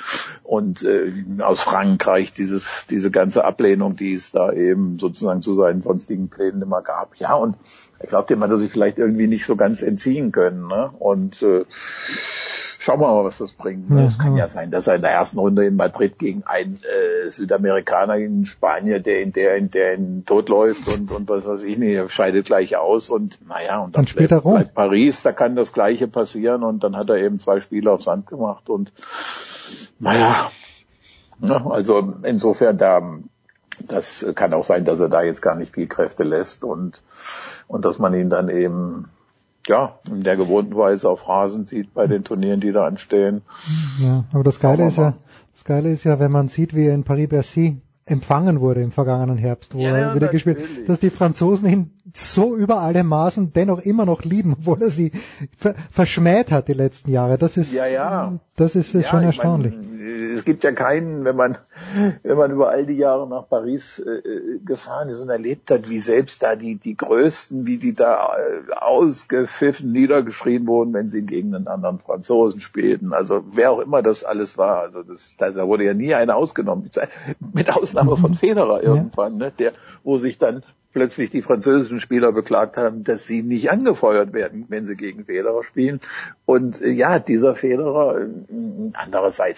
aus Frankreich diese ganze Ablehnung, die es da eben sozusagen zu seinen sonstigen Plänen immer gab. Ja, und er glaubt, dem hat er sich vielleicht irgendwie nicht so ganz entziehen können. Ne? Und schauen wir mal, was das bringt. Ne? Es kann ja sein, dass er in der ersten Runde in Madrid gegen einen Südamerikaner, einen Spanier, der in den Tod läuft und was weiß ich nicht, scheidet gleich aus und naja, und dann bleibt Paris, da kann das Gleiche passieren und dann hat er eben 2 Spiele auf Sand gemacht und naja, ne? Also insofern das kann auch sein, dass er da jetzt gar nicht viel Kräfte lässt und dass man ihn dann eben in der gewohnten Weise auf Rasen sieht bei den Turnieren, die da anstehen. Ja, aber das Geile ist ja, wenn man sieht, wie er in Paris-Bercy empfangen wurde im vergangenen Herbst, wo er wieder gespielt hat, dass die Franzosen ihn so über alle Maßen dennoch immer noch lieben, obwohl er sie verschmäht hat die letzten Jahre. Das ist schon erstaunlich. Es gibt ja keinen, wenn man über all die Jahre nach Paris gefahren ist und erlebt hat, wie selbst da die Größten, wie die da ausgepfiffen, niedergeschrien wurden, wenn sie gegen einen anderen Franzosen spielten. Also wer auch immer das alles war. Also da wurde ja nie einer ausgenommen. Mit Ausnahme von Federer irgendwann, ne? Wo sich dann plötzlich die französischen Spieler beklagt haben, dass sie nicht angefeuert werden, wenn sie gegen Federer spielen. Und dieser Federer, andererseits,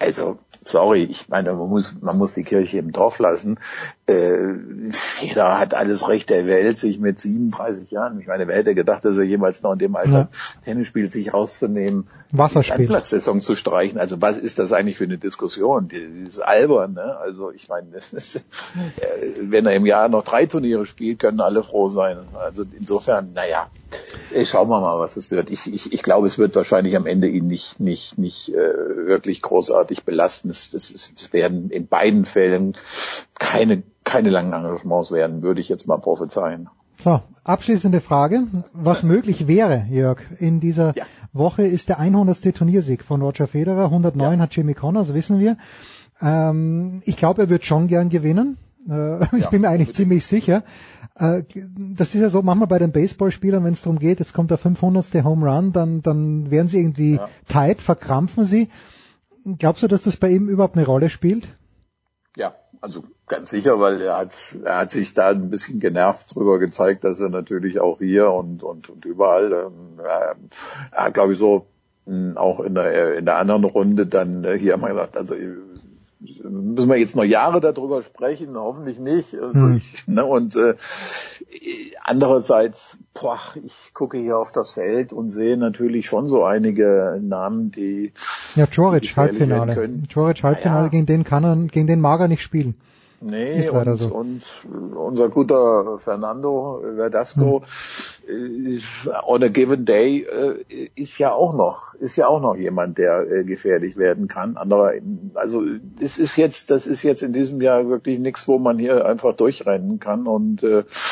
Also, sorry, ich meine, man muss die Kirche im Dorf lassen. Jeder hat alles Recht der Welt, sich mit 37 Jahren, ich meine, wer hätte gedacht, dass er jemals noch in dem Alter Tennis spielt, sich rauszunehmen, die Sandplatzsaison zu streichen. Also was ist das eigentlich für eine Diskussion? Die ist albern, ne? Also ich meine, wenn er im Jahr noch 3 Turniere spielt, können alle froh sein. Also insofern, schauen wir mal, was es wird. Ich glaube, es wird wahrscheinlich am Ende ihn nicht wirklich großartig belasten. Es werden in beiden Fällen keine langen Engagements werden, würde ich jetzt mal prophezeien. So, abschließende Frage. Was möglich wäre, Jörg, in dieser Woche ist der 100. Turniersieg von Roger Federer. 109 hat Jimmy Connors, wissen wir. Ich glaube, er wird schon gern gewinnen. Ich bin mir eigentlich ziemlich sicher. Das ist ja so, manchmal bei den Baseballspielern, wenn es darum geht, jetzt kommt der 500. Home Run, dann werden sie irgendwie tight, verkrampfen sie. Glaubst du, dass das bei ihm überhaupt eine Rolle spielt? Ja, also ganz sicher, weil er hat sich da ein bisschen genervt drüber gezeigt, dass er natürlich auch hier und überall, glaube ich so, auch in der anderen Runde dann hier haben wir gesagt, also müssen wir jetzt noch Jahre darüber sprechen, hoffentlich nicht. Also andererseits, ich gucke hier auf das Feld und sehe natürlich schon so einige Namen, die Djoric Halbfinale. Djoric Halbfinale, gegen den mag er nicht spielen. Nee, und unser guter Fernando Verdasco on a given day ist ja auch noch jemand, der gefährlich werden kann. Also das ist jetzt in diesem Jahr wirklich nichts, wo man hier einfach durchrennen kann und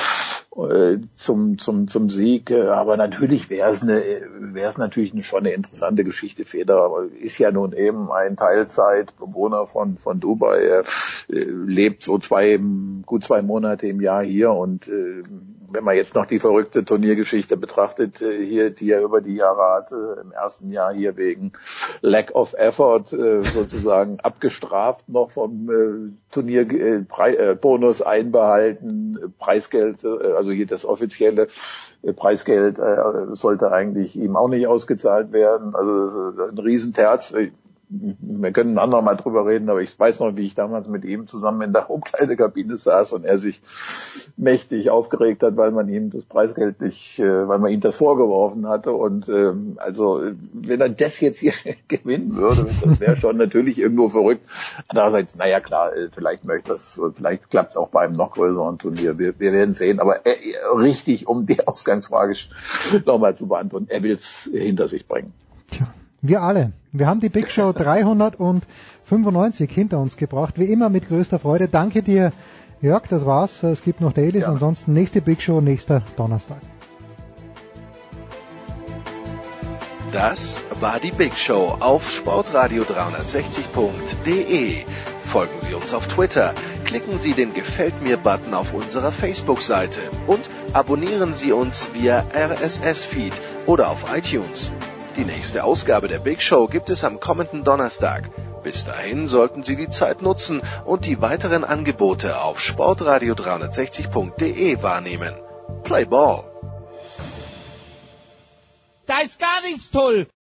zum Sieg, aber natürlich wäre es natürlich schon eine interessante Geschichte. Federer ist ja nun eben ein Teilzeitbewohner von Dubai, er lebt so gut 2 Monate im Jahr hier und wenn man jetzt noch die verrückte Turniergeschichte betrachtet, hier, die er über die Jahre hatte, im ersten Jahr hier wegen Lack of Effort sozusagen abgestraft, noch vom Turnierbonus einbehalten, Preisgeld, also hier das offizielle Preisgeld sollte eigentlich ihm auch nicht ausgezahlt werden, also ein Riesenterz. Wir können ein andermal drüber reden, aber ich weiß noch, wie ich damals mit ihm zusammen in der Umkleidekabine saß und er sich mächtig aufgeregt hat, weil man ihm das Preisgeld weil man ihm das vorgeworfen hatte. Und also wenn er das jetzt hier gewinnen würde, das wäre schon natürlich irgendwo verrückt. Andererseits, klar, vielleicht klappt es auch bei einem noch größeren Turnier. Wir werden sehen. Aber richtig, um die Ausgangsfrage nochmal zu beantworten, er will es hinter sich bringen. Wir alle. Wir haben die Big Show 395 hinter uns gebracht. Wie immer mit größter Freude. Danke dir, Jörg. Das war's. Es gibt noch Dailies. Ansonsten nächste Big Show, nächster Donnerstag. Das war die Big Show auf sportradio360.de. Folgen Sie uns auf Twitter. Klicken Sie den Gefällt mir-Button auf unserer Facebook-Seite. Und abonnieren Sie uns via RSS-Feed oder auf iTunes. Die nächste Ausgabe der Big Show gibt es am kommenden Donnerstag. Bis dahin sollten Sie die Zeit nutzen und die weiteren Angebote auf sportradio360.de wahrnehmen. Play Ball! Da ist gar nichts toll!